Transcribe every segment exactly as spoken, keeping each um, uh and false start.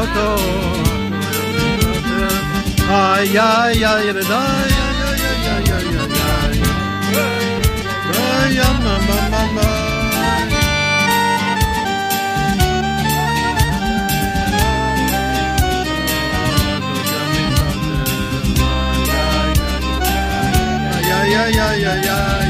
to ay ay ay ay ay ay ay ay mama mama ay ay ay ay ay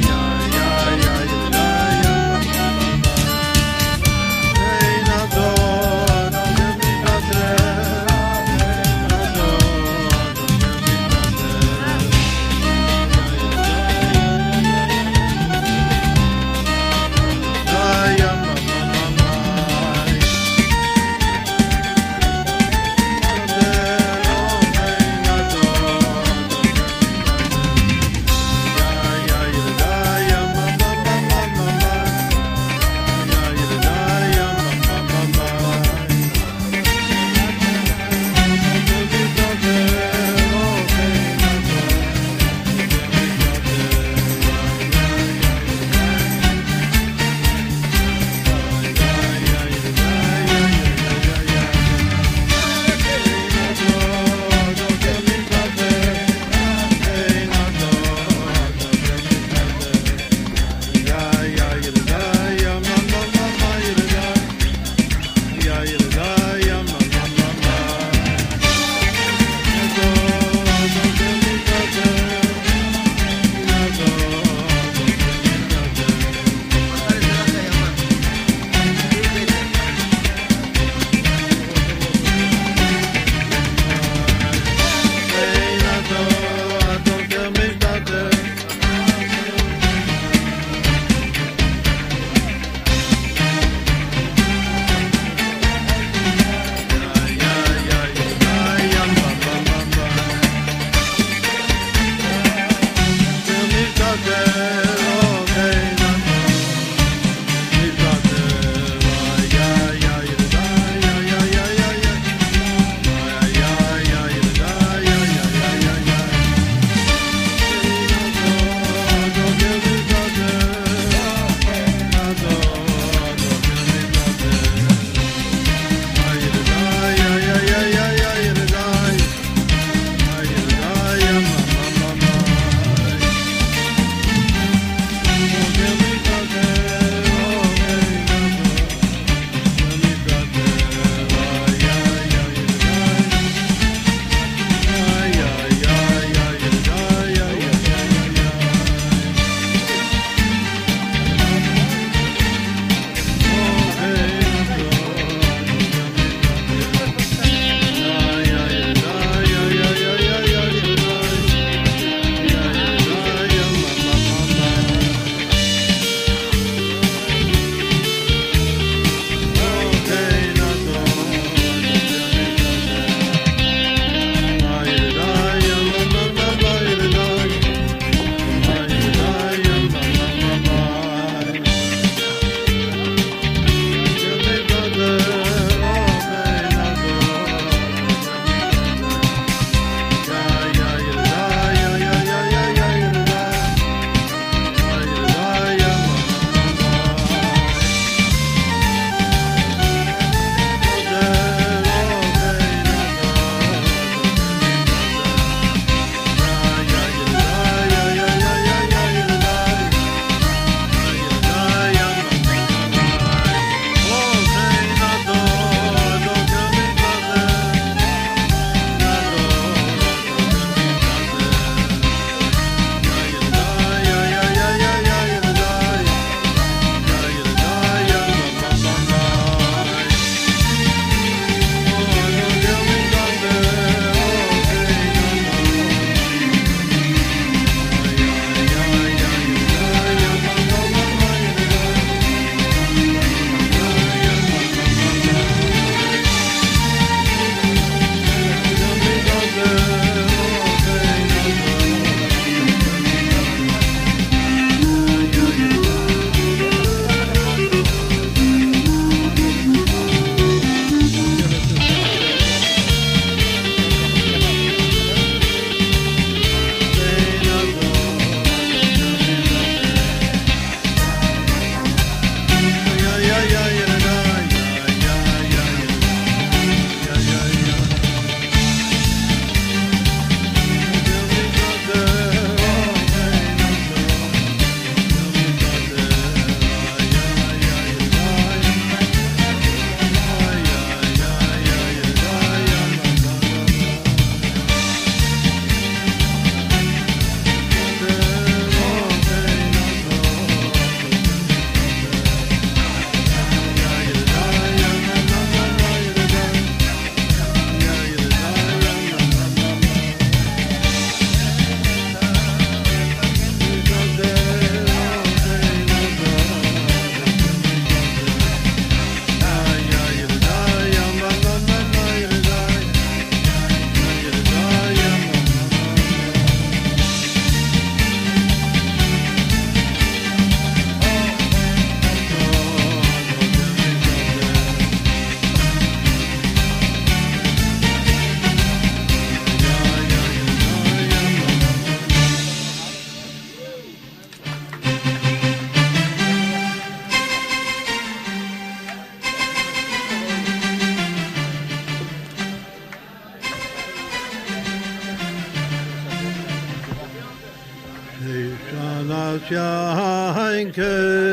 nas yanke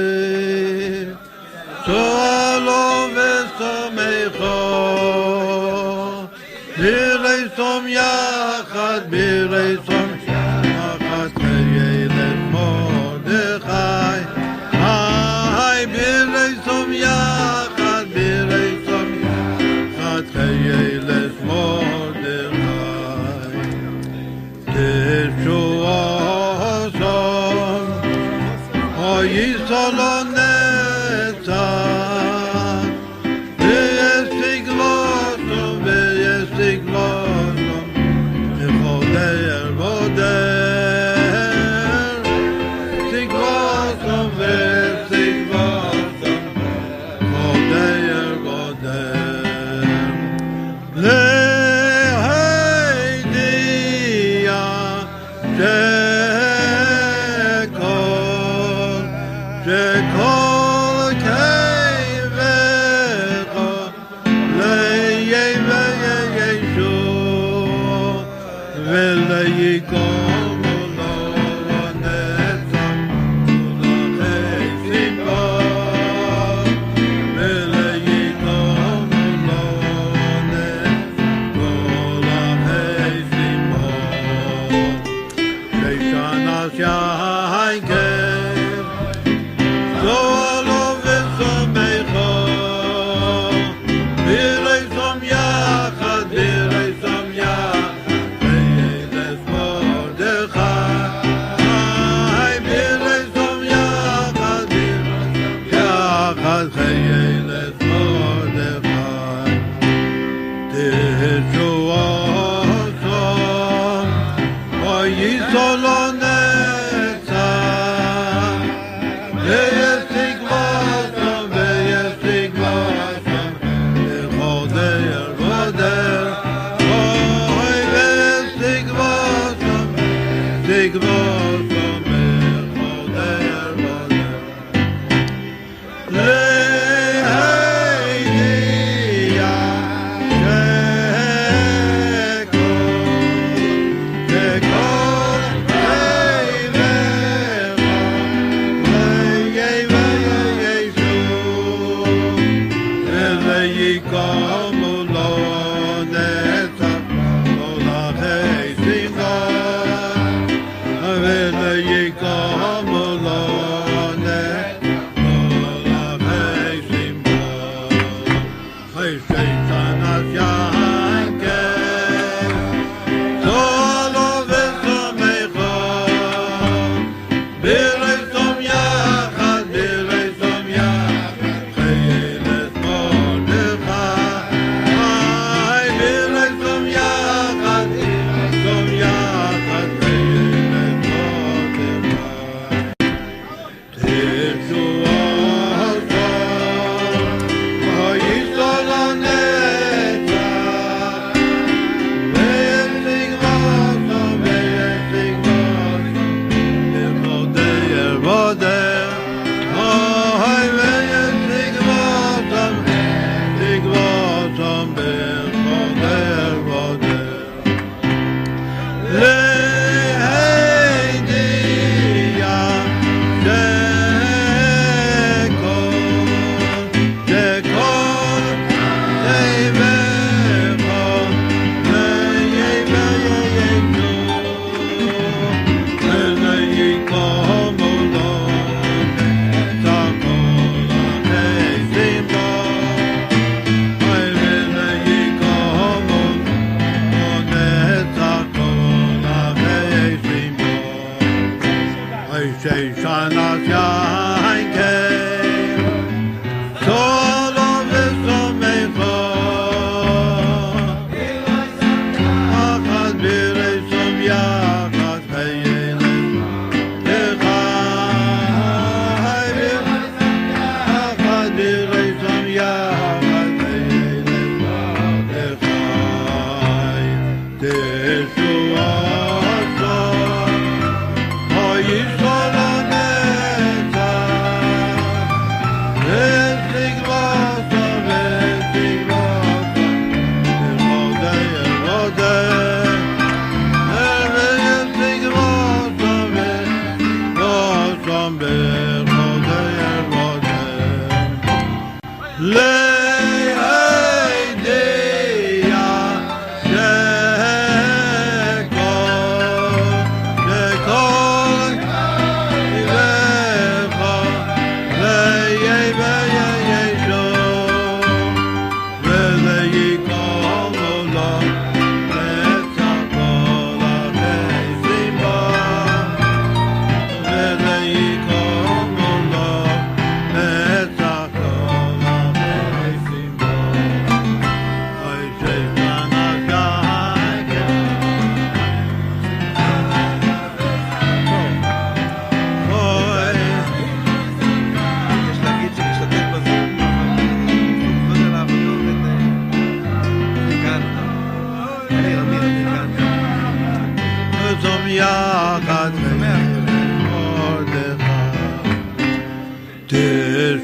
Solo vesamecho Birei som yachad Birei som yachad Chayelech Mordechai Hai Birei som yachad Birei som yachad Chayelech Mordechai Teshua som O Yisrael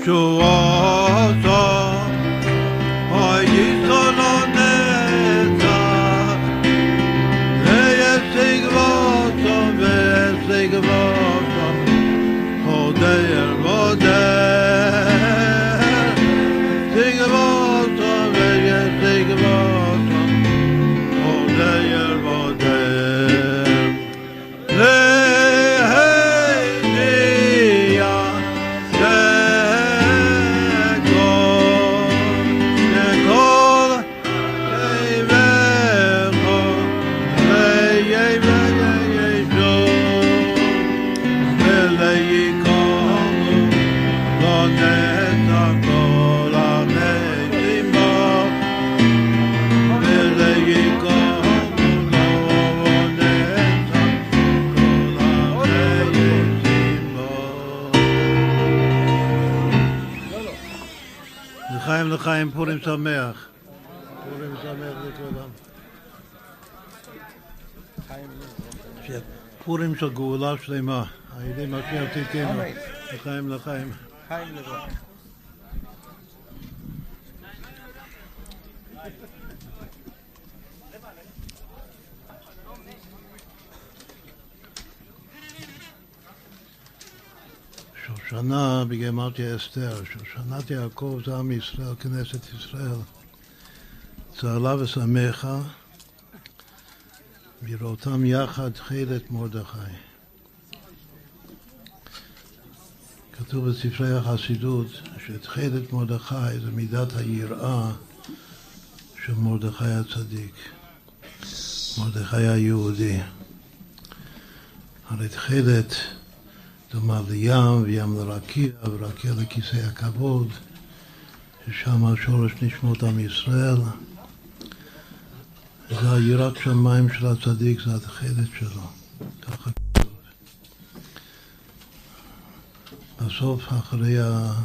ישועתו היסוד הנצח וישיג ואותו וישיג ואותו הודר ודר שיג ואותו וישיג ואותו הודר ודר לחיים לחיים, פורים שמח. פורים שמח לכולם. פורים של גאולה שלמה. הידי משיח תיקנו. לחיים לחיים. חיים לבוא. שושנה בגימטריה אסתר, שושנת יעקב זה עם ישראל, כנסת ישראל. צהלה ושמחה, בראותם יחד תחילת מרדכי. כתוב בספרי החסידות שתחילת מרדכי זה מידת היראה של מרדכי הצדיק, מרדכי היהודי. הרי תחילת דומה לים וים לרקיע ורקיע לכיסא הכבוד, ששם השורש נשמות עם ישראל. זה היראת שמיים של הצדיק, זה התחילת שלו, ככה כתוב. בסוף אחרי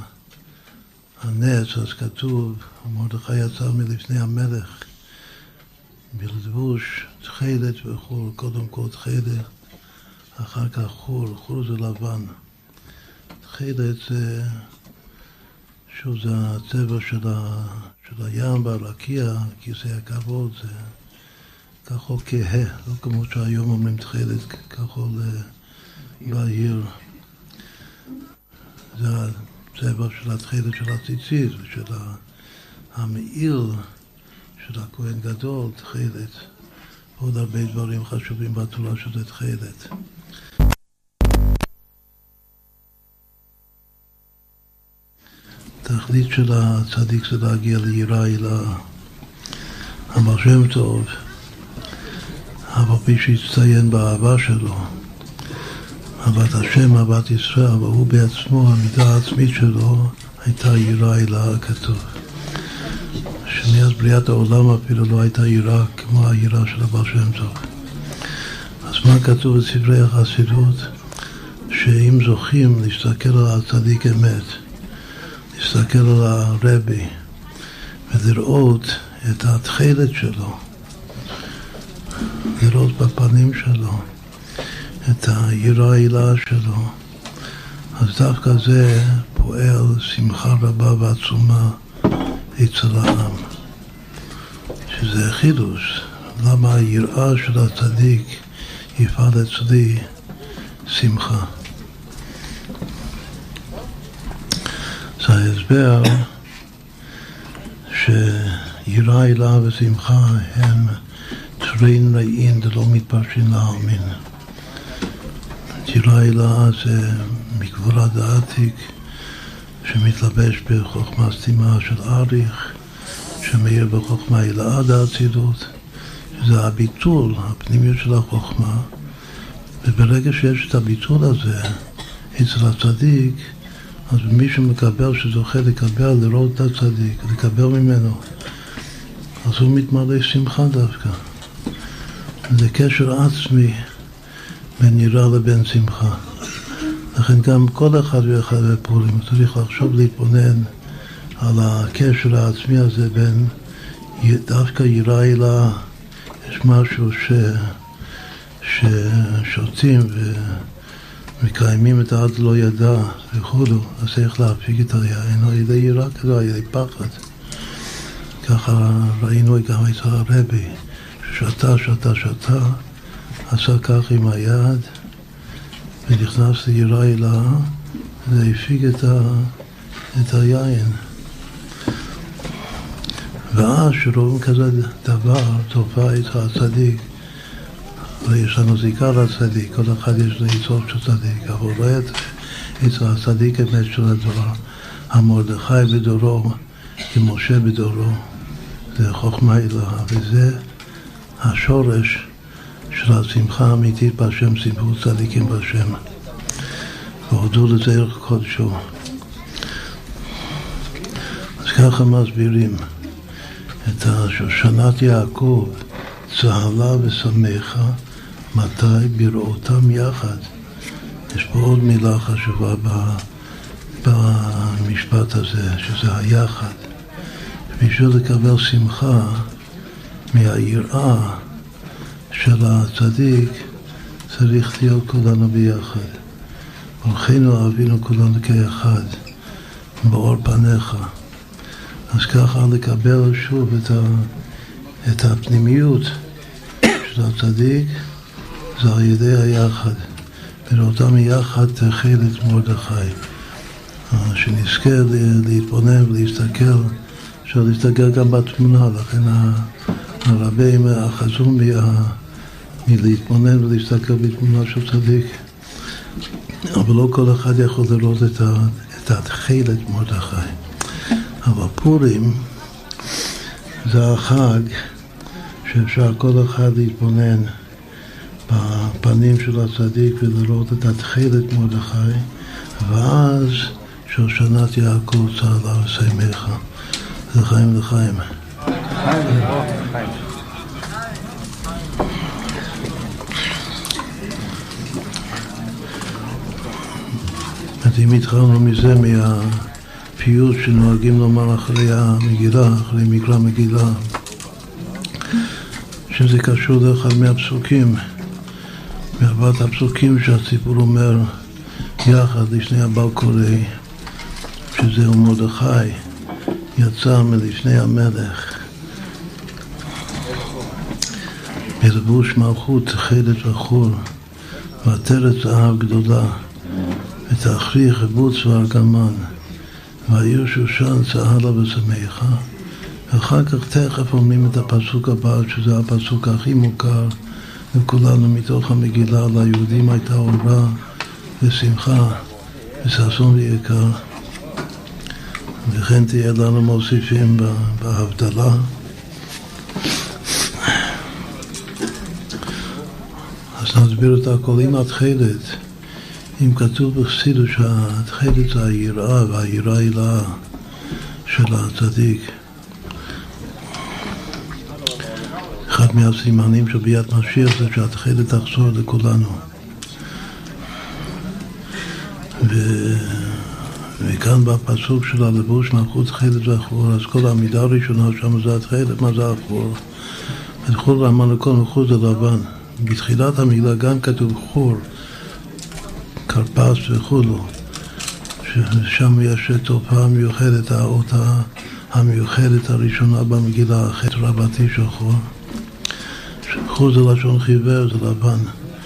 הנץ אז כתוב, מרדכי יצא מלפני המלך בלבוש תחילת וחול, קודם כל תחילת, אחר כך חול, חול זה לבן. תחילת זה, שוב זה הצבע של, ה, של הים והרקיע, כיסא הכבוד, זה כחול כהה, לא כמו שהיום אומרים תחילת, כחול בהיר. זה הצבע של התחילת של הציצית ושל המעיל של הכהן גדול, תחילת. עוד הרבה דברים חשובים בתורה שזה תחילת. התכלית של הצדיק זה להגיע ליראה הילה. אבל שם טוב, אבל פי שהצטיין באהבה שלו, אהבת השם, אהבת ישראל, אבל הוא בעצמו, המידה העצמית שלו הייתה יראה הילה, כתוב. שמאז בריאת העולם אפילו לא הייתה יראה כמו היראה של הבעל שם טוב. אז מה כתוב בספרי החסידות? שאם זוכים להסתכל על הצדיק אמת, להסתכל על הרבי ולראות את התחילת שלו, לראות בפנים שלו את היראה הילה שלו, אז דווקא זה פועל שמחה רבה ועצומה אצל העם, שזה חידוש. למה היראה של הצדיק יפעל אצלי שמחה? זה ההסבר שיראה הילה ושמחה הם תרין רעין דלא מתפרשים להאמין. יראה הילה זה מגבורה דעתיק שמתלבש בחוכמה סתימה של אריך, שמאיר בחוכמה הילאה דאצילות. זה הביטול, הפנימיות של החוכמה. וברגע שיש את הביטול הזה אצל הצדיק, אז מי שמקבל, שזוכה לקבל, לראות את הצדיק, לקבל ממנו, אז הוא מתמלא שמחה דווקא. זה קשר עצמי בין יראה לבין שמחה. לכן גם כל אחד ואחד בפורים צריך לחשוב להתבונן על הקשר העצמי הזה בין דווקא יראה הילה. יש משהו ש... ששותים מקיימים את העד לא ידע וכולו, אז צריך להפיק את היין על ידי יראה כזו, על ידי פחד. ככה ראינו גם אצל הרבי, ששתה, שתה, שתה, עשה כך עם היד, ונכנס ליראה אלה, זה הפיק את, ה, את היין. ואז שרואים כזה דבר, תופעה אצל הצדיק, ויש לנו זיקה לצדיק, כל אחד יש לו יצור של צדיק, אבל רואה את אצל הצדיק אמת של הדבר, המרדכי בדורו, כמשה בדורו, זה חוכמה אלוהה, וזה השורש של השמחה האמיתית בהשם, שמחו צדיקים בהשם, והודו לזה ערך קודשו. אז ככה מסבירים את שושנת יעקב, צהלה ושמחה, מתי בראותם יחד. יש פה עוד מילה חשובה במשפט הזה, שזה היחד. בשביל לקבל שמחה מהיראה של הצדיק, צריך להיות כולנו ביחד. ולכנו אהבינו כולנו כאחד, באור פניך. אז ככה לקבל שוב את, ה, את הפנימיות של הצדיק, זה על ידי היחד. בראותם יחד תחל את מרדכי. שנזכה להתבונן ולהסתכל, אפשר להסתכל גם בתמונה, לכן הרבה החזון מלהתבונן ולהסתכל בתמונה של צדיק. אבל לא כל אחד יכול לראות את, ה, את התחל את מרדכי. אבל פורים זה החג שאפשר כל אחד להתבונן בפנים של הצדיק ולראות את התחילת מרדכי, ואז שושנת יעקב צהלה ושמחה. לחיים לחיים. אם התחלנו מזה מהפיוט שנוהגים לומר אחרי המגילה, אחרי מקרא מגילה, שזה קשור לאחד מהפסוקים, מארבעת הפסוקים שהציבור אומר יחד לפני הבעל קורא, שזהו מרדכי יצא מלפני המלך בלבוש מלכות תכלת וחור ועטרת זהב גדולה ותכריך בוץ וארגמן והעיר שושן צהלה ושמחה. ואחר כך תכף אומרים את הפסוק הבא, שזה הפסוק הכי מוכר לכולנו מתוך המגילה. ליהודים הייתה אורה ושמחה וששון ויקר, וכן תהיה לנו מוסיפים בהבדלה. אז נסביר את הכל עם התחילת. אם כתוב בחסידות שהתחילת זה היראה, והיראה היא לה של הצדיק, אחד מהסימנים של ביאת משיח זה שהתחילת תחזור לכולנו. ו... וכאן בפסוק של הלבוש מלכות תחילת וחור, אז כל העמידה הראשונה שם זה התחילת. מה זה החור? חור אמרנו כל חור זה לבן. בתחילת המגילה גם כתוב חור, כרפס וכולו, ששם יש תופעה מיוחדת, האות המיוחדת הראשונה במגילה, החטא רבתי של חור. חור זה לשון חיוור, זה לבן.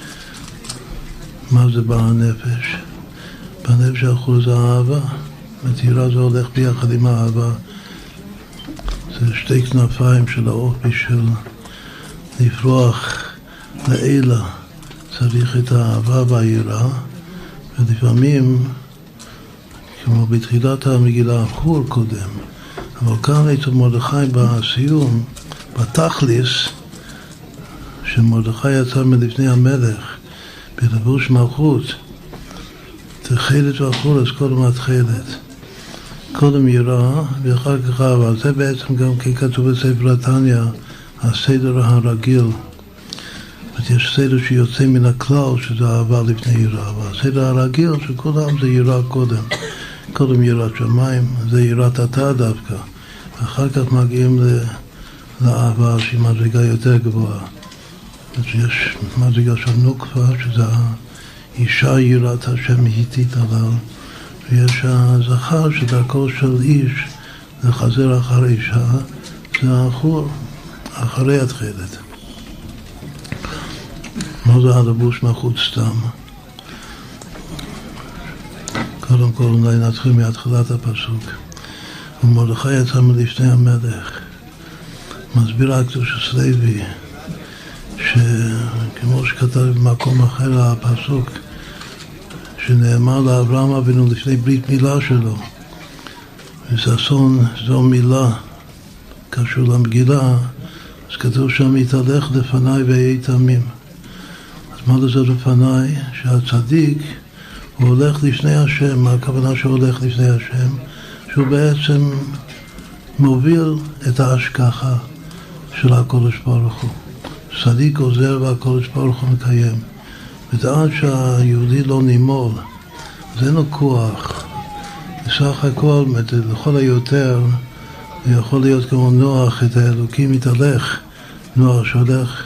מה זה בנפש? בנפש החור זה אהבה, מטירה זה הולך ביחד עם האהבה. זה שתי כנפיים של האופי של לפרוח לאלה. צריך את האהבה והיראה, ולפעמים, כמו בתחילת המגילה, החור קודם. אבל כאן אצל מרדכי בסיום, בתכליס, שמרדכי יצא מלפני המלך, בלבוש מלכות, תחילת והחור, אז קודם התחילת. קודם יראה ואחר כך אהבה. זה בעצם גם ככתוב בספר התניא, הסדר הרגיל. יש סדר שיוצא מן הכלל, שזה אהבה לפני יראה. והסדר הרגיל שכולם זה יראה קודם. קודם יראת שמיים, זה יראת אתה דווקא. ואחר כך מגיעים לאהבה שהיא מדרגה יותר גבוהה. אז יש מדרגה של נוקפה, שזה אישה יראת השם היתית עליו, ויש הזכר שדרכו של איש לחזר אחר אישה, זה האחור, אחרי התחילת. מה זה הלבוש מלכות סתם? קודם כל אולי נתחיל מהתחילת הפסוק. ומרדכי יצא מלפני המלך. מסביר הקדוש לוי שכמו שכתב במקום אחר הפסוק שנאמר לאברהם אבינו לפני ברית מילה שלו, וששון זו מילה קשור למגילה, אז כתוב שם יתהלך לפניי ויהי תמים. אז מה לזה לפניי? שהצדיק הוא הולך לפני השם. מה הכוונה שהוא הולך לפני השם? שהוא בעצם מוביל את ההשגחה של הקודש ברוך הוא. צדיק עוזר והקודש ברוך הוא מקיים. ודעת שהיהודי לא נימול, אז אין לו כוח. בסך הכל, לכל היותר, זה יכול להיות כמו נוח, את האלוקים מתהלך, נוח שהולך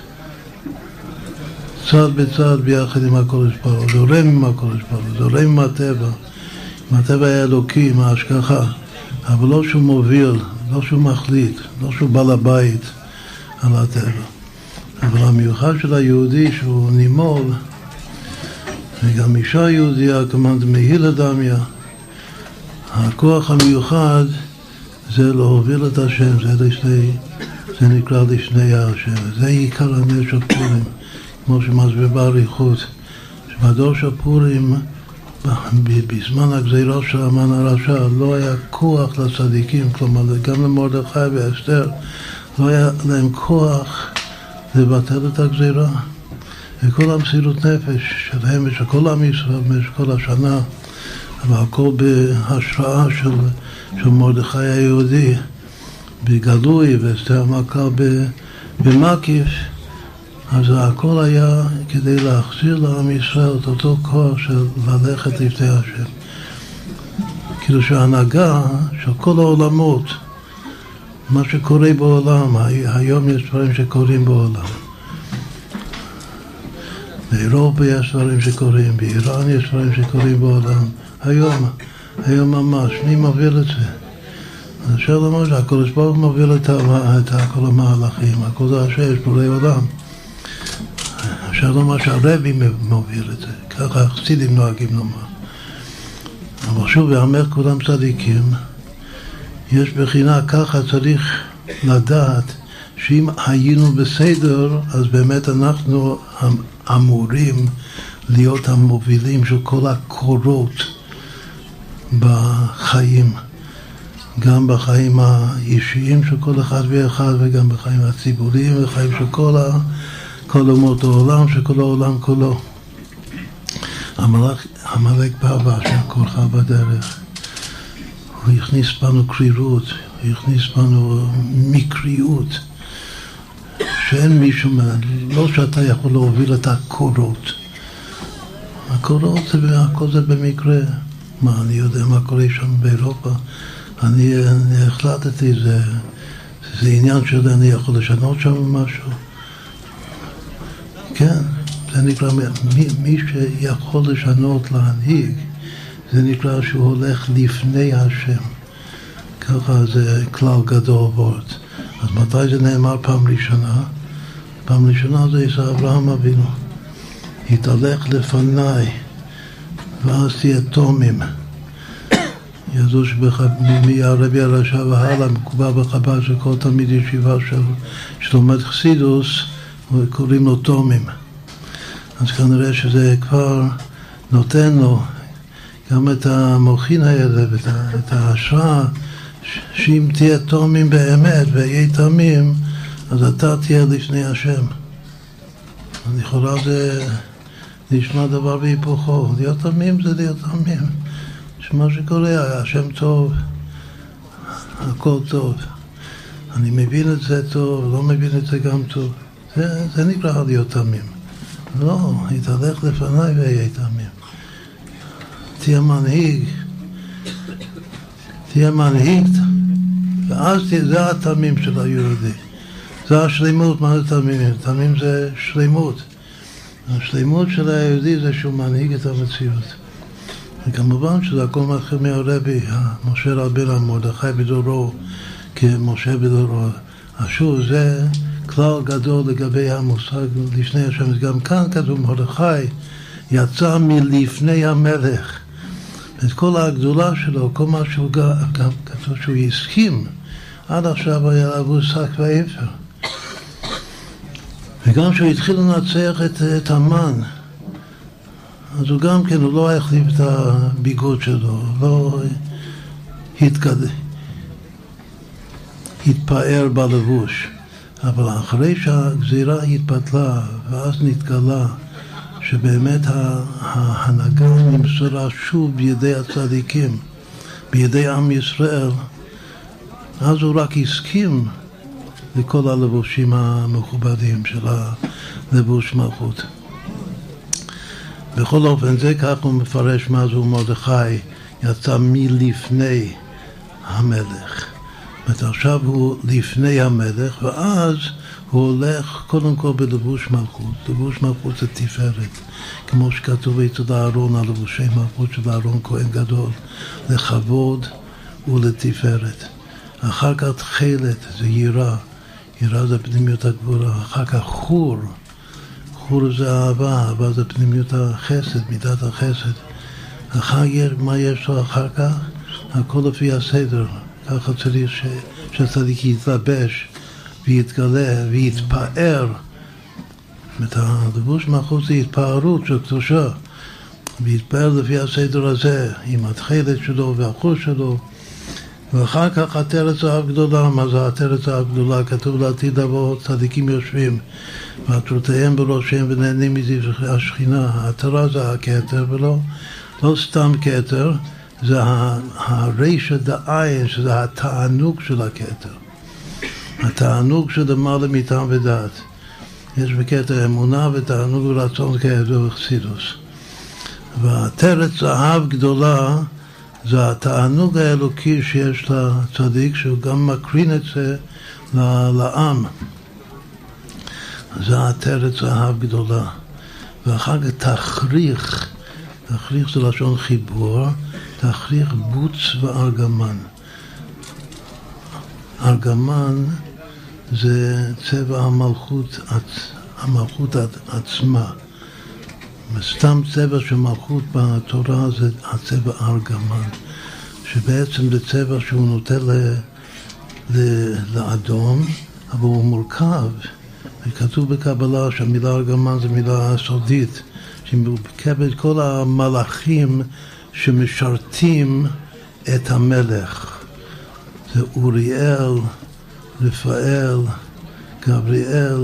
צד בצד ביחד עם הקודש ברוך הוא, זורם עם הקודש ברוך הוא, זורם עם הטבע, עם הטבע האלוקי, עם ההשגחה, אבל לא שהוא מוביל, לא שהוא מחליט, לא שהוא בעל הבית על הטבע. אבל המיוחד של היהודי שהוא נימול, וגם אישה יהודיה, כמובן מהילה דמיה, הכוח המיוחד זה להוביל את השם, זה, לשני, זה נקרא לשני השם. זה עיקר הנר של פורים, כמו שמסביר באריכות, שבדור של פורים, בזמן הגזירה של המן הרשע, לא היה כוח לצדיקים, כלומר גם למרדכי ואסתר, לא היה להם כוח לבטל את הגזירה. וכל המסירות נפש שלהם ושל כל עם ישראל במשך כל השנה, והכל בהשראה של, של מרדכי היהודי בגלוי ואסתר המלכה במקיף, אז הכל היה כדי להחזיר לעם ישראל את אותו כוח של ללכת לפני השם. כאילו שההנהגה של כל העולמות, מה שקורה בעולם, היום יש דברים שקורים בעולם. באירופה יש דברים שקורים, באיראן יש דברים שקורים בעולם. היום, היום ממש, מי מוביל את זה? אז אפשר לומר שהקדוש ברוך הוא מוביל את כל המהלכים, הכל זה השש, בורא עולם. אפשר לומר שהרבי מוביל את זה, ככה החסידים נוהגים לומר. אבל שוב, ואמר כולם צדיקים, יש בחינה ככה צריך לדעת שאם היינו בסדר, אז באמת אנחנו אמורים להיות המובילים של כל הקורות בחיים, גם בחיים האישיים של כל אחד ואחד, וגם בחיים הציבוריים, וחיים של כל, ה, כל אומות העולם, של כל העולם כולו. המלאק, המלאק בא והשם כורך בדרך. הוא הכניס בנו קרירות, הוא הכניס בנו מקריות, שאין מישהו, לא שאתה יכול להוביל את הקורות. הקורות זה, הכל זה במקרה. מה, אני יודע מה קורה שם באירופה? אני, אני החלטתי, זה, זה עניין של אני יכול לשנות שם משהו. כן, זה נקרא, מי, מי שיכול לשנות להנהיג, זה נקרא שהוא הולך לפני השם. ככה זה כלל גדול וורט. אז מתי זה נאמר פעם ראשונה? פעם ראשונה זה יש אברהם אבינו. התהלך לפניי, ואז תהיה תומים. ידעו שמהרבי הרשע והלאה, מקובל בחב"ד של כל תלמיד ישיבה של שלומד חסידוס, קוראים לו תומים. אז כנראה שזה כבר נותן לו גם את המוחין האלה, את ההשראה, שאם תהיה תומים באמת ויהיה תמים, אז אתה תהיה לפני השם. לכאורה זה נשמע דבר בהיפוכו. להיות תמים זה להיות תמים. שמה שקורה, השם טוב, הכל טוב. אני מבין את זה טוב, לא מבין את זה גם טוב. זה, זה נקרא להיות תמים. לא, יתהלך לפניי ויהיה תמים. תהיה מנהיג, תהיה מנהיג, ואז זה התמים של היהודי. זה השלימות. מה זה תמים? תמים זה שלמות. השלימות של היהודי זה שהוא מנהיג את המציאות. וכמובן שזה הכל מתחיל מהרבי, משה רבנו, מרדכי בדורו, כמשה בדורו. השוב זה כלל גדול לגבי המושג לפני השם. גם כאן כתוב מרדכי יצא מלפני המלך. את כל הגדולה שלו, כל מה שהוא גם כתוב שהוא הסכים, עד עכשיו היה עבור שק ואפר. וגם כשהוא התחיל לנצח את, את המן, אז הוא גם כן, הוא לא החליף את הביגוד שלו, לא התקד... התפאר בלבוש. אבל אחרי שהגזירה התבטלה, ואז נתגלה שבאמת ההנהגה נמסרה שוב בידי הצדיקים, בידי עם ישראל, אז הוא רק הסכים לכל הלבושים המכובדים של הלבוש מלכות. בכל אופן, זה כך הוא מפרש מה זו מרדכי יצא מלפני המלך. זאת אומרת, עכשיו הוא לפני המלך, ואז הוא הולך קודם כל בלבוש מלכות. לבוש מלכות זה תפארת, כמו שכתוב אצל אהרון, הלבושי מלכות של אהרון כהן גדול, לכבוד ולתפארת. אחר כך תחילת זה יראה, יראה זה פנימיות הגבורה. אחר כך חור, חור זה אהבה, אהבה זה פנימיות החסד, מידת החסד. אחר מה יש לו אחר כך? הכל לפי הסדר. ככה צריך ש... שהצדיק יתלבש ויתגלה ויתפאר. את הלבוש מלכות זה התפארות של קדושה, ויתפאר לפי הסדר הזה, עם התחילת שלו והחוש שלו. ואחר כך עטרת זהב גדולה. מה זה עטרת זהב גדולה? כתוב לעתיד לבוא, צדיקים יושבים ועטרותיהם בראשיהם ונהנים מזיו השכינה. העטרה זה הכתר, ולא לא סתם כתר, זה הרשע דעין, שזה התענוג של הכתר, התענוג שלמעלה מטעם ודעת. יש בכתר אמונה ותענוג ורצון כידוע בחסידות. ועטרת זהב גדולה זה התענוג האלוקי שיש לצדיק, שהוא גם מקרין את זה לעם. זה עטרת זהב גדולה. ואחר כך תכריך, תכריך זה לשון חיבור, תכריך בוץ וארגמן. ארגמן זה צבע המלכות, המלכות עצמה. סתם צבע של מלכות בתורה זה הצבע ארגמן, שבעצם זה צבע שהוא נוטה ל, ל, לאדום, אבל הוא מורכב. וכתוב בקבלה שהמילה ארגמן זה מילה סודית, שמורכבת כל המלאכים שמשרתים את המלך. זה אוריאל, רפאל, גבריאל,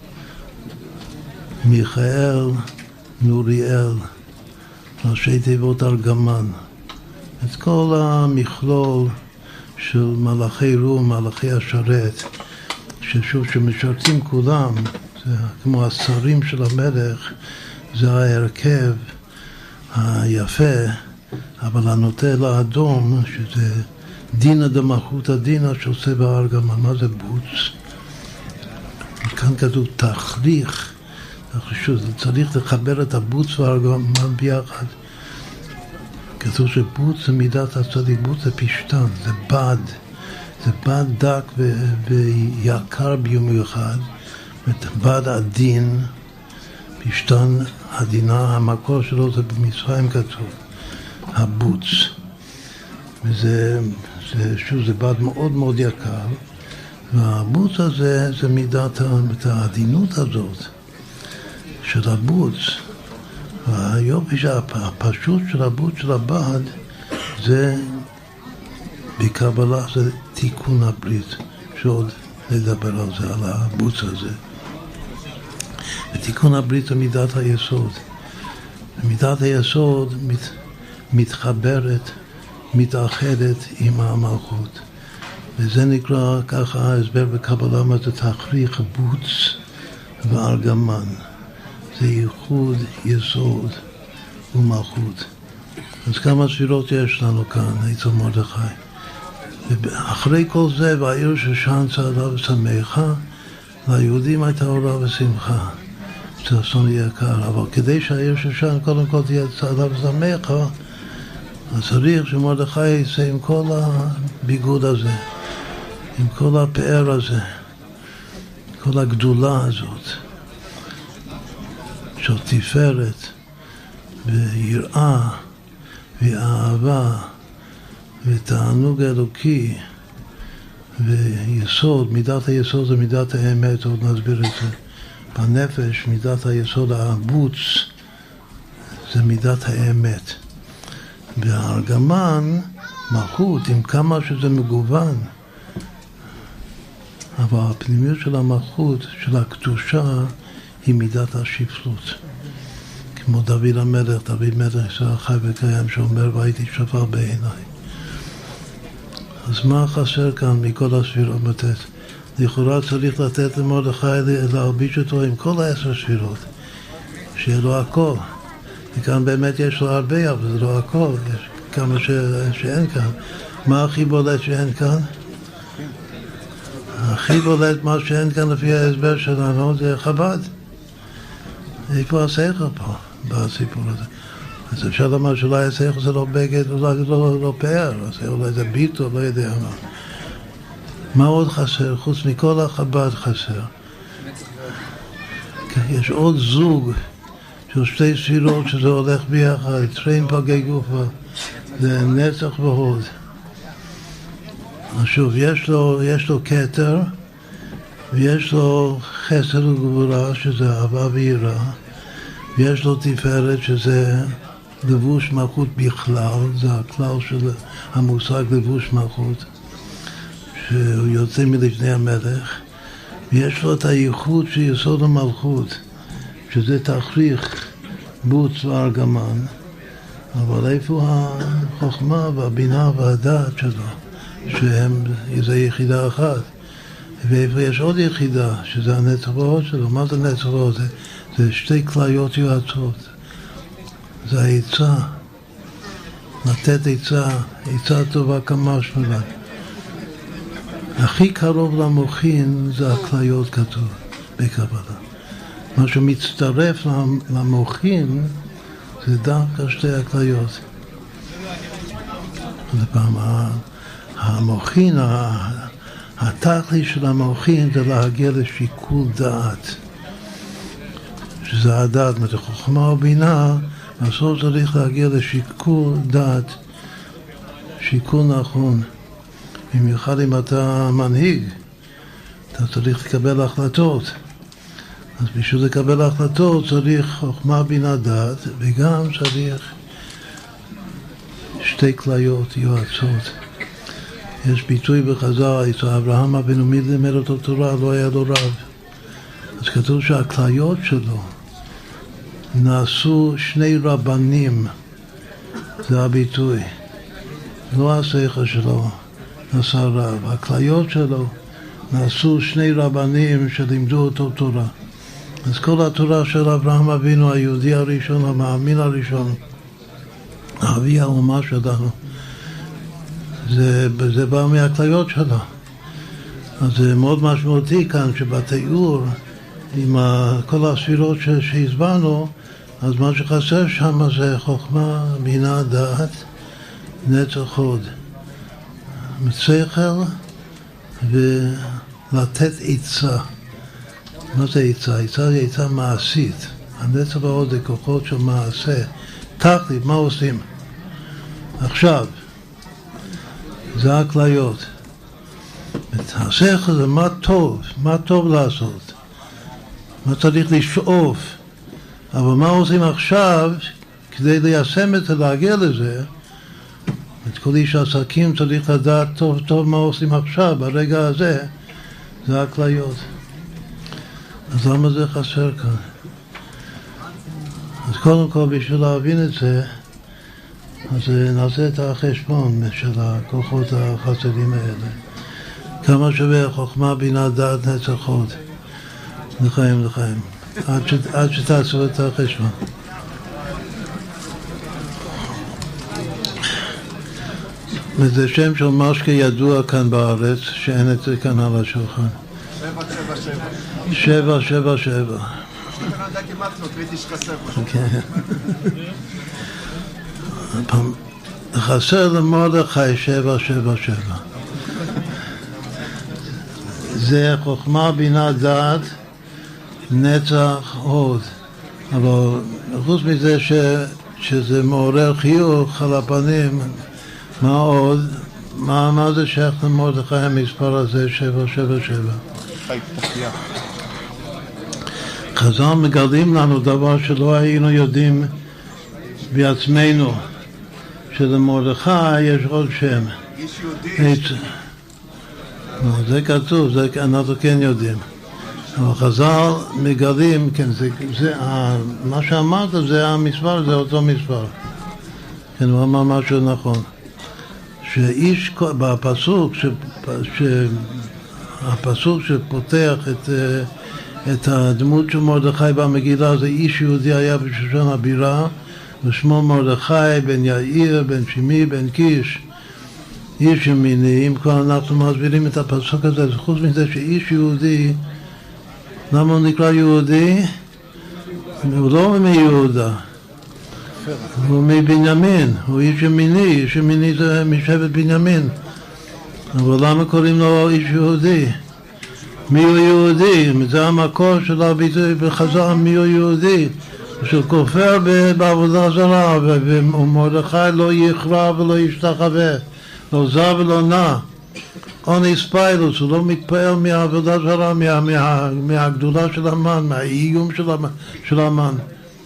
מיכאל, נוריאל, ראשי תיבות ארגמן. את כל המכלול של מלאכי רום, מלאכי השרת, ששוב שמשרתים כולם, זה כמו השרים של המלך, זה ההרכב היפה, אבל הנוטה לאדום, שזה דינא דמלכותא דינא של צבע ארגמן. מה זה בוץ? כאן כתוב תכריך, צריך לחבר את הבוץ והארגמן ביחד. כתוב שבוץ זה מידת הצדיק, בוץ זה פשטן, זה בד, זה בד דק ויקר במיוחד, בד עדין, פשטן עדינה, המקור שלו זה במצרים כתוב, הבוץ. וזה, זה, שוב, זה בד מאוד מאוד יקר, והבוץ הזה זה מידת העדינות הזאת של הבוץ. והיופי שהפשוט של הבוץ של הבד זה בקבלה, זה תיקון הברית, שעוד נדבר על זה, על הבוץ הזה. ותיקון הברית זה מידת היסוד. מידת היסוד מת, מתחברת, מתאחדת עם המלכות. וזה נקרא ככה ההסבר בקבלה, מה זה תכריך בוץ וארגמן. זה ייחוד, יסוד ומלכות. אז כמה ספירות יש לנו כאן, אצל מרדכי. ואחרי כל זה, והעיר שושן צעדה ושמחה, ליהודים הייתה אורה ושמחה. ששון יהיה קר, אבל כדי שהעיר שושן קודם כל תהיה צעדה ושמחה, אז צריך שמרדכי יצא עם כל הביגוד הזה, עם כל הפאר הזה, כל הגדולה הזאת, של תפארת ויראה ואהבה ותענוג אלוקי ויסוד. מידת היסוד זה מידת האמת, עוד נסביר את זה. בנפש מידת היסוד, העבוץ, זה מידת האמת. והארגמן, מלכות, עם כמה שזה מגוון, אבל הפנימיות של המלכות, של הקדושה, היא מידת השפלות. כמו דוד המלך, דוד מלך ישראל חי וקיים, שאומר והייתי שפר בעיניי. אז מה חסר כאן מכל הספירות לתת? לכאורה צריך לתת למרדכי להלביש אותו עם כל העשר ספירות, שיהיה לו הכל. וכאן באמת יש לו הרבה, אבל זה לא הכל, יש כמה ש... שאין כאן. מה הכי בולט שאין כאן? הכי בולט מה שאין כאן לפי ההסבר שלנו זה חב"ד. איפה השכל פה, בסיפור הזה? אז אפשר לומר שאולי השכל זה לא בגד, אולי לא, לא פאר, אולי זה ביטו, לא יודע מה. מה עוד חסר? חוץ מכל החב"ד חסר. יש עוד זוג של שתי ספירות שזה הולך ביחד, טרין פגי גופה, זה נצח והוד. שוב, יש לו, יש לו כתר, ויש לו חסד וגבורה, שזה אהבה ויראה, ויש לו תפארת, שזה לבוש מלכות בכלל, זה הכלל של המושג לבוש מלכות, שהוא יוצא מלפני המלך, ויש לו את הייחוד של יסוד המלכות, שזה תכריך בוץ וארגמן, אבל איפה החוכמה והבינה והדעת שלו, שהם, זה יחידה אחת, ואיפה יש עוד יחידה, שזה הנצח והוד שלו. מה זה נצח והוד? זה, זה שתי כליות יועצות, זה העצה, לתת עצה, עצה טובה כמשמע לן. הכי קרוב למוחין זה הכליות כתוב בקבלה. מה שמצטרף למוחין זה דווקא שתי הכליות. לפעם המוחין, התכלית של המוחין זה להגיע לשיקול דעת, שזה הדעת, זאת חוכמה או בינה, בסוף צריך להגיע לשיקול דעת, שיקול נכון. במיוחד אם אתה מנהיג, אתה צריך לקבל החלטות. אז בשביל לקבל החלטות צריך חוכמה, בינה, דעת, וגם צריך שתי כליות יועצות. יש ביטוי בחז"ל, אצל אברהם אבינו מי לימד אותו תורה, לא היה לו רב. אז כתוב שהכליות שלו נעשו שני רבנים, זה הביטוי. לא השכל שלו נעשה רב, הכליות שלו נעשו שני רבנים שלימדו אותו תורה. אז כל התורה של אברהם אבינו, היהודי הראשון, המאמין הראשון, אבי האומה שלנו, זה, זה בא מהכליות שלו. אז זה מאוד משמעותי כאן שבתיאור, עם כל הספירות שהסברנו, אז מה שחסר שם זה חוכמה, בינה, דעת, נצח הוד. שכל ולתת עצה. מה זה עצה? עצה זה עצה מעשית. הנצח והוד זה כוחות של מעשה. תכלית, מה עושים? עכשיו, זה הכליות. השכל זה מה טוב, מה טוב לעשות. מה צריך לשאוף. אבל מה עושים עכשיו כדי ליישם את זה, להגיע לזה? את כל איש העסקים צריך לדעת טוב טוב מה עושים עכשיו, ברגע הזה, זה הכליות. אז למה זה חסר כאן? אז קודם כל, בשביל להבין את זה, אז נעשה את החשבון של הכוחות החסרים האלה. כמה שווה חוכמה, בינה, דעת, נצח הוד. לחיים, לחיים. עד, ש... עד שתעשו את החשבון. וזה שם של משקה ידוע כאן בארץ, שאין את זה כאן על השולחן. שבע, שבע, שבע. שבע, שבע, שבע. חסר למרדכי שבע שבע שבע. זה חוכמה, בינה, דעת, נצח, הוד. אבל חוץ מזה ש, שזה מעורר חיוך על הפנים, מה עוד? מה, מה זה שייך למרדכי המספר הזה, שבע שבע שבע? חז"ל מגלים לנו דבר שלא היינו יודעים בעצמנו, שלמרדכי יש עוד שם. יש יהודי. זה כתוב, זה אנחנו כן יודעים. אבל חז"ל מגלים, כן, זה, זה, מה שאמרת זה המספר, זה אותו מספר. כן, הוא אמר משהו נכון. שאיש, בפסוק, הפסוק שפותח את, את הדמות של מרדכי במגילה, זה איש יהודי היה בשושן הבירה, ושמו מרדכי בן יאיר, בן שימי, בן קיש. איש ימיני, אם כבר אנחנו מסבירים את הפסוק הזה, חוץ מזה שאיש יהודי, למה הוא נקרא יהודי? הוא לא מיהודה, הוא מבנימין, הוא איש ימיני, איש ימיני זה משבט בנימין. אבל למה קוראים לו איש יהודי? מי הוא יהודי? זה המקור של הביטוי בחז"ל, מי הוא יהודי? שהוא כופר בעבודה זרה, ומרדכי לא יכרע ולא ישתחווה, לא זע ולא נע. אונס פיילוס, הוא לא מתפעל מהעבודה זרה, מה, מה, מהגדולה של המן, מהאיום של, של המן.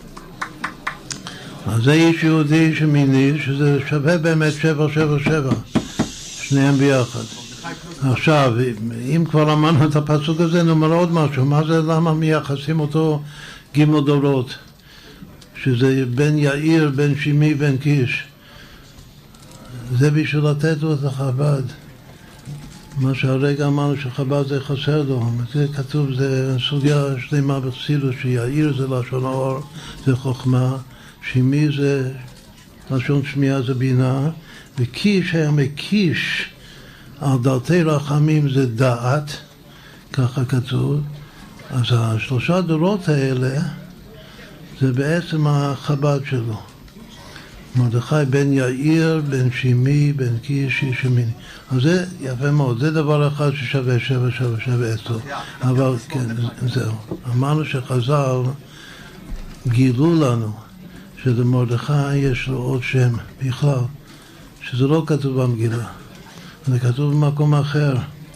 אז זה איש יהודי שמיני, שזה שווה באמת שבע שבע שבע, שניהם ביחד. עכשיו, אם כבר אמרנו את הפסוק הזה, נאמר עוד משהו, מה זה, למה מייחסים אותו גימל דורות? שזה בן יאיר, בן שימי, בן קיש. זה בשביל לתת לו את החב"ד. מה שהרגע אמרנו שחב"ד זה חסר לו. זה כתוב, זה סוגיה שלמה בחסידות, שיאיר זה לשון האור, זה חוכמה, שימי זה לשון שמיעה, זה בינה, וקיש היה מקיש על דלתי רחמים זה דעת, ככה כתוב. אז השלושה דורות האלה זה בעצם החב"ד שלו. מרדכי בן יאיר, בן שימי, בן קיש, איש ימיני. אז זה יפה מאוד, זה דבר אחד ששווה שבע, שבע, שבע, עשר. אבל כן, זהו. אמרנו שחז"ל גילו לנו שלמרדכי יש לו עוד שם בכלל, שזה לא כתוב במגילה. זה כתוב במקום אחר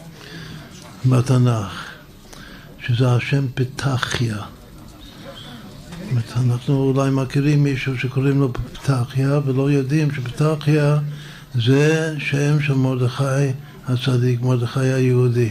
בתנ"ך, שזה השם פתחיה. אנחנו אולי מכירים מישהו שקוראים לו פתחיה ולא יודעים שפתחיה זה שם של מרדכי הצדיק, מרדכי היהודי.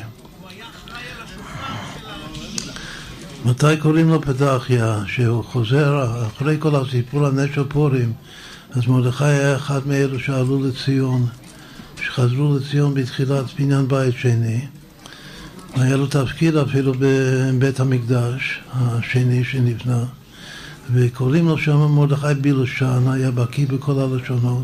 מתי קוראים לו פתחיה? שהוא חוזר אחרי כל הסיפור הנשר פורים, אז מרדכי היה אחד מאלו שעלו לציון, שחזרו לציון בתחילת בניין בית שני. היה לו תפקיד אפילו בבית המקדש השני שנבנה, וקוראים לו שם מרדכי בילושן, היה בקיא בכל הלשונות.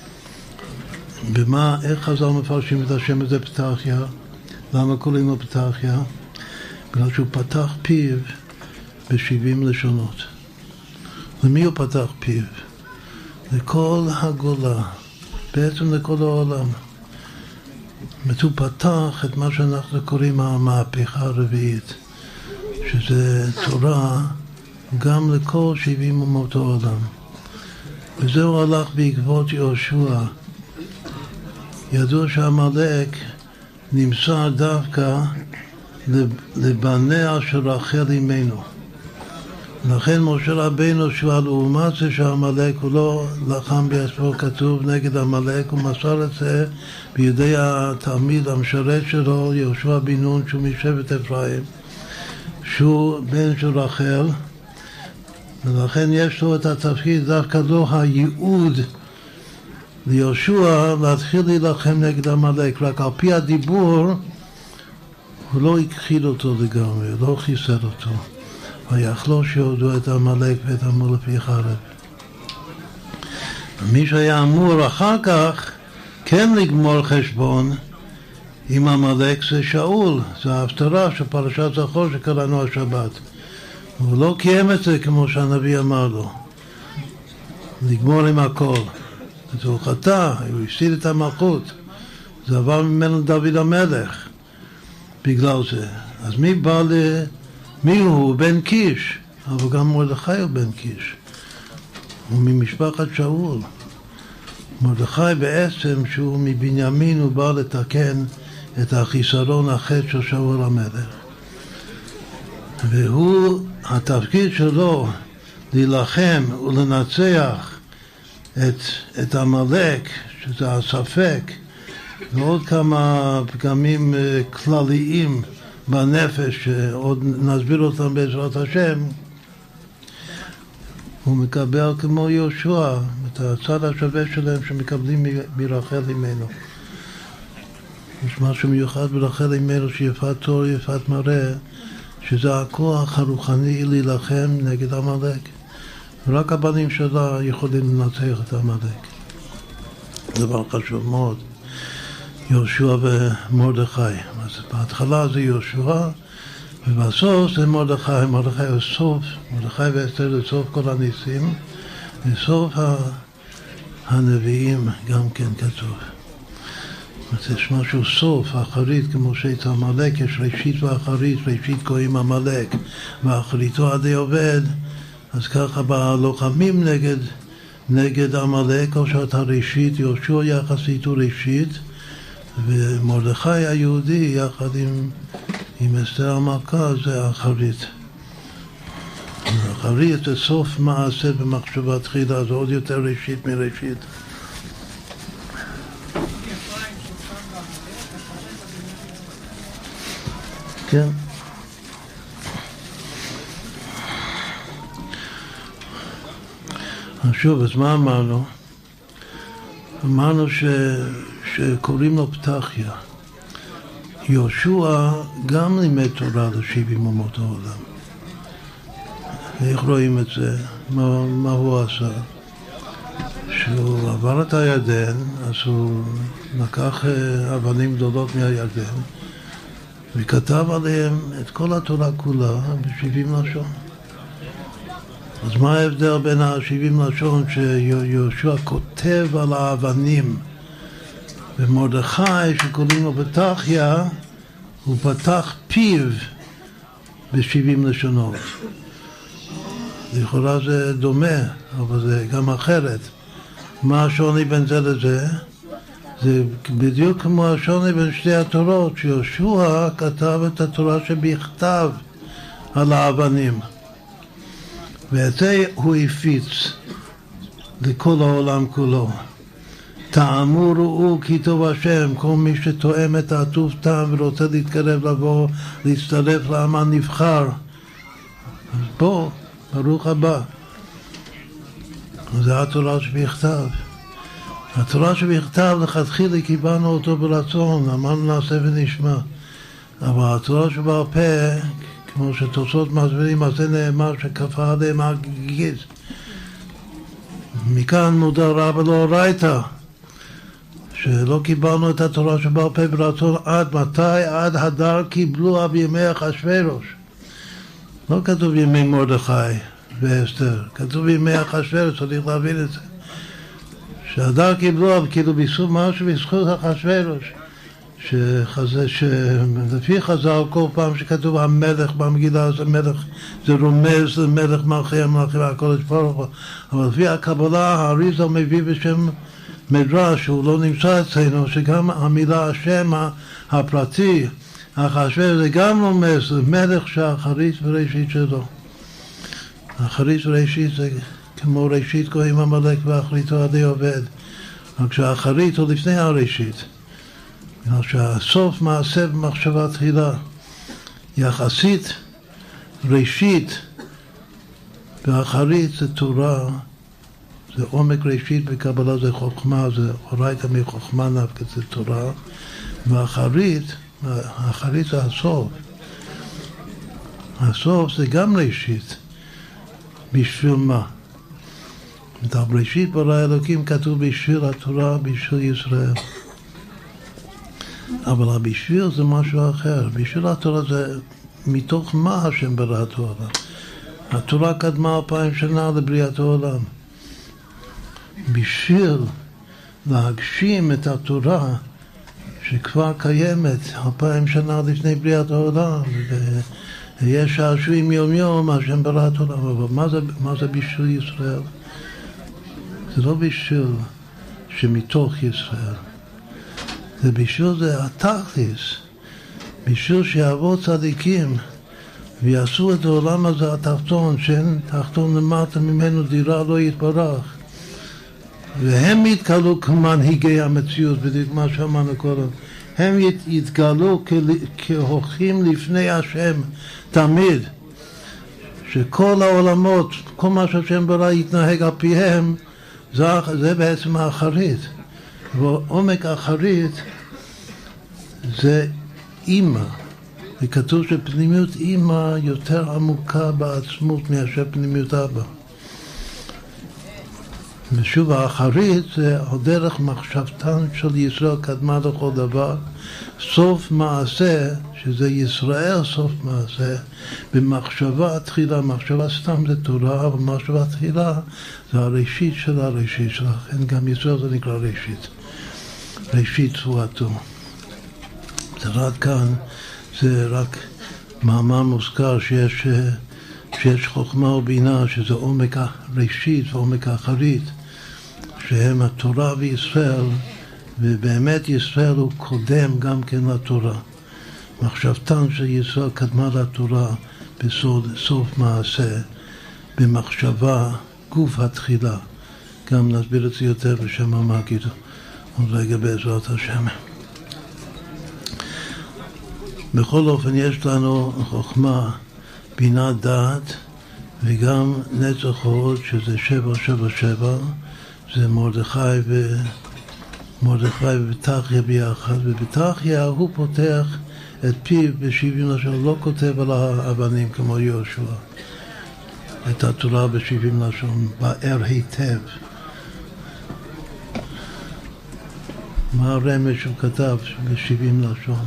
במה, איך חז"ל מפרשים את השם הזה פתחיה? למה קוראים לו פתחיה? בגלל שהוא פתח פיו בשבעים לשונות. למי הוא פתח פיו? לכל הגולה, בעצם לכל העולם. הוא פתח את מה שאנחנו קוראים המהפכה הרביעית, שזה תורה גם לכל שבעים אומות העולם. וזהו הלך בעקבות יהושע. ידוע שהעמלק נמסר דווקא לבניה של רחל אמנו. לכן משה רבינו שואל, לעומת זה שהעמלק הוא לא לחם בעצמו, כתוב נגד העמלק, הוא מסר את זה בידי התלמיד המשרת שלו, יהושע בן נון, שהוא משבט אפרים, שהוא בן של רחל, ולכן יש לו את התפקיד, דווקא לא הייעוד ליהושע להתחיל להילחם נגד עמלק, רק על פי הדיבור הוא לא הכחיד אותו לגמרי, הוא לא חיסל אותו. ויחלוש יהודו את עמלק ואת עמו לפי חרב. מי שהיה אמור אחר כך כן לגמור חשבון עם עמלק זה שאול, זה ההפטרה של פרשת זכור שקראנו השבת. הוא לא קיים את זה כמו שהנביא אמר לו, לגמור עם הכל. אז הוא חטא, הוא הפסיד את המלכות, זה עבר ממנו דוד המלך בגלל זה. אז מי בא ל... מי הוא? הוא בן קיש, אבל גם מרדכי הוא בן קיש, הוא ממשפחת שאול. מרדכי בעצם שהוא מבנימין, הוא בא לתקן את החיסרון החטא של שאול המלך, והוא, התפקיד שלו להילחם ולנצח את, את המלך, שזה הספק, ועוד כמה פגמים כלליים בנפש שעוד נסביר אותם בעזרת השם. הוא מקבל כמו יהושע את הצד השווה שלהם שמקבלים מרחל אמנו. יש משהו מיוחד ברחל אמנו שיפת תור, יפת מראה, שזה הכוח הרוחני להילחם נגד המלך. ורק הבנים שלה יכולים לנצח את המלך. דבר חשוב מאוד. יהושע ומרדכי. אז בהתחלה זה יהושע, ובסוף זה מרדכי. מרדכי הוא סוף, מרדכי ואסתר זה סוף כל הניסים, וסוף הנביאים גם כן כתוב. יש משהו סוף, האחרית, כמו שאת המלך, יש ראשית ואחרית, ראשית קוראים המלך, ואחריתו עדי עובד, אז ככה בלוחמים נגד, נגד המלך, או שאתה ראשית, יהושע יחסית הוא ראשית, ומרדכי היהודי יחד עם, עם אסתר המלכה זה האחרית. האחרית זה סוף מעשה במחשבה תחילה, זה עוד יותר ראשית מראשית. כן. אז שוב, אז מה אמרנו? אמרנו ש... שקוראים לו פתחיה. יהושע גם לימד תורה לשבעים אומות העולם. איך רואים את זה? מה, מה הוא עשה? שהוא עבר את הירדן, אז הוא לקח אבנים גדולות מהירדן, וכתב עליהם את כל התורה כולה ב-שבעים לשון. אז מה ההבדל בין ה-שבעים לשון שיהושע כותב על האבנים, ומרדכי שקוראים לו פתחיה, הוא פתח פיו ב-שבעים לשונות. לכאורה זה דומה, אבל זה גם אחרת. מה השוני בין זה לזה? זה בדיוק כמו השוני בין שתי התורות, שיהושע כתב את התורה שבכתב על האבנים. ואת זה הוא הפיץ לכל העולם כולו. תאמו ראו כי טוב השם, כל מי שתואם את הטוב טעם ורוצה להתקרב לבוא, להצטרף לעם הנבחר. אז בוא, ברוך הבא. זה התורה שבכתב. התורה שבכתב לכתחילה קיבלנו אותו ברצון, אמרנו נעשה ונשמע. אבל התורה שבעל פה, כמו שתוספות מסבירים, אז זה נאמר שכפה עליהם הגיגית. מכאן מודע רב לא ראית, שלא קיבלנו את התורה שבעל פה ברצון עד מתי? עד הדר קיבלוה בימי אחשוורוש. לא כתוב ימי מרדכי ואסתר, כתוב בימי אחשוורוש, צריך להבין את זה. שהדר קיבלוה, כאילו בסוף משהו בזכות אחשוורוש. שחזה, שלפי חז"ל כל פעם שכתוב המלך במגילה, זה מלך, זה רומז למלך מלכי המלכים והקודש ברוך הוא. אבל לפי הקבלה, האריזל מביא בשם מדרש, שהוא לא נמצא אצלנו, שגם המילה השם הפרטי, אחשוורוש, זה גם רומז למלך שהאחרית וראשית שלו. האחרית וראשית זה כמו ראשית קוראים המלך ואחריתו עדי עובד. רק שהאחרית הוא לפני הראשית. בגלל שהסוף מעשה במחשבה תחילה. יחסית ראשית ואחרית זה תורה, זה עומק ראשית בקבלה, זה חוכמה, זה אורייתא מחוכמה נפקא, זה תורה. ואחרית, האחרית זה הסוף. הסוף זה גם ראשית. בשביל מה? בראשית ברא אלוקים כתוב בשביל התורה, בשביל ישראל. אבל הבשביל זה משהו אחר. בשביל התורה זה מתוך מה השם ברא את העולם. התורה קדמה אלפיים שנה לבריאת העולם. בשביל להגשים את התורה שכבר קיימת אלפיים שנה לפני בריאת העולם, ויש שעשועים יום יום, השם ברא את העולם. אבל מה זה, מה זה בשביל ישראל? זה לא בשביל שמתוך ישראל. זה בשביל זה התכלס, בשביל שיבואו צדיקים ויעשו את העולם הזה התחתון, שאין תחתון למטה ממנו דירה לא יתברך. והם יתגלו כמנהיגי המציאות, בדיוק מה שאמרנו קודם. הם יתגלו כהולכים לפני השם תמיד. שכל העולמות, כל מה שהשם ברא יתנהג על פיהם, זה, זה בעצם האחרית. ועומק האחרית זה אימא. וכתוב שפנימיות אימא יותר עמוקה בעצמות מאשר פנימיות אבא. ושוב, האחרית זה דרך מחשבתן של ישראל קדמה לכל דבר. סוף מעשה, שזה ישראל סוף מעשה, במחשבה תחילה, מחשבה סתם זה תורה, אבל מחשבה תחילה זה הראשית של הראשית שלכן, גם ישראל זה נקרא ראשית. ראשית צורתו. זה רק כאן, זה רק מאמר מוזכר שיש, שיש חוכמה ובינה, שזה עומק הראשית ועומק האחרית, שהם התורה וישראל, ובאמת ישראל הוא קודם גם כן לתורה. מחשבתן של ישראל קדמה לתורה בסוד סוף מעשה, במחשבה גוף התחילה. גם נסביר את זה יותר בשם המגיד, עוד רגע בעזרת השם. בכל אופן יש לנו חוכמה, בינה דעת, וגם נצח הוד, שזה שבע שבע שבע, זה מרדכי ו... מרדכי ובטחיה ביחד, ובטחיה הוא פותח את פיו בשבעים לשון, לא כותב על האבנים כמו יהושע, את התורה בשבעים לשון, באר היטב. מה הרמז שהוא כתב בשבעים לשון?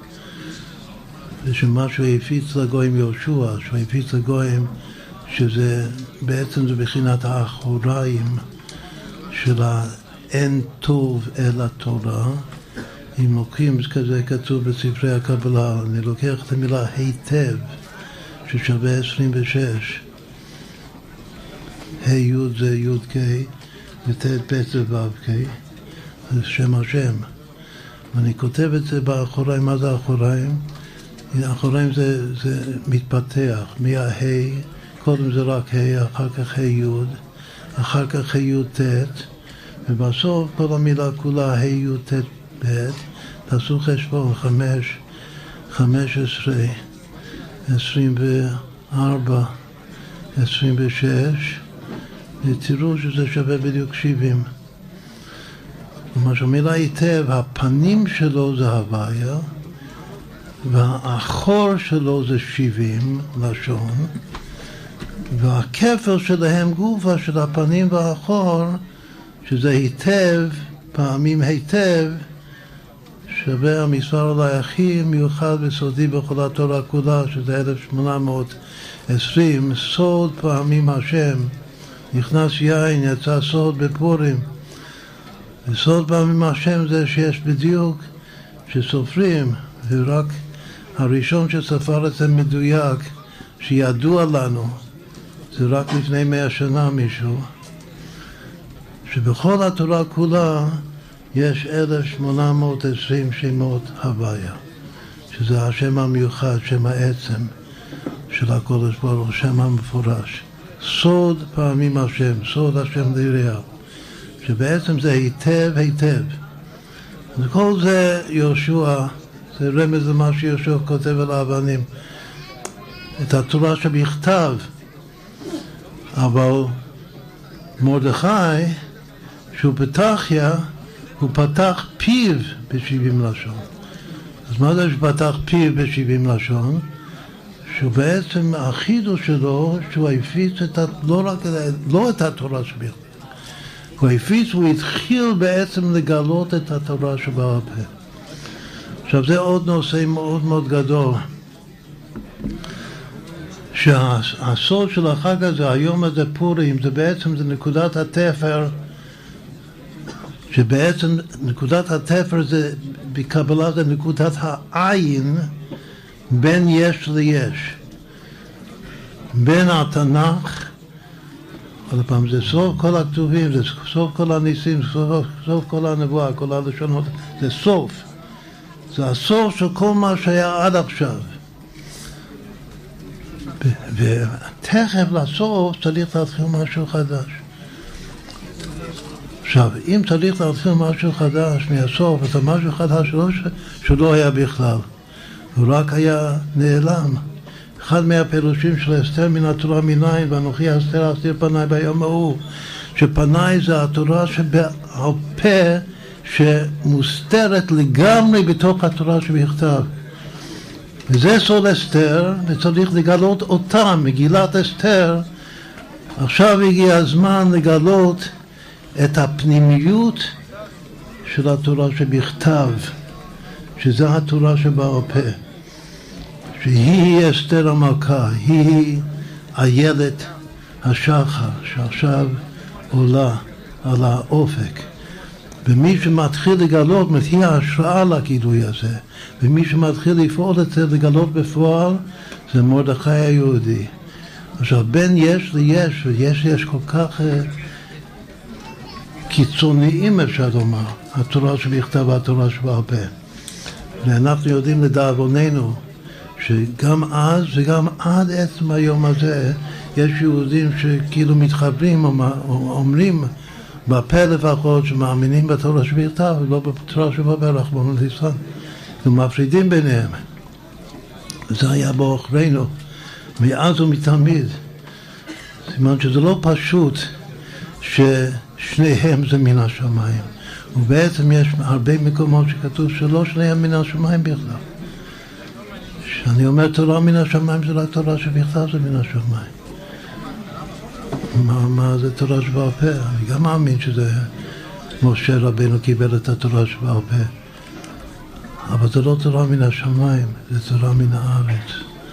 ושמה שהוא הפיץ לגויים יהושע, שהוא הפיץ לגויים, שזה בעצם זה בחינת האחוריים של האין טוב אל התורה. אם לוקחים, כזה כתוב בספרי הקבלה, אני לוקח את המילה היטב, ששווה עשרים ושש. ה' י' זה י' ק' וט' ב' זה ו' ק', זה שם השם. ואני כותב את זה באחוריים. מה זה האחוריים? האחוריים זה, זה מתפתח, מה-ה', קודם זה רק ה', אחר כך ה' י', אחר כך ה' י' ט', ובסוף כל המילה כולה ה' י' ט' ב', תעשו חשבון, חמש, חמש עשרה, עשרים וארבע, עשרים ושש, ותראו שזה שווה בדיוק שבעים. כלומר שהמילה היטב, הפנים שלו זה הוויה, והאחור שלו זה שבעים לשון, והכפל שלהם גופה של הפנים והאחור, שזה היטב, פעמים היטב, שווה המספר אולי הכי מיוחד וסודי בכל התורה כולה, שזה אלף שמונה מאות ועשרים, סוד פעמים השם. נכנס יין, יצא סוד בפורים. וסוד פעמים השם זה שיש בדיוק, שסופרים, ורק הראשון שספר את זה מדויק, שידוע לנו, זה רק לפני מאה שנה מישהו, שבכל התורה כולה יש אלף שמונה מאות ועשרים שמות הוויה, שזה השם המיוחד, שם העצם של הקודש ברוך הוא, שם המפורש. סוד פעמים השם, סוד השם ליריעה, שבעצם זה היטב היטב. וכל זה יהושע, זה רמז למה שיהושע כותב על האבנים, את התורה שבכתב. אבל מרדכי, שהוא פתחיה, הוא פתח פיו בשבעים לשון. אז מה זה שפתח פיו בשבעים לשון? שהוא בעצם החידוש שלו, שהוא הפיץ את, לא רק, לא את התורה שבכתב. הוא הפיץ, הוא התחיל בעצם לגלות את התורה שבעל פה. עכשיו זה עוד נושא מאוד מאוד גדול, שהסוד של החג הזה, היום הזה פורים, זה בעצם זה נקודת התפר, שבעצם נקודת התפר זה, בקבלה זה נקודת העין בין יש ליש. בין התנ"ך, עוד פעם, זה סוף כל הכתובים, זה סוף כל הניסים, סוף, סוף כל הנבואה, כל הלשונות, זה סוף. זה הסוף של כל מה שהיה עד עכשיו. ותכף לסוף צריך להתחיל משהו חדש. עכשיו, אם צריך להתחיל משהו חדש מהסוף, אז משהו חדש שלא, שלא היה בכלל. הוא רק היה נעלם. אחד מהפירושים של אסתר מן התורה מנין, ואנוכי אסתר אסתיר פניי ביום ההוא, שפניי זה התורה שבעל פה שמוסתרת לגמרי בתוך התורה שבכתב. וזה סוד אסתר, וצריך לגלות אותה, מגילת אסתר. עכשיו הגיע הזמן לגלות את הפנימיות של התורה שבכתב, שזה התורה שבעל פה. שהיא אסתר המלכה, היא איילת השחר שעכשיו עולה על האופק. ומי שמתחיל לגלות, היא ההשראה לגילוי הזה, ומי שמתחיל לפעול את זה לגלות בפועל, זה מרדכי היהודי. עכשיו, בין יש ליש, ויש יש כל כך קיצוניים אפשר לומר, התורה שבכתב והתורה שבעל פה. ואנחנו יודעים לדאבוננו, שגם אז וגם עד עצם היום הזה יש יהודים שכאילו מתחברים או אומרים בפה לפחות שמאמינים בתורה שבכתב ולא בתורה שבעל פה, רחמנא ליצלן, ומפרידים ביניהם. זה היה בעוכרינו מאז ומתמיד. סימן שזה לא פשוט ששניהם זה מן השמיים, ובעצם יש הרבה מקומות שכתוב שלא שניהם מן השמיים בכלל. אני אומר תורה מן השמיים זה רק תורה שבכתב זה מן השמיים. מה, מה זה תורה שבעל פה? אני גם מאמין שזה משה רבנו קיבל את התורה שבעל פה. אבל זה לא תורה מן השמיים, זה תורה מן הארץ.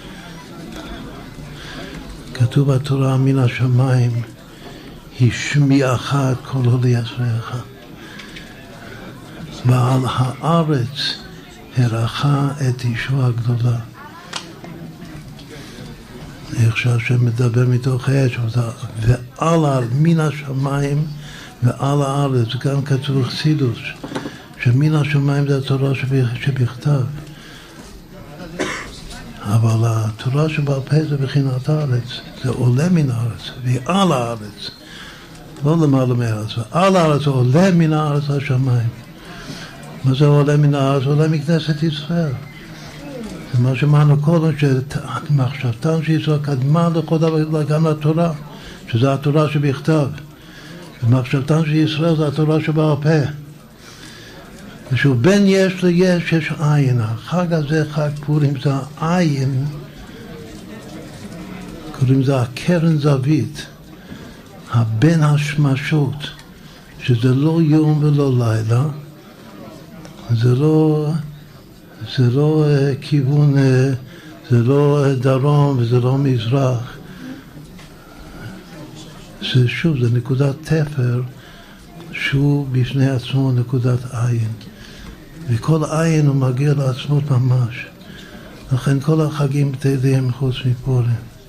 כתוב התורה מן השמיים היא שמיעך את כל עולי אשריך. ועל הארץ הרחה את ישוע הגדולה. איך שהשם מדבר מתוך האש, ועל מן השמיים ועל הארץ, גם כתוב חסידות, שמן השמיים זה התורה שבכתב. אבל התורה שבעל פה זה בחינת הארץ, זה עולה מן הארץ, והיא על הארץ, לא למעלה מהארץ, על הארץ עולה מן הארץ השמיים. מה זה עולה מן הארץ? עולה מכנסת ישראל. זה מה שאמרנו קודם, שמחשבתם שישראל קדמה לכל דבר גם לתורה, שזה התורה שבכתב. ומחשבתם שישראל זה התורה שבעל פה. ושוב, בין יש ליש יש עין. החג הזה, חג פורים, זה העין, קוראים זה הקרן זווית, הבין השמשות, שזה לא יום ולא לילה, זה לא, זה לא uh, כיוון, uh, זה לא uh, דרום וזה לא מזרח. זה שוב, זה נקודת תפר, שהוא בפני עצמו נקודת עין. וכל עין הוא מגיע לעצמות ממש. לכן כל החגים בטלים חוץ מפורים.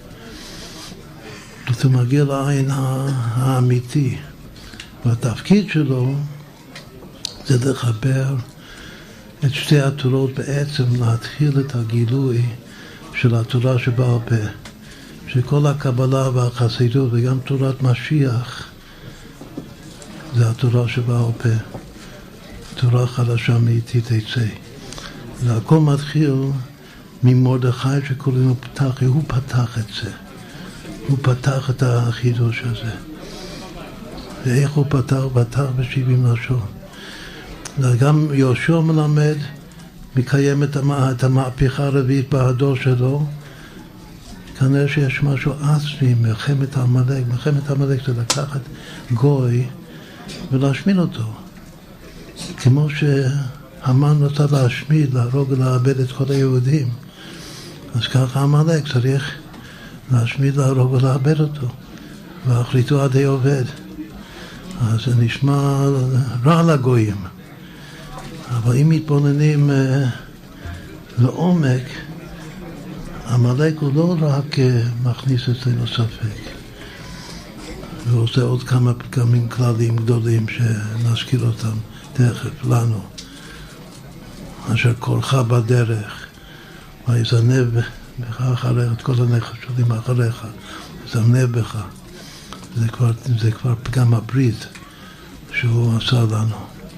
הוא מגיע לעין האמיתי. והתפקיד שלו זה לחבר את שתי התורות בעצם, להתחיל את הגילוי של התורה שבעל פה. שכל הקבלה והחסידות וגם תורת משיח זה התורה שבעל פה. תורה חדשה מאיתי תצא. והכל מתחיל ממרדכי שקוראים לו פתח, הוא פתח את זה. הוא פתח את החידוש הזה. ואיך הוא פתח? פתח בשבעים לשון. וגם יהושע מלמד, מקיים את המהפכה הרביעית בהדור שלו. כנראה שיש משהו עצמי, מלחמת עמלק. מלחמת עמלק זה לקחת גוי ולהשמיד אותו. כמו שהמן רוצה להשמיד, להרוג ולאבד את כל היהודים. אז ככה עמלק צריך להשמיד, להרוג ולאבד אותו, ואחריתו עדי עובד. אז זה נשמע רע לגויים. אבל אם מתבוננים אה, לעומק, עמלק הוא לא רק אה, מכניס אצלנו ספק. הוא עושה עוד כמה פגמים כלליים גדולים שנזכיר אותם תכף לנו. אשר קורך בדרך, ויזנב בך אחריך, את כל הנחשונים אחריך, יזנב בך. זה כבר, זה כבר פגם הברית שהוא עשה לנו.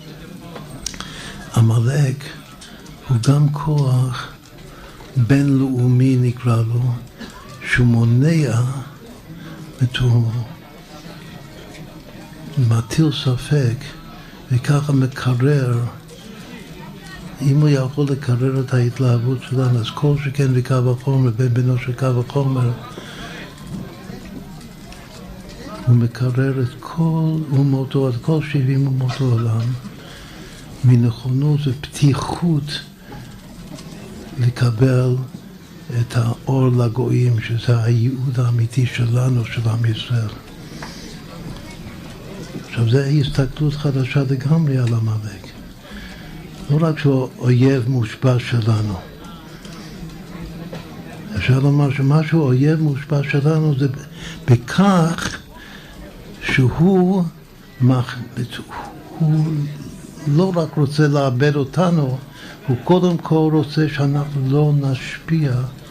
עמלק הוא גם כוח בינלאומי נקרא לו, שהוא מונע, הוא מטיל ספק וככה מקרר. אם הוא יכול לקרר את ההתלהבות שלנו, אז כל שכן וקו החומר, בין בינו של קו החומר, הוא מקרר את כל אומות, את כל שבעים אומות העולם, מנכונות ופתיחות לקבל את האור לגויים, שזה הייעוד האמיתי שלנו, של עם ישראל. עכשיו, זו הסתכלות חדשה לגמרי על עמלק. לא רק שהוא אויב מושבע שלנו. אפשר לומר שמשהו אויב מושבע שלנו זה בכך שהוא הוא לא רק רוצה לאבד אותנו, הוא קודם כל רוצה שאנחנו לא נשפיע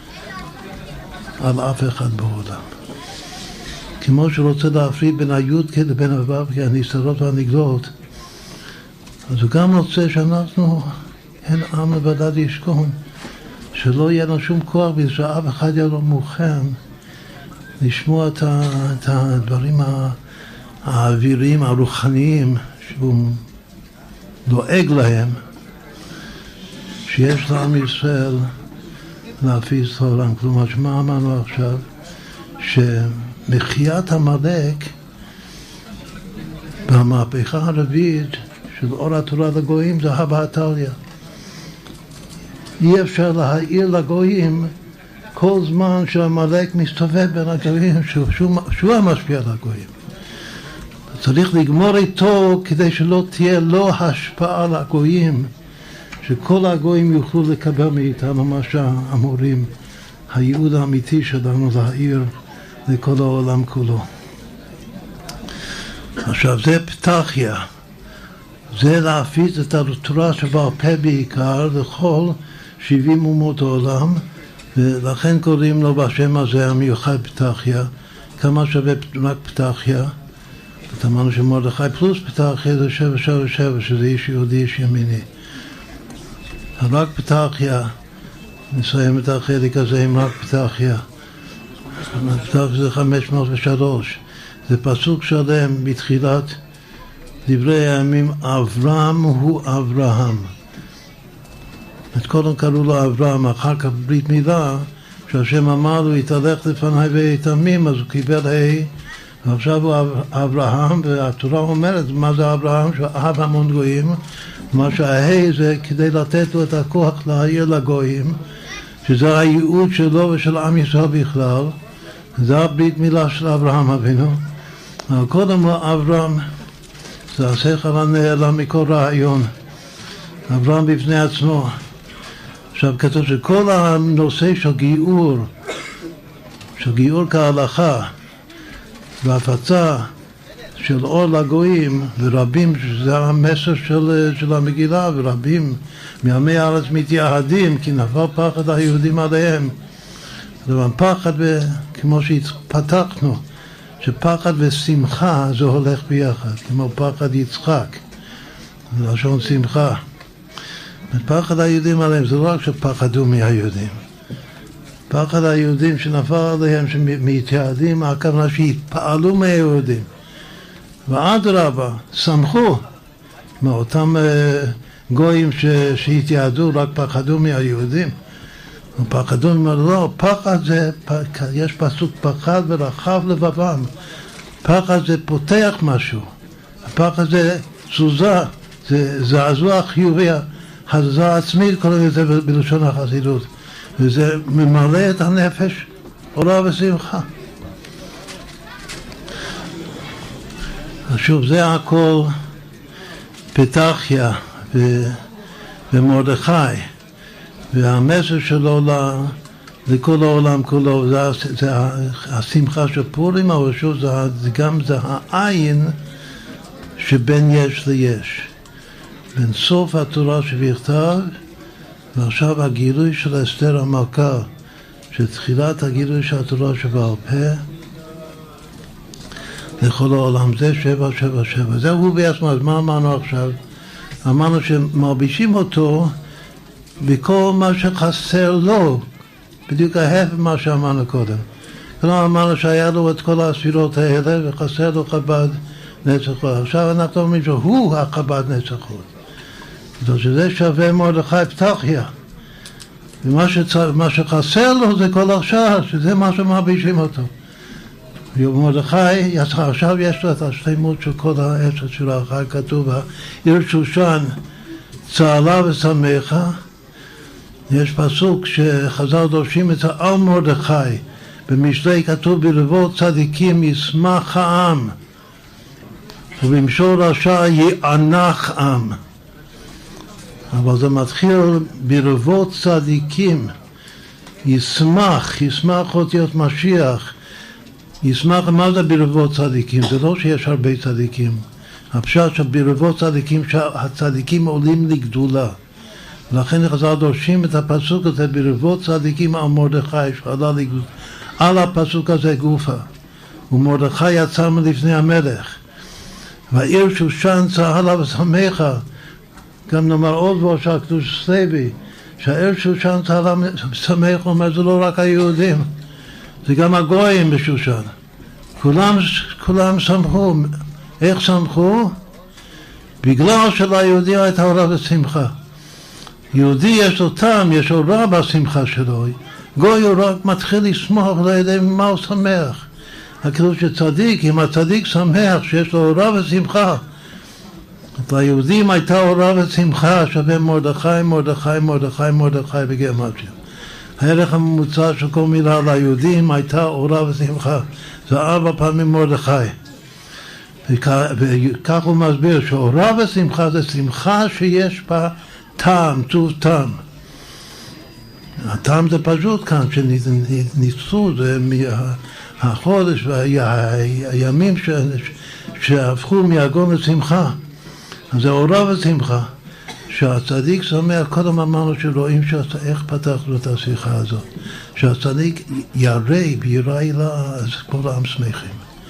על אף אחד בעולם. כמו שרוצה להפריד בין היוד לבין הוו, הנסתרות והנגלות, אז הוא גם רוצה שאנחנו, אין עם לבדד ישכון, שלא יהיה לנו שום כוח, ושאף אחד יהיה לו מוכן לשמוע את הדברים האוויריים, הרוחניים, שהוא דואג להם, שיש לעם ישראל להפיץ את העולם. כלומר, שמה אמרנו עכשיו? שמחיית עמלק במהפכה הרביעית של אור התורה לגויים זה הווה התליא. אי אפשר להעיר לגויים כל זמן שעמלק מסתובב בין הגויים, שהוא, שהוא, שהוא המשפיע על הגויים. צריך לגמור איתו כדי שלא תהיה לו השפעה על הגויים, שכל הגויים יוכלו לקבל מאיתנו מה שאמורים, הייעוד האמיתי שלנו להעיר לכל העולם כולו. עכשיו זה פתחיה, זה להפיץ את התורה שבעל פה בעיקר לכל שבעים אומות העולם, ולכן קוראים לו בשם הזה המיוחד פתחיה. כמה שווה רק פתחיה? אמרנו שמרדכי פלוס פתחיה זה שבע שבע שבע, שזה איש יהודי, איש ימיני. רק פתחיה, נסיים את החלק הזה עם רק פתחיה. פתחיה זה חמש מאות ושלוש. זה פסוק שלם בתחילת דברי הימים, אברהם הוא אברהם. את קודם קראו לו אברהם, אחר כך ברית מילה, שהשם אמר לו, יתהלך לפניי ויתמים, אז הוא קיבל ה' ועכשיו הוא אברהם, והתורה אומרת, מה זה אברהם? שאהב המון גויים, מה שהה' זה כדי לתת לו את הכוח להעיר לגויים, שזה הייעוד שלו ושל עם ישראל בכלל, זה הברית מילה של אברהם אבינו. אבל קודם הוא אברהם, זה השכל הנעלם מכל רעיון, אברהם בפני עצמו. עכשיו כתוב שכל הנושא של גיור, של גיור כהלכה, והפצה של אור לגויים, ורבים, שזה המסר של, של המגילה, ורבים מעמי הארץ מתייהדים, כי נפל פחד היהודים עליהם. אבל פחד, כמו שהתפתחנו, שפחד ושמחה זה הולך ביחד, כמו פחד יצחק, זה לשון שמחה. פחד היהודים עליהם זה לא רק שפחדו מהיהודים, פחד היהודים שנפל עליהם שמתייהדים, הכוונה שהתפעלו מהיהודים, ואדרבה, שמחו מאותם גויים שהתייהדו, רק פחדו מהיהודים. פחדו, לא, פחד זה, יש פסוק פחד ורחב לבבם. פחד זה פותח משהו, הפחד זה תזוזה, זה זעזוע חיובי, הזעה עצמית, קוראים לזה בלשון החסידות, וזה ממלא את הנפש אורה ושמחה. שוב, זה הכל פתחיה ומרדכי, והמסר שלו לכל העולם כולו, זה, זה השמחה של פורים, אבל שוב, זה, זה גם זה העין שבין יש ליש. בין סוף התורה שבכתב, ועכשיו הגילוי של אסתר המלכה, שתחילת הגילוי של התורה שבעל פה, לכל העולם, זה שבע, שבע, שבע. זה הוא בעצמו. אז מה אמרנו עכשיו? אמרנו שמלבישים אותו בכל מה שחסר לו, בדיוק ההפך מה שאמרנו קודם. כלומר, אמרנו שהיה לו את כל הספירות האלה, וחסר לו חב"ד נצח חוד. עכשיו אנחנו אומרים שהוא החב"ד נצח חוד. אז שזה שווה מרדכי פתחיה. ומה שצר... מה שחסר לו זה כל השאר, שזה מה שמלבישים אותו. מרדכי, עכשיו יש לו את השלמות של כל העשר שלו, אחר כתוב, עיר שושן צהלה ושמחה. יש פסוק שחז"ל דורשים את זה על מרדכי, במשלי כתוב ברבות צדיקים ישמח העם, ובמשול רשע יענך עם. אבל זה מתחיל ברבות צדיקים, ישמח, ישמח אותיות משיח. ישמח, מה זה ברבות צדיקים? זה לא שיש הרבה צדיקים. הפשט שברבות צדיקים, שהצדיקים עולים לגדולה. ולכן חז"ל דורשים את הפסוק הזה ברבות צדיקים על מרדכי, שעלה לגדולה. על הפסוק הזה גופה. ומרדכי יצא מלפני המלך. והעיר שושן צהלה ושמחה. גם נאמר עוד דבר שהקדוש סלוי, שהעיר שושן צהלה ושמחה, אומר זה לא רק היהודים. זה גם הגויים בשושן. כולם, כולם שמחו. איך שמחו? בגלל שליהודי הייתה אורה ושמחה. יהודי יש לו טעם, יש אורה בשמחה שלו. גוי הוא רק מתחיל לשמוח, לא יודע מה הוא שמח. הכאילו שצדיק, אם הצדיק שמח, שיש לו אורה ושמחה. ליהודים הייתה אורה ושמחה, שווה מרדכי, מרדכי, מרדכי, מרדכי בגימטריה. הערך הממוצע של כל מילה ליהודים הייתה אורה ושמחה. זה ארבע פעמים מרדכי. וכך הוא מסביר שאורה ושמחה זה שמחה שיש בה טעם, טוב טעם. הטעם זה פשוט כאן, שניסו, זה מהחודש והימים שהפכו מהגון לשמחה. אז זה אורה ושמחה. שהצדיק שמח, קודם אמרנו שרואים איך פתחנו את השיחה הזאת. שהצדיק ירא ביראה אלה, אז כל העם שמחים.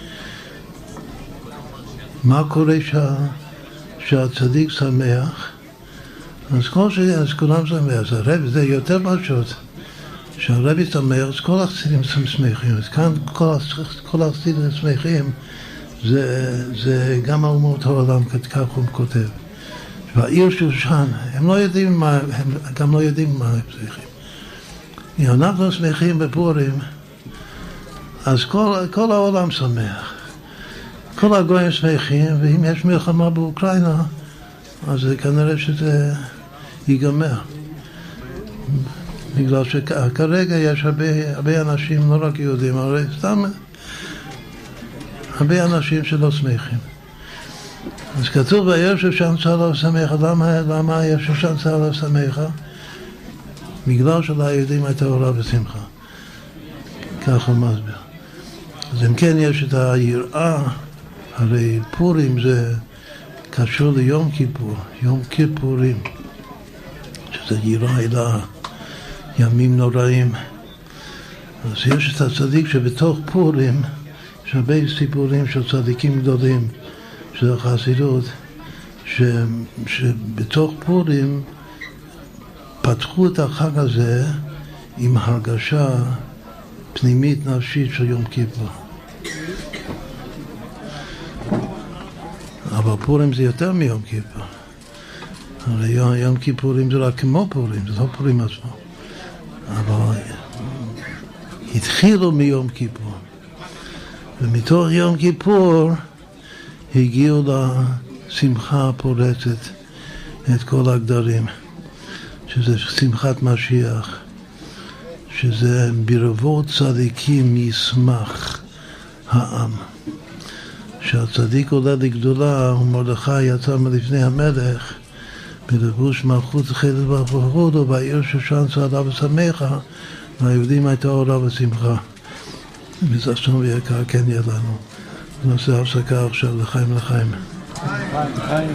מה קורה שה, שהצדיק שמח? אז כל ש... אז כולם שמח. אז הרב, זה יותר פשוט. שהרבי שמח, אז כל החסידים שמחים. אז כאן כל, כל החסידים שמחים, זה, זה גם על אומות העולם, כך הוא כותב. והעיר שושן, הם לא יודעים מה, הם גם לא יודעים מה הם שמחים. אם אנחנו שמחים בפורים, אז כל, כל העולם שמח. כל הגויים שמחים, ואם יש מלחמה באוקראינה, אז כנראה שזה ייגמר. בגלל שכרגע יש הרבה, הרבה אנשים, לא רק יהודים, הרי סתם הרבה אנשים שלא שמחים. אז כתוב בעיר שושן צהלה ושמחה. למה, למה העיר שושן צהלה ושמחה? בגלל שליהודים הייתה אורה ושמחה. כך הוא מסביר. אז אם כן יש את היראה, הרי פורים זה קשור ליום כיפור, יום כיפורים, שזה יראה אלה, ימים נוראים. אז יש את הצדיק שבתוך פורים, יש הרבה סיפורים של צדיקים גדולים, של החסידות, ש, שבתוך פורים פתחו את החג הזה עם הרגשה פנימית נפשית של יום כיפור. אבל פורים זה יותר מיום כיפור. הרי יום, יום כיפורים זה רק כמו פורים, זה לא פורים עצמו. אבל התחילו מיום כיפור. ומתוך יום כיפור הגיעו לשמחה הפורצת את כל הגדרים, שזה שמחת משיח, שזה ברבות צדיקים ישמח העם. שהצדיק עולה לגדולה, ומרדכי יצא מלפני המלך, בלבוש מלכות חלד וכבוד, ובעיר שושן צעדה ושמחה, והיהודים הייתה אורה ושמחה. וששון ויקר כן יהיה לנו. נעשה הפסקה עכשיו לחיים לחיים. לחיים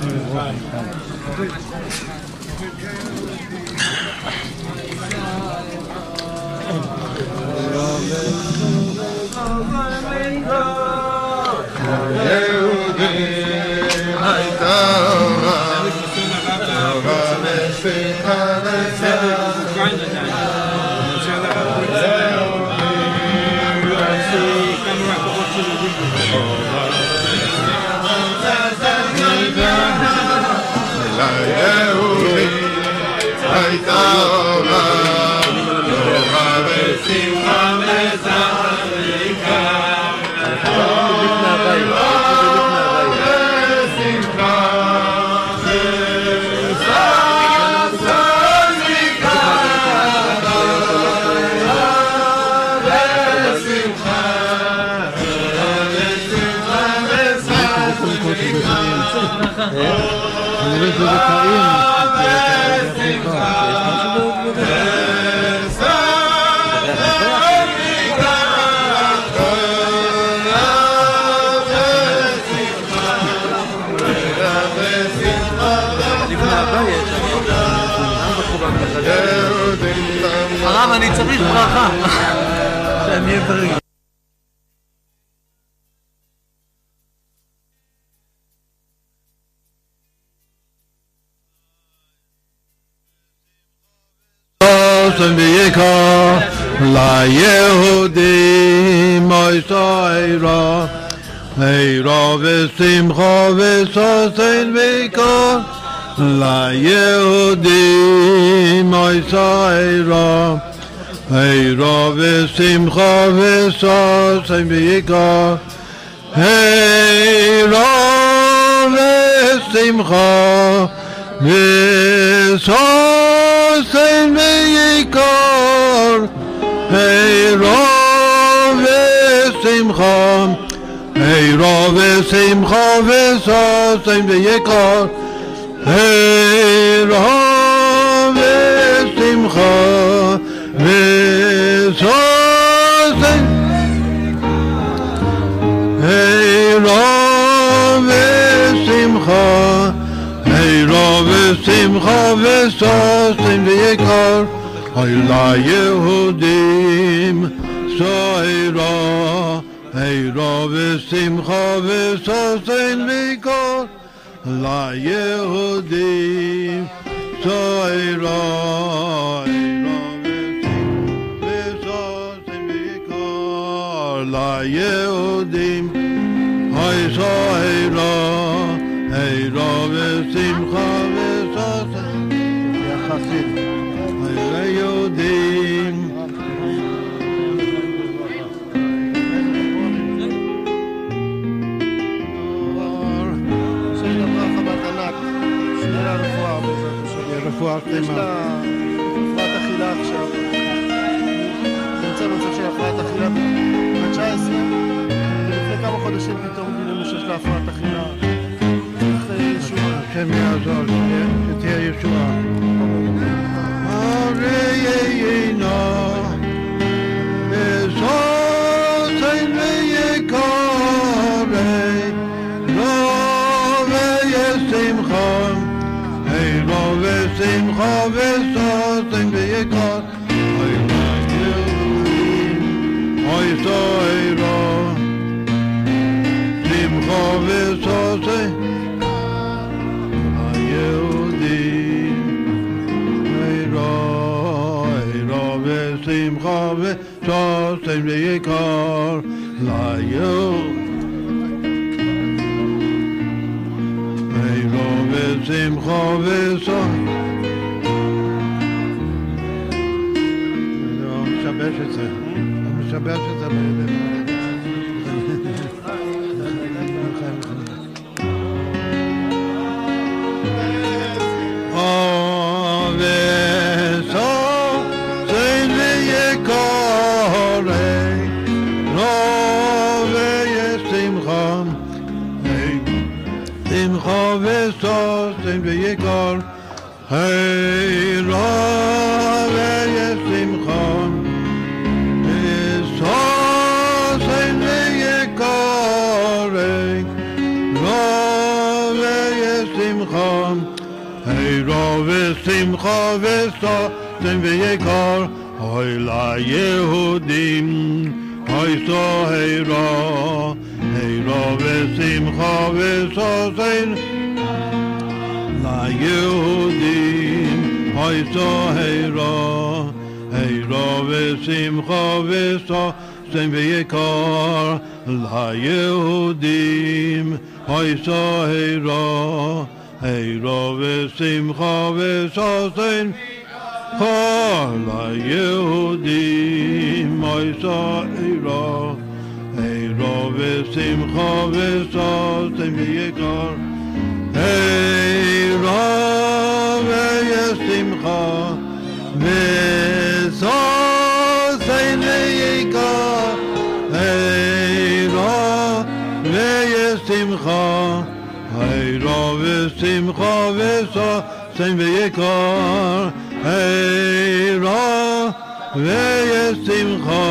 הרב, אני צריך ברכה שאני אהיה בריא. ויקרא ליהודים מויסה עירה עירה ושמחה וששון ויקרא ליהודים מויסה עירה עירה ושמחה וששון ויקרא עירה ושמחה וששון ויקר עירה ושמחה עירה ושמחה וששון ויקר עירה ושמחה וששון עירה ושמחה עירה ושמחה וששון ויקר אוי ליהודים שעירה עירה ושמחה וששון ויקר ליהודים שעירה עירה וששון ויקר ליהודים אוי שעירה עירה ושמחה וששון יחסית ליהודים שיש לה ברכה בתנ"ך, שיהיה לה רפואה בעזרת השם. רפואה יש לה הפרעת אכילה עכשיו, נמצא במצב של הפרעת אכילה ב-תשע עשרה, ולפני כמה חודשים פתאום גילינו שיש לה הפרעת אכילה. השם יעזור, שתהיה ישועה. הרי יינה וששון ויקר עירה ושמחה עירה ושמחה וששון ויקר אוי ליהודים אוי שעירה שמחה וששון שמחה וששון ויקר ליהודים עירה ושמחה וששון לא משבש את זה לא משבש את זה וששון ויקר היי רבי שמחה וסוס אין ויקורי רבי שמחה היי רבי שמחה וסוס אין ויקור אוי ליהודים אוי סו היי רבי היי רבי שמחה וסוס אין ליהודים אוי סו היי רבי היי רבי שמחה וסוס אין ויקור ליהודים אוי סו היי רבי היי רבי שמחה וסוס אין כל היהודים אוי סו היי רבי היי רבי שמחה וסוס אין ויקור היי רבי שמחה וסוס אין ויקור היי רבי שמחה היי רבי שמחה וסוס אין ויקור היי רבי שמחה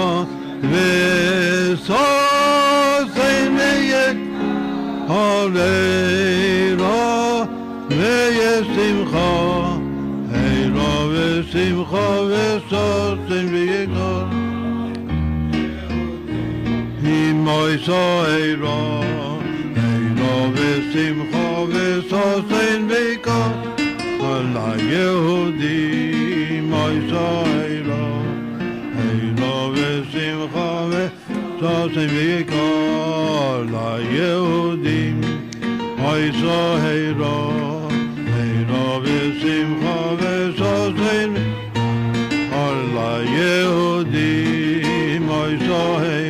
וסוס אין ויקור היי רבי שמחה היי רבי שמחה וסוס אין ויקור היי רבי שמחה וסוס אין ויקור ליהודים אוי סו היי רבי שמחה וסוס אין ויקור ליהודים אוי סו היי רבי שמחה וסוס אין ויקור ליהודים אוי סו היי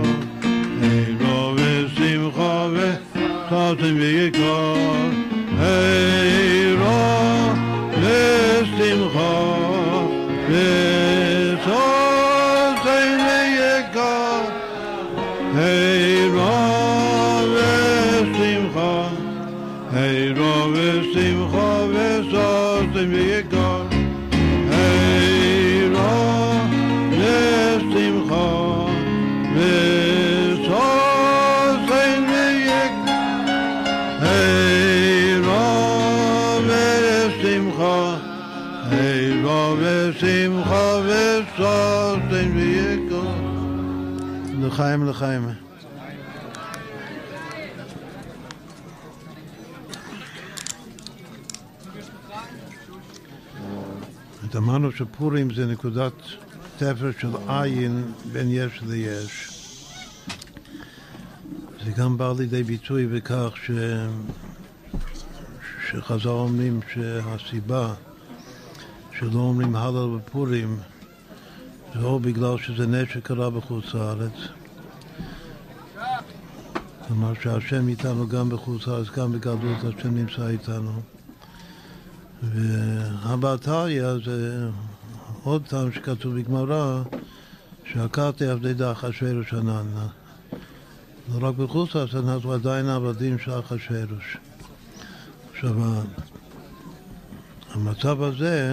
רבי שמחה וסוס אין ויקור היי רבי שמחה וסוס אין ויקור היי רבי שמחה היי רבי שמחה וסוס אין ויקור היי רבי שמחה וסוס אין ויקור היי רבי שמחה היי רבי שמחה וסוס אין ויקור לחיים לחיים אמרנו שפורים זה נקודת תפר של עין בין יש ליש. זה גם בא לידי ביטוי בכך ש... שחז"ל אומרים שהסיבה שלא אומרים הלל בפורים זה או בגלל שזה נס שקרה בחוץ לארץ. כלומר שהשם איתנו גם בחוץ לארץ, גם בגדלות השם נמצא איתנו. והבעתריה זה עוד טעם שכתוב בגמרא שהכרתי עבדי אחשוורוש ענן. לא רק בחוץ לארץ, אנחנו עדיין עבדים של אחשוורוש. עכשיו, המצב הזה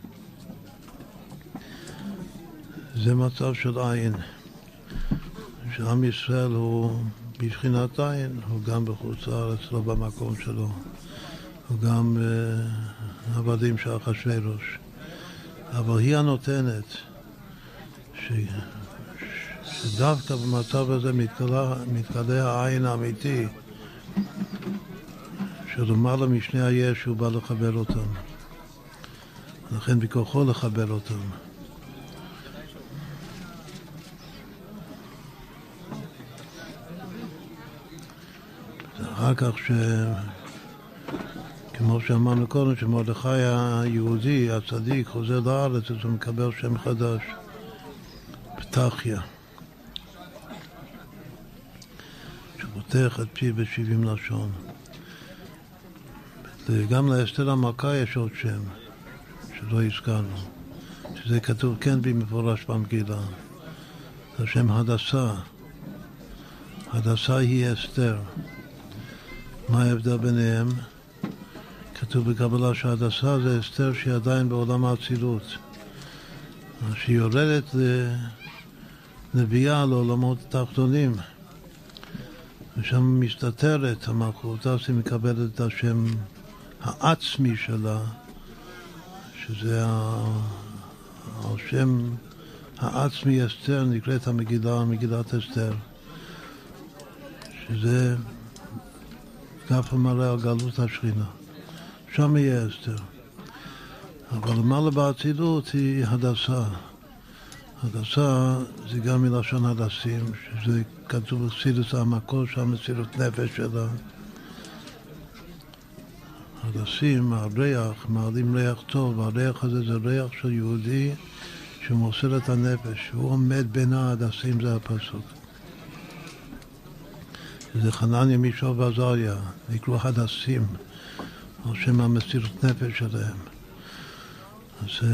זה מצב של עין. שעם ישראל הוא בבחינת עין, הוא גם בחוץ לארץ, לא במקום שלו. הוא גם uh, עבדים של אחשוורוש. אבל היא הנותנת ש... שדווקא במצב הזה מתגלה, מתגלה העין האמיתי שלמעלה משני היש שהוא בא לחבר אותם. לכן בכוחו לחבר אותם. אחר כך ש... כמו שאמרנו קודם, שמרדכי היהודי, הצדיק, חוזר לארץ, אז הוא מקבל שם חדש, פתחיה. שפותח את פיו בשבעים לשון. גם לאסתר המלכה יש עוד שם, שלא הזכרנו. שזה כתוב כן במפורש במגילה. זה השם הדסה. הדסה היא אסתר. מה ההבדל ביניהם? כתוב בקבלה שהדסה זה אסתר שהיא עדיין בעולם האצילות. שהיא יורדת לנביאה לעולמות תחתונים. ושם מסתתרת המלכות, אז היא מקבלת את השם העצמי שלה, שזה השם העצמי אסתר, נקראת המגילה, מגילת אסתר. שזה דף המראה על גלות השכינה. שם יהיה אסתר. אבל למעלה באצילות היא הדסה. הדסה זה גם מלשון הדסים, שזה כתוב בחסידות המקור, שהמסירות נפש שלה. הדסים, הריח, מעלים ריח טוב, והריח הזה זה ריח של יהודי שמוסר את הנפש. הוא עומד בין ההדסים, זה הפסוק. זה חנניה, מישור ועזריה, נקראו הדסים, על שם המסירות נפש שלהם. אז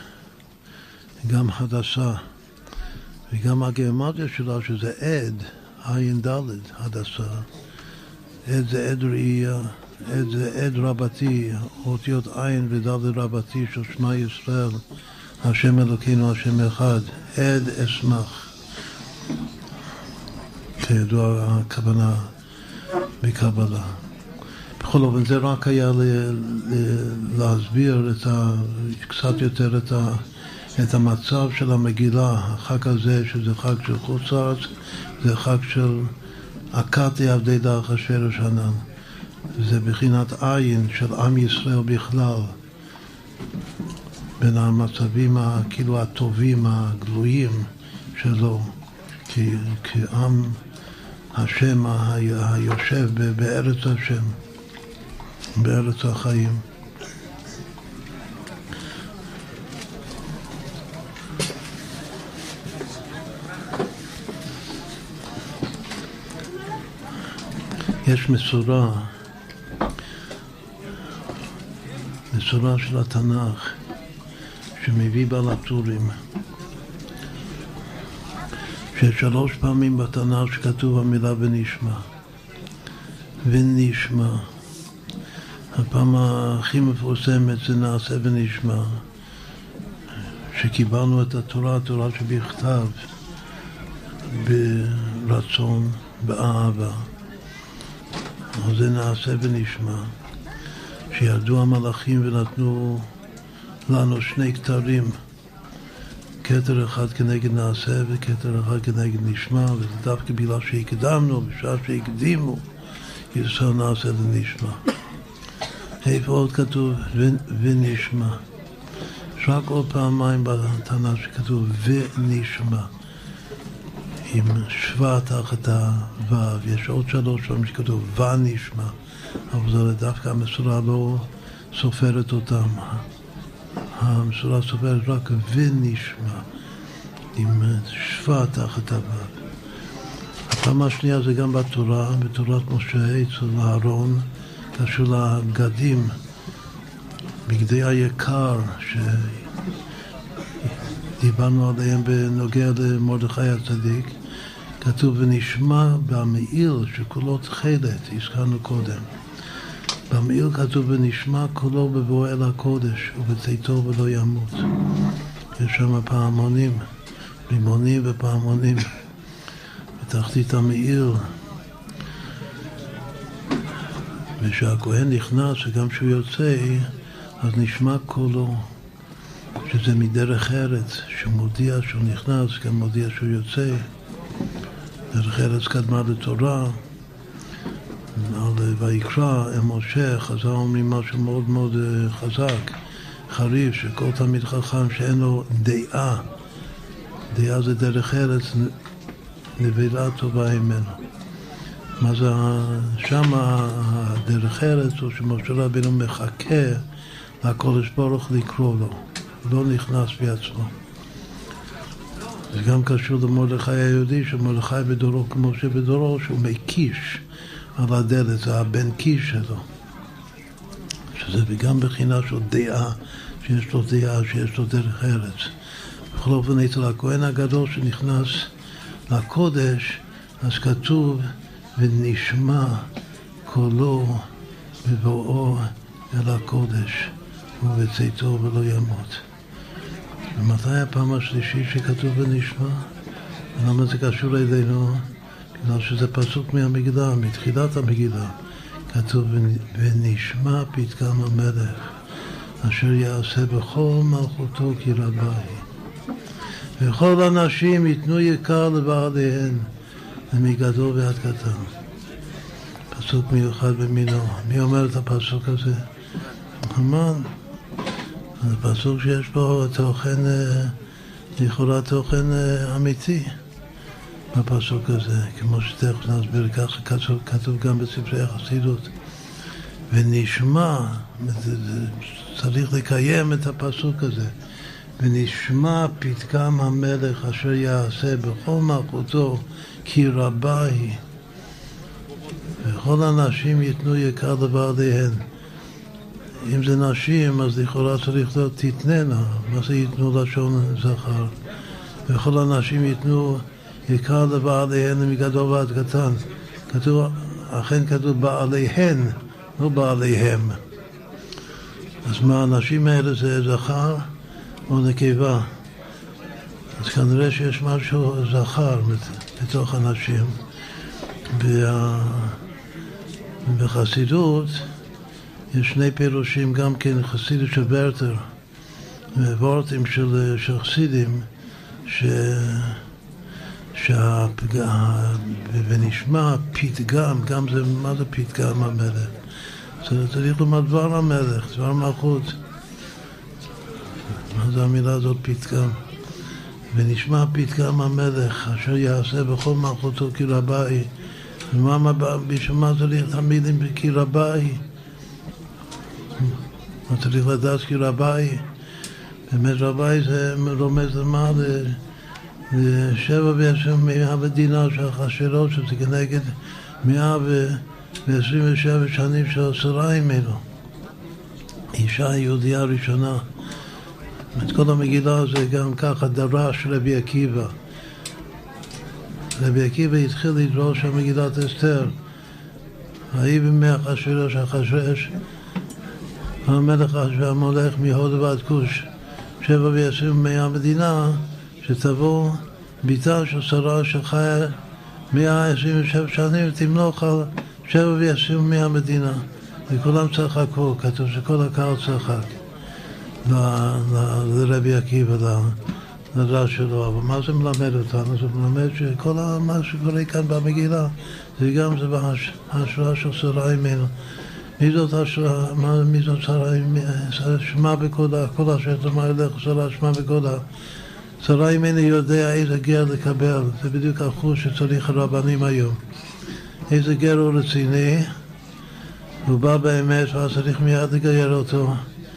גם הדסה, וגם הגרמטיה שלה, שזה עד, עין דלת, הדסה. עד זה עד ראייה, עד זה עד רבתי, אותיות עין ודלת רבתי של שמע ישראל, השם אלוקינו, השם אחד, עד אשמח. כידוע הכוונה בקבלה. בכל אופן, זה רק היה ל, ל, להסביר את ה, קצת יותר את, ה, את המצב של המגילה. החג הזה, שזה חג של חוץ לארץ, זה חג של עקת עבדי דרך אחשוורוש ענן. זה בחינת עין של עם ישראל בכלל, בין המצבים כאילו הטובים, הגלויים שלו, כי, כעם השם היושב בארץ השם, בארץ החיים. יש מסורה, מסורה של התנ"ך, שמביא בעל הטורים, ששלוש פעמים בתנ"ך שכתוב המילה ונשמע. ונשמע. הפעם הכי מפורסמת זה נעשה ונשמע. שקיבלנו את התורה, התורה שבכתב, ברצון, באהבה. אז זה נעשה ונשמע. שירדו המלאכים ונתנו לנו שני כתרים. כתר אחד כנגד נעשה וכתר אחד כנגד נשמע, וזה דווקא בגלל שהקדמנו, בשעה שהקדימו, ישראל נעשה ונשמע. איפה עוד כתוב ונשמע? יש רק עוד פעמיים בתנ"ך שכתוב ונשמע, עם שווה תחת הוו. יש עוד שלוש פעמים שכתוב ונשמע, אבל זה דווקא המסורה לא סופרת אותם. המסורה סופרת רק ונשמע, עם שווה תחת הוו. הפעם השנייה זה גם בתורה, בתורת משה אצל אהרון, קשור לבגדים, בגדי היקר שדיברנו עליהם בנוגע למרדכי הצדיק. כתוב ונשמע במעיל שכולו תכלת, הזכרנו קודם. במעיל כתוב ונשמע כולו בבוא אל הקודש ובצאתו ולא ימות. יש שם פעמונים, רימונים ופעמונים בתחתית המעיל. ושהכהן נכנס וגם כשהוא יוצא, אז נשמע קולו, שזה מדרך ארץ, שמודיע שהוא נכנס, גם מודיע שהוא יוצא. דרך ארץ קדמה לתורה, על ויקרא אל משה, חז"ל אומרים משהו מאוד מאוד חזק, חריף, שכל תלמיד חכם שאין לו דעה, דעה זה דרך ארץ, נבלה טובה ממנו. מה זה שם הדרך ארץ, או שמשה רבינו מחכה לקדוש ברוך לקרוא לו, לא נכנס בעצמו. זה גם קשור למרדכי היהודי, שמרדכי בדורו כמו שבדורו, שהוא מקיש על הדלת, זה הבן קיש שלו. שזה גם בחינה של דעה, שיש לו דעה, שיש לו דרך ארץ. בכל אופן, אצל הכהן הגדול שנכנס לקודש, אז כתוב ונשמע קולו בבואו אל הקודש ובצאתו ולא ימות. ומתי הפעם השלישית שכתוב ונשמע? למה זה קשור לידינו? בגלל שזה פסוק מהמגילה, מתחילת המגילה. כתוב ונשמע פתגם המלך אשר יעשה בכל מלכותו כי רבה היא. וכל הנשים ייתנו יקר לבעליהן מגדול ועד קטן. פסוק מיוחד במינו. מי אומר את הפסוק הזה? המן. זה פסוק שיש בו תוכן, לכאורה תוכן אמיתי בפסוק הזה, כמו שתכף נסביר, ככה כתוב, כתוב גם בספרי החסידות. ונשמע, צריך לקיים את הפסוק הזה, ונשמע פתגם המלך אשר יעשה בכל מלכותו כי רבה היא, וכל הנשים ייתנו יקר לבעליהן. אם זה נשים, אז לכאורה צריך להיות תתננה. מה זה ייתנו לשון זכר? וכל הנשים ייתנו יקר לבעליהן מגדול ועד קטן. כתוב, אכן כתוב בעליהן, לא בעליהם. אז מה, הנשים האלה זה זכר או נקבה? אז כנראה שיש משהו זכר בתוך הנשים. בחסידות יש שני פירושים, גם כן חסידות של ורטר וורטים של, של חסידים, ש... ונשמע פתגם, גם זה, מה זה פתגם המלך? זה צריך לומר דבר המלך, דבר מלכות. מה זה המילה הזאת פתגם? ונשמע פתגם המלך אשר יעשה בכל מלכותו כי רבה היא. ומה בשמה צריך את המילים כי רבה היא? מה צריך לדעת כי רבה היא? באמת רבה היא זה רומז למה? לשבע ועשרים מאה ודינה של אחשוורוש, שזה כנגד מאה ועשרים ושבע שנים של שרה ממנו. אישה היהודייה הראשונה. את כל המגילה זה גם ככה דרש רבי עקיבא. רבי עקיבא התחיל לדרוש על מגילת אסתר. ויהי בימי אחשוורוש אחשוורוש המלך והמולך מהודו ועד כוש שבע ועשרים מאה מדינה, שתבוא ביתה של שרה שחיה מאה עשרים ושבע שנים ותמלוך על שבע ועשרים מאה מדינה. וכולם צחקו, כתוב שכל הקהל צחק לרבי עקיבא, לדרש שלו. אבל מה זה מלמד אותנו? זה מלמד שכל מה שקורה כאן במגילה זה גם זה בהשראה של שרה ממנו. מי זאת השראה? מי זאת שרה? שמה בקודה, כל אשר תאמר אליך שרה שמה בקודה. שרה ממנו יודע איזה גר לקבל. זה בדיוק האחוז שצריך הרבנים היום. איזה גר הוא רציני, הוא בא באמת ואז צריך מיד לגייר אותו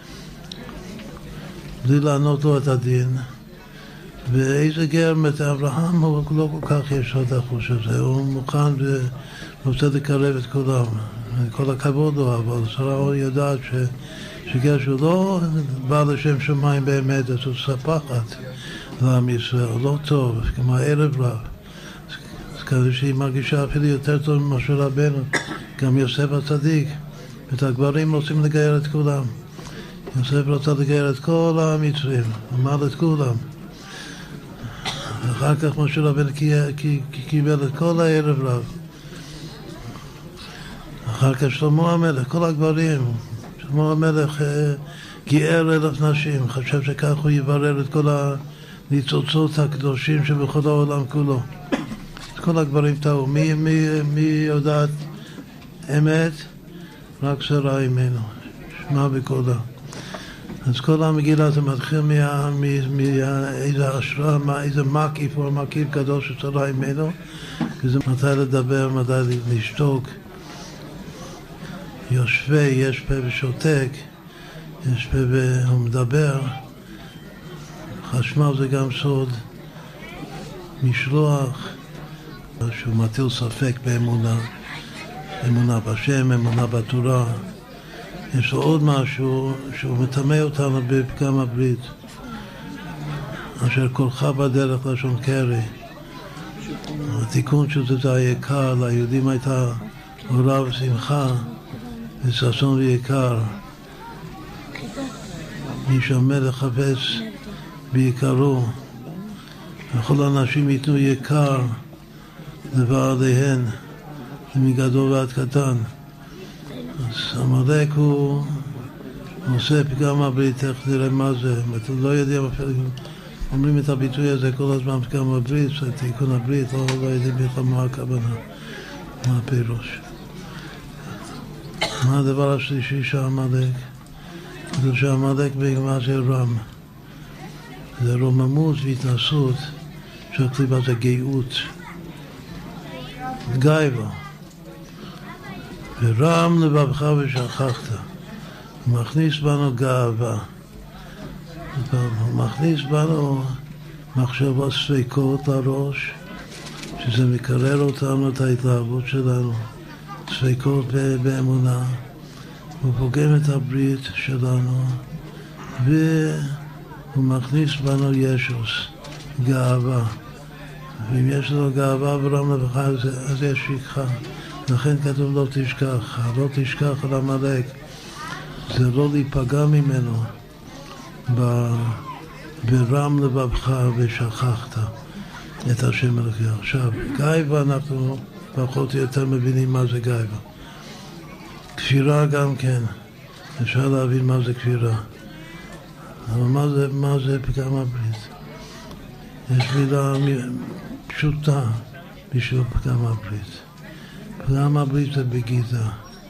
בלי לענות לו את הדין. ואיזה גר מת אברהם הוא לא כל כך יש לו את האחוז הזה, הוא מוכן ורוצה לקרב את כולם, כל הכבוד לו, אבל שרה יודעת ש, שגר שהוא לא בא לשם שמיים באמת, אז הוא ספחת לעם ישראל, לא טוב, כמו ערב רב. אז כזה שהיא מרגישה אפילו יותר טוב ממה של רבנו, גם יוסף הצדיק, ואת הגברים רוצים לגייר את כולם. יוסף רוצה לגייר את כל המצרים, אמר את כולם. ואחר כך משה רבנו קיבל את כל הערב רב. אחר כך שלמה המלך, כל הגברים, שלמה המלך גייר אלף נשים, חשב שכך הוא יברר את כל הניצוצות הקדושים שבכל העולם כולו. אז כל הגברים טעו. מי, מי, מי יודעת אמת? רק שרה ממנו, שמה בקודה. אז כל המגילה זה מתחיל מאיזה השראה, איזה מקיף או מקיף גדול ששרה ממנו, וזה מתי לדבר, מתי לשתוק. יושבי, יש פה ושותק, יש פה והוא מדבר. חשמל זה גם סוד. משלוח, שהוא מטיל ספק באמונה, אמונה בשם, אמונה בתורה. יש לו עוד משהו שהוא מטמא אותנו בפגם הברית, אשר קולך בדרך לשון קרי. התיקון של זה היקר, ליהודים הייתה אורה ושמחה וששון ויקר, מי שהמלך חפץ בעיקרו, וכל האנשים ייתנו יקר לבעליהן, מגדול ועד קטן. אז עמלק הוא עושה פגם הברית, איך נראה מה זה, אתה לא יודע, אומרים את הביטוי הזה כל הזמן פגם הברית, תיקון הברית, לא, לא יודעים בכלל מה הכוונה, מה הפירוש. מה הדבר השלישי שעמלק? זה שעמלק בגמרא זה רם. זה רוממות והתנסות, שהכתיבה זה גאות, גאווה. ורם לבבך ושכחת. הוא מכניס בנו גאווה. הוא מכניס בנו מחשבות ספקות לראש, שזה מקרר אותנו את ההתלהבות שלנו, ספקות באמונה. הוא פוגם את הברית שלנו, והוא מכניס בנו ישוס, גאווה. ואם יש לנו גאווה ורם לבך, אז יש שכחה. לכן כתוב לא תשכח, לא תשכח על עמלק. זה לא להיפגע ממנו ברם לבבך ושכחת את השם אלוהיך. עכשיו, גאווה אנחנו פחות או יותר מבינים מה זה גאווה. כפירה גם כן, אפשר להבין מה זה כפירה. אבל מה זה, מה זה פגם הברית? יש מילה פשוטה בשביל פגם הברית. פגם הברית זה בגידה.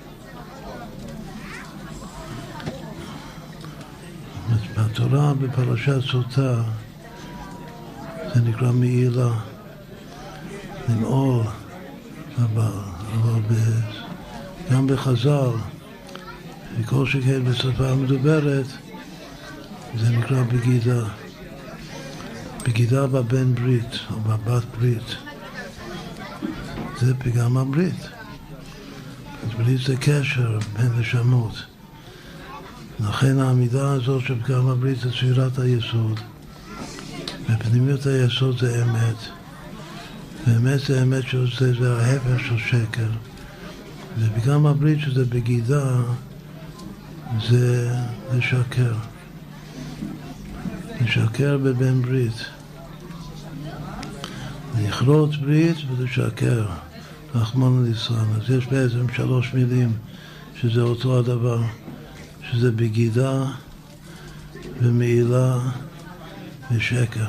בתורה, בפרשת סוטה, זה נקרא מעילה, למעול, אבל, אבל גם בחז"ל, וכל שכן בשפה המדוברת, זה נקרא בגידה. בגידה בבן ברית, או בבת ברית. זה פגם הברית. אז ברית זה קשר בין נשמות. לכן העמידה הזאת של פגם הברית זה צבירת היסוד. בפנימיות היסוד זה אמת. ואמת זה אמת שזה זה ההפך של שקר. ובפגם הברית שזה בגידה זה לשקר. לשקר בבן ברית. לכרות ברית ולשקר. רחמנא ליצלן. אז יש בעצם שלוש מילים שזה אותו הדבר. שזה בגידה ומעילה ושקר.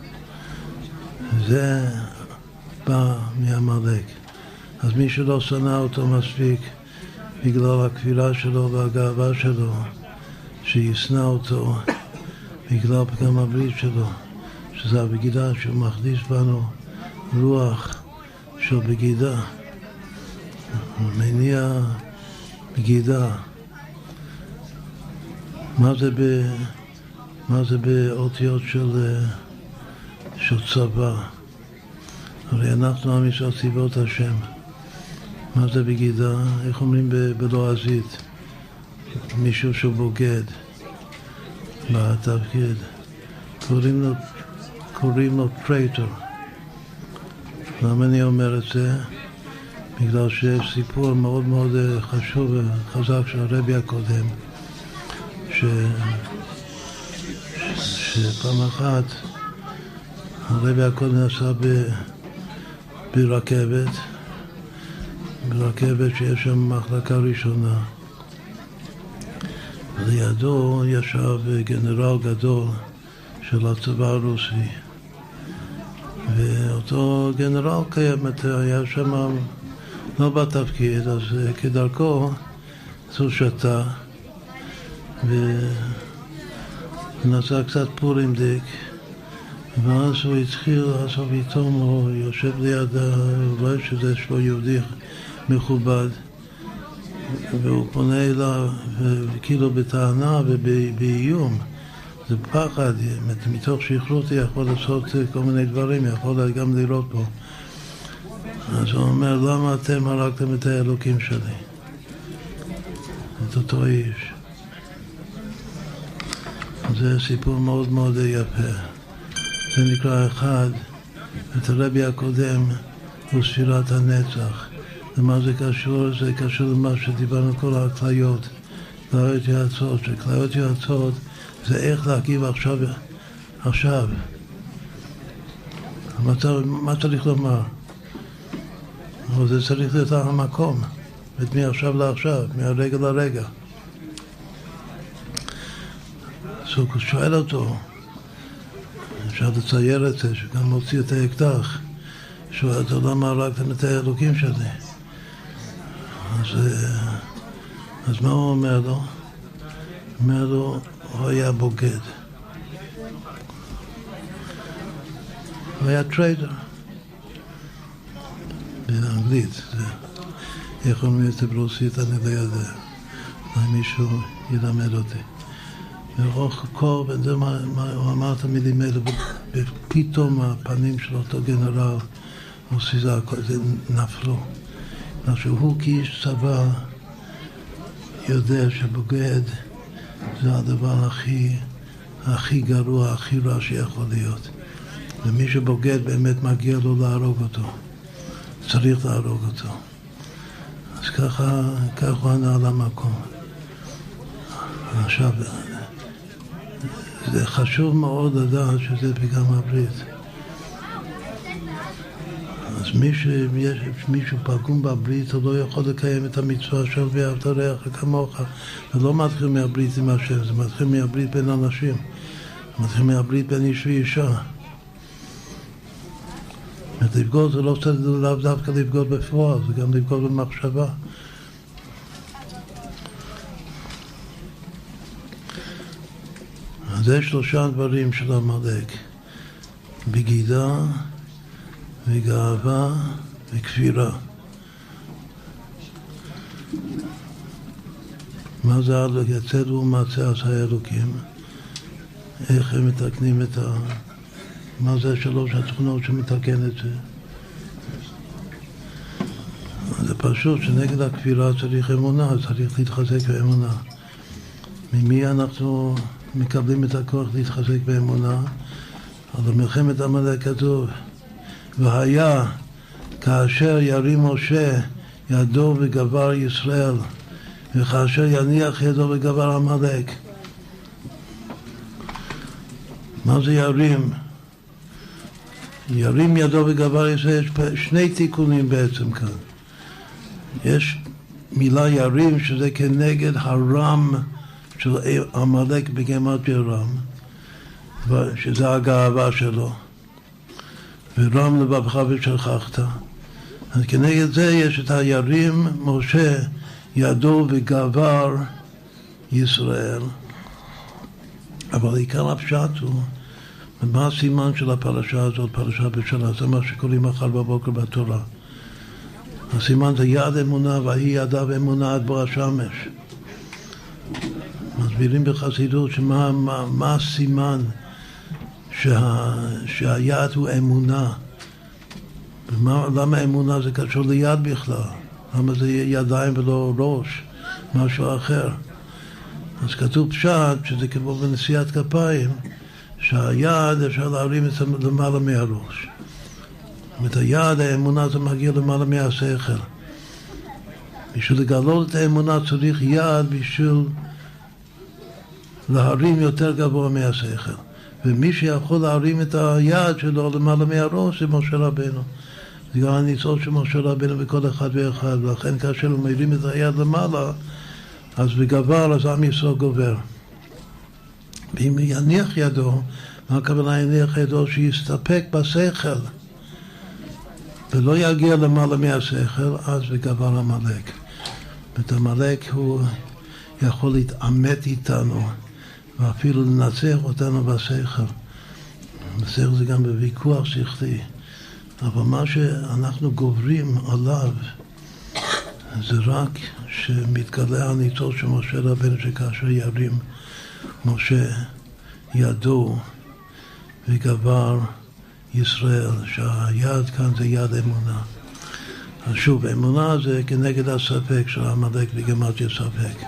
זה בא מעמלק. אז מי שלא שנא אותו מספיק בגלל הכפירה שלו והגאווה שלו, שישנא אותו בגלל פגם הברית שלו, שזה הבגידה שהוא מכניס בנו רוח של בגידה. הוא מניע בגידה. מה זה ב מה זה באותיות של של צבא? הרי אנחנו עם ישראל צבאות השם. מה זה בגידה? איך אומרים בלועזית? מישהו שהוא בוגד בתפקיד. קוראים לו קוראים לו טרייטר. למה אני אומר את זה? בגלל שיש סיפור מאוד מאוד חשוב וחזק של הרבי הקודם. ש... שפעם אחת הרבי הקודם נסע ב... ברכבת, ברכבת שיש שם מחלקה ראשונה. לידו ישב גנרל גדול של הצבא הרוסי. ואותו גנרל קיימת היה שם לא בתפקיד, אז כדרכו הוא שתה. ונסע קצת פורים דק, ואז הוא התחיל לעשות פתאום, הוא יושב ליד, הוא רואה שזה שלו יהודי מכובד, והוא פונה אליו כאילו בטענה ובאיום. זה פחד, מתוך שכרות יכול לעשות כל מיני דברים, יכול גם לראות פה. אז הוא אומר, למה אתם הרגתם את האלוקים שלי? את אותו איש. זה סיפור מאוד מאוד יפה. זה נקרא אחד, את הרבי הקודם הוא ספירת הנצח. ומה זה קשור? זה קשור למה שדיברנו כל ההתליות. כליות יועצות, שכליות יועצות זה איך להגיב עכשיו, עכשיו. המצב, מה צריך לומר? אבל זה צריך להיות המקום, את מעכשיו לעכשיו, מהרגע לרגע. אז הוא שואל אותו, אפשר לצייר את זה, שגם מוציא את האקדח, שואל אותו למה הרגתם את האלוקים שלי. אז, אז מה הוא אומר לו? הוא אומר לו, הוא היה בוגד. הוא היה טריידר. באנגלית, זה, איך אומרים את זה ברוסית, אני לא יודע. אולי מישהו ילמד אותי. ורוח קור, וזה מה, מה הוא אמר את המילים האלה, ופתאום הפנים של אותו גנרל, הוא סיזה, זה נפלו. שהוא כאיש צבא יודע שבוגד זה הדבר הכי, הכי גרוע, הכי רע שיכול להיות. ומי שבוגד באמת מגיע לו להרוג אותו. צריך להרוג אותו. אז ככה, ככה הוא ענה למקום. עכשיו, זה חשוב מאוד לדעת שזה פגם הברית. אז מי שיש מישהו פגום בברית, הוא לא יכול לקיים את המצווה של ואהבת לרעך כמוך. זה לא מתחיל מהברית עם השם, זה מתחיל מהברית בין אנשים. זה מתחיל מהברית בין איש ואישה. לבגוד זה לא צריך לאו דווקא לבגוד בפועל, זה גם לבגוד במחשבה. אז יש שלושה דברים של עמלק: בגידה וגאווה וכפירה. מה זה יצד ומצא עשה האלוקים? איך הם מתקנים את ה... מה זה שלוש התכונות שמתקן את זה? זה פשוט שנגד הכפירה צריך אמונה, צריך להתחזק באמונה. ממי אנחנו מקבלים את הכוח להתחזק באמונה? על מלחמת עמלק כתוב, והיה כאשר ירים משה ידו וגבר ישראל, וכאשר יניח ידו וגבר עמלק. מה זה ירים? ירים ידו וגבר ישראל, יש שני תיקונים בעצם כאן. יש מילה ירים שזה כנגד הרם של עמלק בגימטריה רם, שזה הגאווה שלו. ורם לבבך ושכחת. אז כנגד זה יש את הירים משה ידו וגבר ישראל. אבל עיקר הפשט הוא, מה הסימן של הפרשה הזאת, פרשה בשלה? זה מה שקוראים מחר בבוקר בתורה. הסימן זה יד אמונה, והיא ידיו אמונה עד בוא השמש. מסבירים בחסידות שמה מה, מה הסימן שה, שהיד הוא אמונה. ומה, למה אמונה זה קשור ליד בכלל? למה זה ידיים ולא ראש? משהו אחר. אז כתוב פשט שזה כמו בנשיאת כפיים, שהיד אפשר להרים את זה למעלה מהראש. ואת היד, האמונה זה מגיע למעלה מהשכל. בשביל לגלות את האמונה צריך יד בשביל להרים יותר גבוה מהשכל. ומי שיכול להרים את היד שלו למעלה מהראש זה משה רבנו. זה גם הניצוץ של משה רבנו בכל אחד ואחד. ולכן כאשר הוא מרים את היד למעלה, אז בגבר, אז עם ישראל גובר. ואם יניח ידו, מה הכוונה יניח ידו? שיסתפק בשכל ולא יגיע למעלה מהשכל, אז בגבר עמלק. ואת עמלק הוא יכול להתעמת איתנו ואפילו לנצח אותנו בשכל. בשכל זה גם בוויכוח שכלי. אבל מה שאנחנו גוברים עליו זה רק שמתגלה הניצוץ של משה רבנו, שכאשר ירים משה ידו וגבר ישראל, שהיד כאן זה יד אמונה. אז שוב, אמונה זה כנגד הספק של עמלק בגימטריה ספק.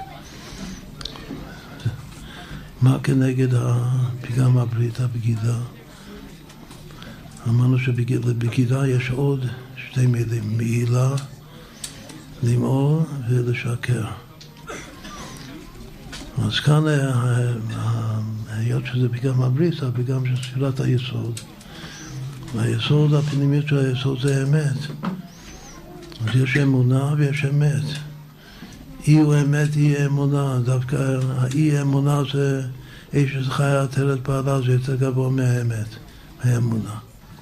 מה כנגד הפגם הברית, הבגידה? אמרנו שבגידה יש עוד שתי מילים, מעילה, למעול ולשקר. אז כאן, היות שזה פגם הבריסה, פגם של ספירת היסוד, היסוד, הפנימיות של היסוד זה אמת. אז יש אמונה ויש אמת. אי הוא אמת, אי אמונה. דווקא האי אמונה זה אש שחיה עטרת פעלה, זה יותר גבוה מהאמת, מהאמונה.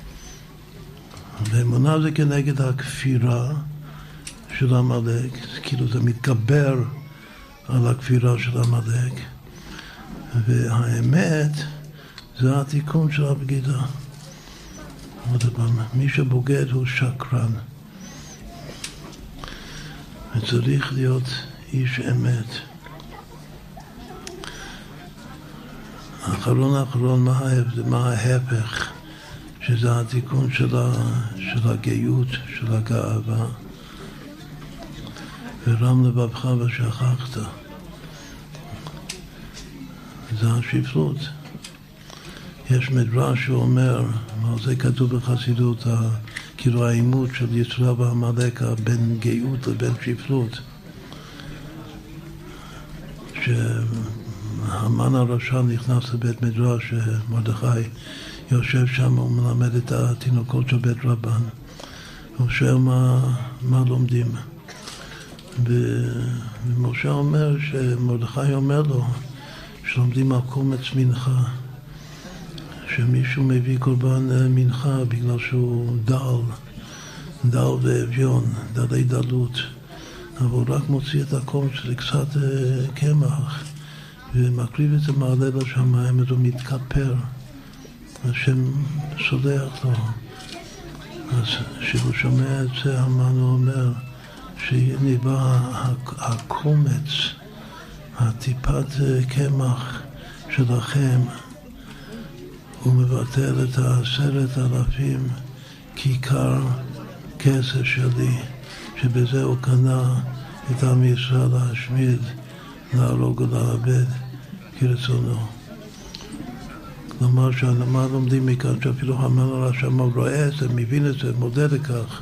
ואמונה זה כנגד הכפירה של המלאק, כאילו זה מתגבר על הכפירה של המלאק, והאמת זה התיקון של הבגידה. מי שבוגד הוא שקרן, וצריך להיות איש אמת. האחרון האחרון, מה, מה ההפך? שזה התיקון של, ה, של הגאות, של הגאווה. ורם לבבך ושכחת. זה השפלות. יש מדרש שאומר, אבל זה כתוב בחסידות, כאילו העימות של ישראל והעמלק בין גאות לבין שפלות. שהמן הרשע נכנס לבית מדרש, שמרדכי יושב שם ומלמד את התינוקות של בית רבן. הוא שואל מה, מה לומדים. ומשה אומר שמרדכי אומר לו שלומדים על קומץ מנחה, שמישהו מביא קורבן מנחה בגלל שהוא דל, דל ואביון, דלי דלות, אבל הוא רק מוציא את הקומץ לקצת קמח ומקריב את זה מעלה לשמיים, אז הוא מתכפר, השם סולח לו. אז כשהוא שומע את זה, המן הוא אומר שנבע הקומץ, הטיפת קמח שלכם, הוא מבטל את העשרת אלפים כיכר כסף שלי, שבזה הוא קנה את עם ישראל להשמיד, להרוג ולאבד כרצונו. כלומר, מה לומדים מכאן, שאפילו המן הרשע רואה את זה, מבין את זה, מודה לכך,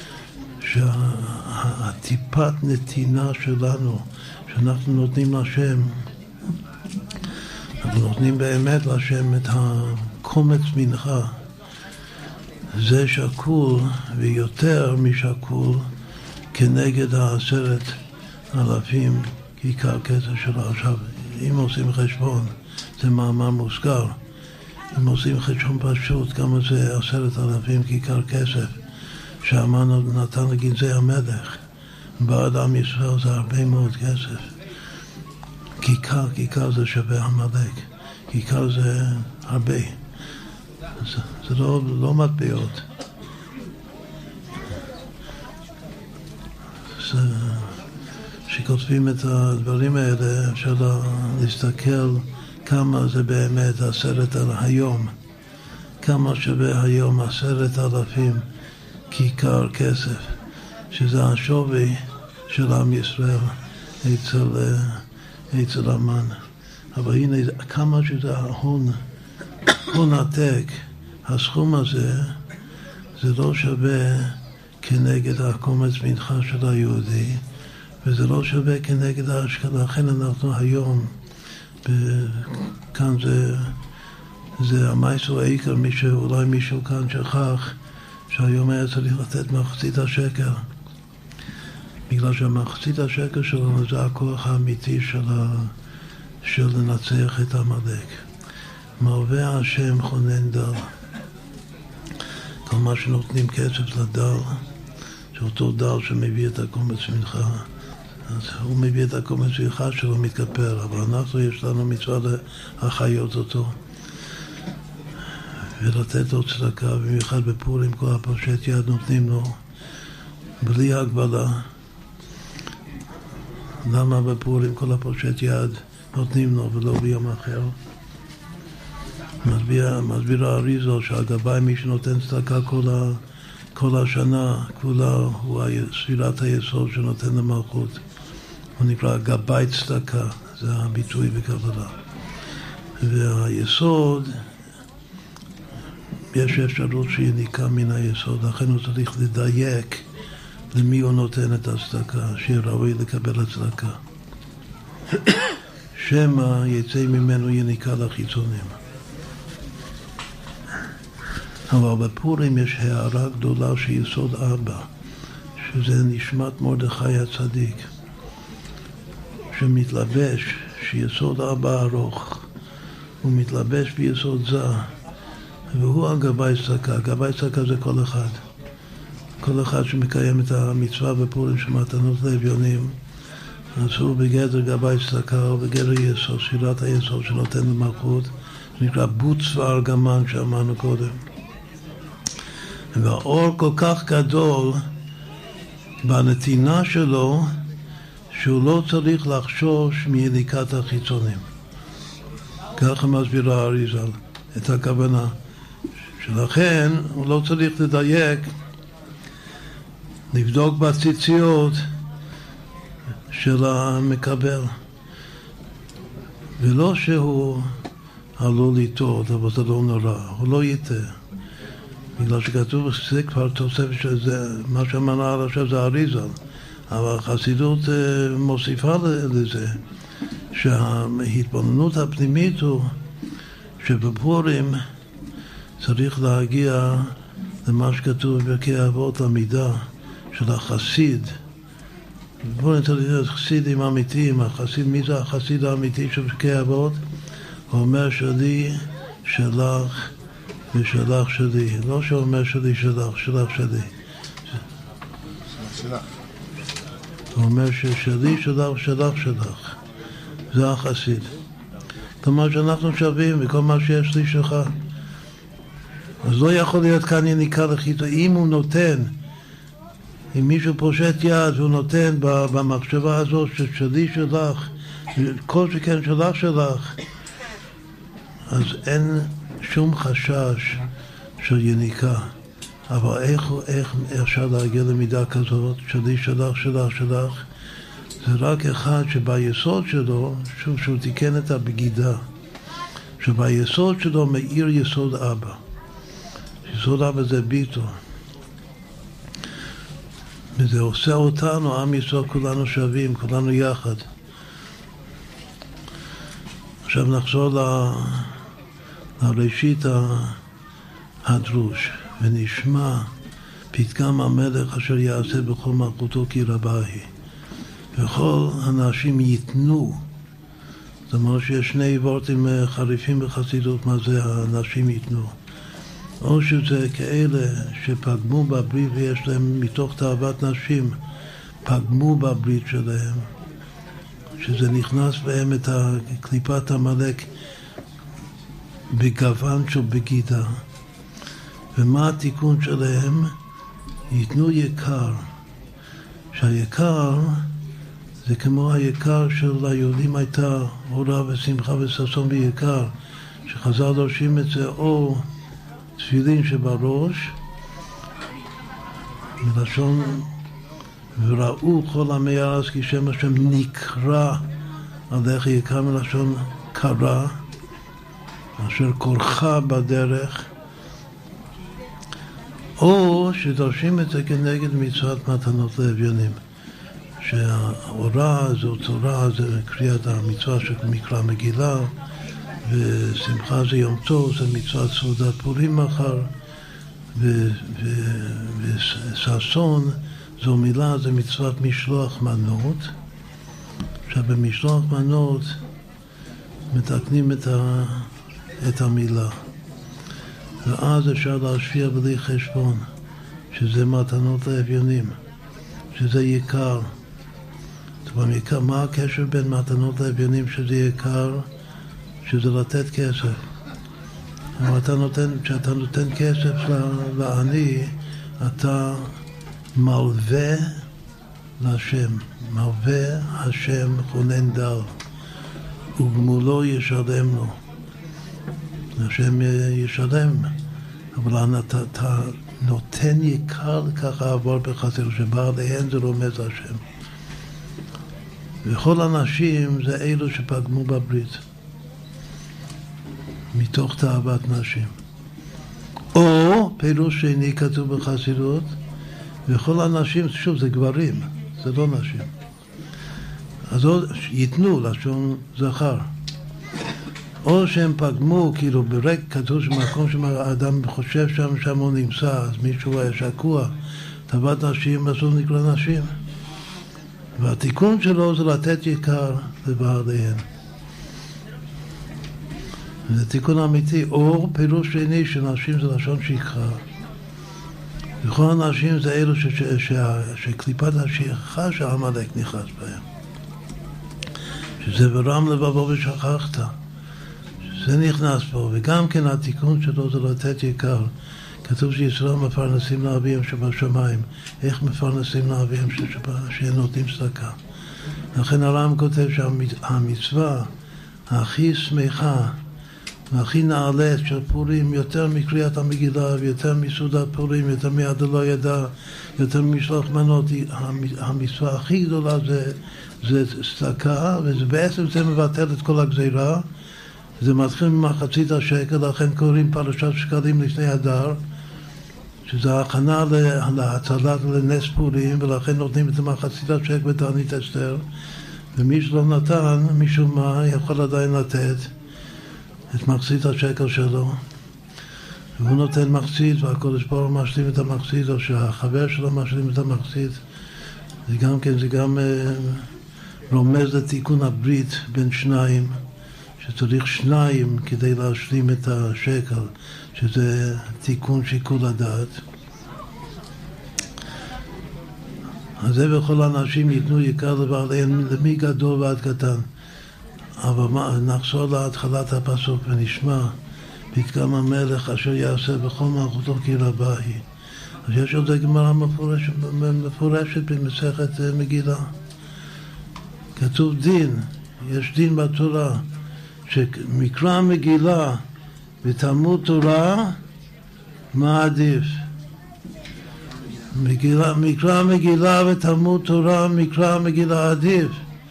שהטיפת נתינה שלנו, שאנחנו נותנים לשם, אנחנו נותנים באמת לשם את הקומץ מנחה, זה שקול ויותר משקול כנגד העשרת אלפים כיכר כסף שלו. עכשיו, אם עושים חשבון, זה מאמר מוזכר, אם עושים חשבון פשוט, כמה זה עשרת אלפים כיכר כסף, שהמן נתן לגנזי המלך, בעד עם ישראל זה הרבה מאוד כסף. כיכר, כיכר זה שווה המלך, כיכר זה הרבה, זה, זה לא, לא מטבעות. זה, שכותבים את הדברים האלה, אפשר להסתכל כמה זה באמת עשרת על היום, כמה שווה היום עשרת אלפים כיכר כסף, שזה השווי של עם ישראל אצל, אצל המן. אבל הנה כמה שזה ההון, הון עתק, הסכום הזה, זה לא שווה כנגד הקומץ מנחה של היהודי, וזה לא שווה כנגד ההשקעה. לכן אנחנו היום, כאן זה, זה המייסו העיקר, מישהו, אולי מישהו כאן שכח, שהיום היה צריך לתת מחצית השקל, בגלל שהמחצית השקל שלנו זה הכוח האמיתי של, ה, של לנצח את המלך. מרווה השם חונן דל. כל מה שנותנים כסף לדל, שאותו דל שמביא את הקומץ מנחה, אז הוא מביא את הקומץ מנחה שלו מתכפר, אבל אנחנו יש לנו מצווה להחיות אותו. ולתת לו צדקה, במיוחד בפורים, כל הפרשת יד נותנים לו בלי הגבלה. למה בפורים כל הפרשת יד נותנים לו ולא ביום אחר? מסביר, מסביר האריזו שהגבאי מי שנותן צדקה כל, ה, כל השנה כולה הוא ספירת היסוד שנותן למלכות. הוא נקרא גבאי צדקה, זה הביטוי בקבלה. והיסוד, יש אפשרות שיניקה מן היסוד, לכן הוא צריך לדייק למי הוא נותן את הצדקה, שיהיה ראוי לקבל הצדקה. שמא יצא ממנו יניקה לחיצונים. אבל בפורים יש הערה גדולה שיסוד אבא, שזה נשמת מרדכי הצדיק, שמתלבש, שיסוד אבא ארוך, הוא מתלבש ביסוד זה, והוא הגבאי צדקה. גבאי צדקה זה כל אחד. כל אחד שמקיים את המצווה בפורים של מתנות לאביונים, אז הוא בגדר גבאי צדקה, או בגדר יסוד, ספירת היסוד שנותן למלכות, נקרא בוץ וארגמן שאמרנו קודם. והאור כל כך גדול בנתינה שלו, שהוא לא צריך לחשוש מיניקת החיצונים. ככה מסבירה האריז"ל את הכוונה. שלכן הוא לא צריך לדייק, לבדוק בציציות של המקבל. ולא שהוא עלול לטעות, אבל זה לא נורא, הוא לא יטעה. בגלל שכתוב, זה כבר תוספת שזה, מה שאמרנו עד עכשיו זה האריז"ל. אבל החסידות מוסיפה לזה, שההתבוננות הפנימית הוא שבפורים צריך להגיע למה שכתוב בפרקי אבות, למידה של החסיד. בפורים צריך להיות חסידים אמיתיים. החסיד, מי זה החסיד האמיתי של פרקי אבות? הוא אומר שלי, שלך ושלך שלי. לא שאומר שלי, שלך, שלך שלי. שלך. הוא אומר ששלי, שלך, שלך, שלך. זה החסיד. כלומר שאנחנו שווים וכל מה שיש לי שלך. אז לא יכול להיות כאן יניקה לחיצון. אם הוא נותן, אם מישהו פושט יד והוא נותן במחשבה הזאת ששלי, שלך, כל שכן שלך, שלך, אז אין שום חשש של יניקה. אבל איך, איך אפשר להגיע למידה כזאת, שלי, שלך, שלך, שלך? זה רק אחד שביסוד שלו, שוב שהוא תיקן את הבגידה, שביסוד שלו מאיר יסוד אבא. יסוד אבא זה ביטו. וזה עושה אותנו, עם ישראל, כולנו שווים, כולנו יחד. עכשיו נחזור ל... לראשית הדרוש, ונשמע פתגם המלך אשר יעשה בכל מלכותו כי רבה היא. וכל אנשים ייתנו, זאת אומרת שיש שני וורטים חריפים בחסידות, מה זה האנשים ייתנו. או שזה כאלה שפגמו בברית ויש להם מתוך תאוות נשים, פגמו בברית שלהם, שזה נכנס בהם את קליפת המלאק בגוון של בגידה. ומה התיקון שלהם? ייתנו יקר. שהיקר זה כמו היקר של היהודים הייתה אורה ושמחה וששון ויקר, שחז"ל דורשים את זה או תפילין שבראש, מלשון וראו כל עמי הארץ כי שם השם נקרא עליך, יקר מלשון קרא, אשר קורחה בדרך, או שדורשים את זה כנגד מצוות מתנות לאביונים, שהאורה זו צורה, זה קריאת המצווה של מקרא מגילה, ושמחה זה יום טוב, זה מצוות סעודת פורים מחר, וששון זו מילה, זה מצוות משלוח מנות. עכשיו במשלוח מנות מתקנים את, ה, את המילה, ואז אפשר להשפיע בלי חשבון, שזה מתנות לאביונים, שזה יקר. יקר. מה הקשר בין מתנות לאביונים שזה יקר? שזה לתת כסף. אבל אתה נותן, כשאתה נותן כסף לעני, אתה מלווה להשם. מלווה השם חונן דל, וגמולו ישלם לו. השם ישלם, אבל אתה, אתה נותן יקר, ככה עבור בחסר, שבא עליהם זה רומז השם. וכל אנשים זה אלו שפגמו בברית, מתוך תאוות נשים. או פירוש שני כתוב בחסידות, וכל אנשים, שוב זה גברים, זה לא נשים. אז ייתנו לשון זכר. או שהם פגמו, כאילו ברק כתוב שמקום שהאדם חושב שם, שם הוא נמצא, אז מישהו היה שקוע, תוות נשים, בסוף נקרא נשים. והתיקון שלו זה לתת יקר לבעליהן. זה תיקון אמיתי. אור, פירוש שני שנשים זה לשון שכחה. וכל הנשים זה אלו ש- ש- ש- שקליפת השכחה שהעמלק נכנס בהם. שזה ורם לבבו ושכחת. זה נכנס פה, וגם כן התיקון שלו זה לתת יקר. כתוב שישראל מפרנסים לאביהם שבשמיים. איך מפרנסים לאביהם שהם נותנים צדקה? לכן הר"ם כותב שהמצווה הכי שמחה והכי נעלית של פורים, יותר מקריאת המגילה ויותר מסעודת פורים, יותר מיד לא ידע, יותר משלוח מנות, המצווה הכי גדולה זה, זה צדקה, ובעצם זה מבטל את כל הגזירה. זה מתחיל ממחצית השקל, לכן קוראים פרשת שקלים לפני הדר, שזה ההכנה להצלת לנס פורים, ולכן נותנים את מחצית השקל בתענית אסתר, ומי שלא נתן, משום מה, יכול עדיין לתת את מחצית השקל שלו, והוא נותן מחצית, והקודש ברוך הוא משלים את המחצית, או שהחבר שלו משלים את המחצית. זה גם כן, זה גם רומז לתיקון הברית בין שניים, שצריך שניים כדי להשלים את השקל, שזה תיקון שיקול הדעת. אז זה בכל האנשים ייתנו יקר לבעליהם, למי גדול ועד קטן. אבל מה, נחזור להתחלת הפסוק ונשמע, פתגם המלך אשר יעשה בכל מלכותו כי רבה היא. אז יש עוד גמרא מפורשת, מפורשת במסכת מגילה. כתוב דין, יש דין בתורה, שמקרא מגילה ותלמוד תורה, מה עדיף? מגילה, מקרא מגילה ותלמוד תורה, מקרא מגילה עדיף.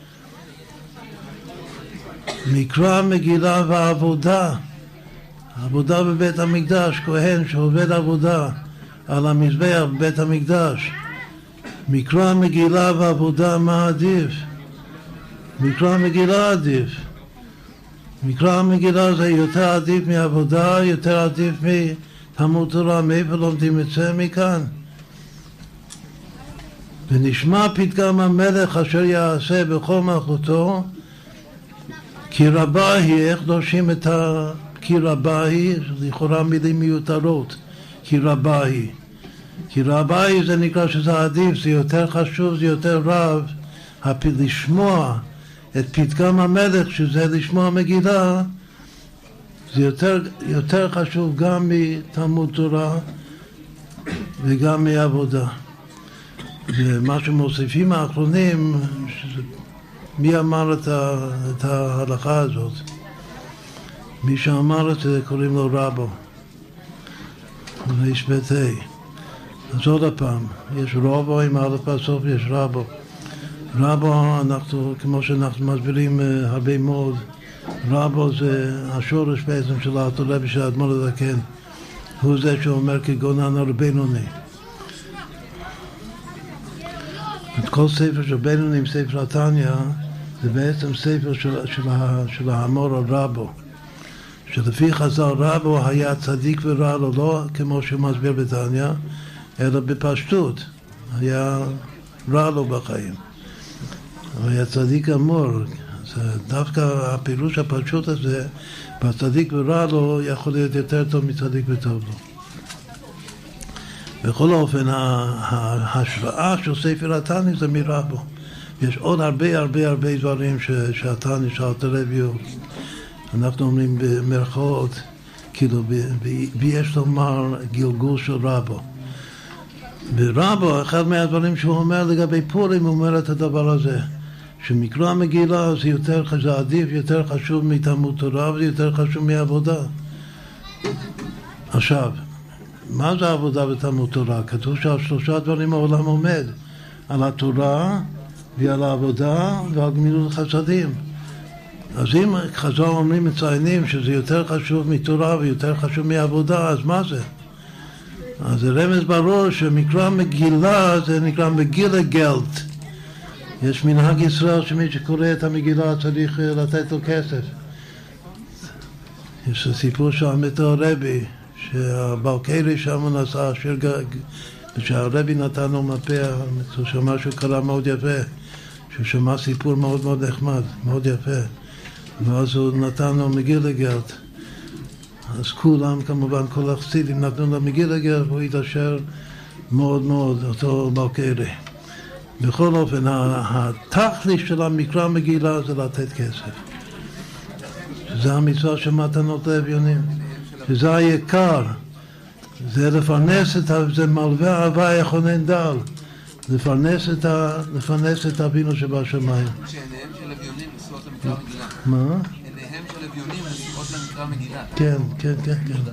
מקרא מגילה ועבודה, עבודה בבית המקדש, כהן שעובד עבודה על המזבח בבית המקדש. מקרא מגילה ועבודה, מה עדיף? מקרא מגילה עדיף. מקרא המגילה זה יותר עדיף מעבודה, יותר עדיף מתלמוד תורה. מאיפה לומדים את זה? מכאן. ונשמע פתגם המלך אשר יעשה בכל מלכותו כי רבה היא. איך דורשים את ה... כי רבה היא? לכאורה מילים מיותרות. כי רבה היא. כי רבה היא זה נקרא שזה עדיף, זה יותר חשוב, זה יותר רב. לשמוע את פתגם המלך, שזה לשמוע מגילה, זה יותר, יותר חשוב גם מתלמוד תורה וגם מעבודה. ומה שמוסיפים האחרונים, שזה, מי אמר את, ה, את ההלכה הזאת? מי שאמר את זה קוראים לו רבו, ואיש בית ה'. אז עוד הפעם, יש רבו עם א' בסוף, יש רבו. רבו, אנחנו, כמו שאנחנו מסבירים הרבה מאוד, רבו זה השורש בעצם של התורה ושל האדמו"ר הזקן. הוא זה שאומר כגונן על בינוני. את כל ספר של בינונים, ספר התניא, זה בעצם ספר של, של, של האמור על רבו. שלפי חז"ל רבו היה צדיק ורע לו, לא כמו שהוא מסביר בתניא, אלא בפשטות. היה רע לו בחיים. הוא היה צדיק אמור. דווקא הפירוש הפשוט הזה, בצדיק ורע לו, יכול להיות יותר טוב מצדיק וטוב לו. בכל אופן, ההשוואה של ספר התניא זה מרבו. יש עוד הרבה הרבה הרבה דברים שהתניא שאלת רבי, אנחנו אומרים במרכאות, כאילו, ויש לומר גלגול של רבו. ברבו, אחד מהדברים שהוא אומר לגבי פורים, הוא אומר את הדבר הזה, שמקרא מגילה זה יותר חשוב, עדיף, יותר חשוב מתלמוד תורה, וזה יותר חשוב מעבודה. עכשיו, מה זה עבודה בתלמוד תורה? כתוב שעל שלושה דברים העולם עומד, על התורה ועל העבודה ועל גמילות חסדים. אז אם חז"ל אומרים מציינים שזה יותר חשוב מתורה ויותר חשוב מעבודה, אז מה זה? אז זה רמז ברור שמקרא מגילה זה נקרא מגילה גלט. יש מנהג ישראל שמי שקורא את המגילה צריך לתת לו כסף. יש סיפור של המתר הרבי, שהבעל קרי שם נסע השיר, שהרבי נתן לו מפה, הוא שמע שהוא קרא מאוד יפה, שהוא שמע סיפור מאוד מאוד נחמד, מאוד יפה. ואז הוא נתן לו מגילה גלד. אז כולם, כמובן, כל החסידים נתנו לו מגילה גלד, והוא התעשר מאוד מאוד, אותו בעל קרי. בכל אופן, התכלית של המקרא מגילה זה לתת כסף. שזה המצווה של מתנות לאביונים. שזה היקר. זה לפרנס את, זה מלווה אהבה יכונן דל. לפרנס את, לפרנס את אבינו שבשמיים. שעיניהם של אביונים נשואות למקרא מגילה. מה? עיניהם של אביונים נשואות למקרא מגילה. כן, כן, כן, כן.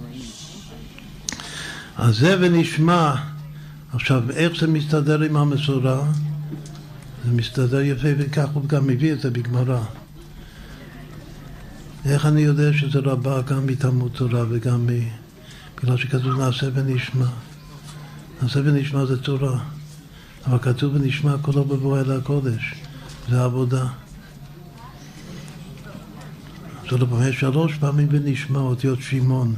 אז זה ונשמע. עכשיו, איך זה מסתדר עם המסורה? זה מסתדר יפה, וכך הוא גם מביא את זה בגמרא. איך אני יודע שזה רבה גם מתלמוד תורה וגם מ... בגלל שכתוב נעשה ונשמע. נעשה ונשמע זה תורה. אבל כתוב ונשמע כולו בבוא אל הקודש. זה עבודה. זאת אומרת, שלוש פעמים ונשמע אותיות שמעון.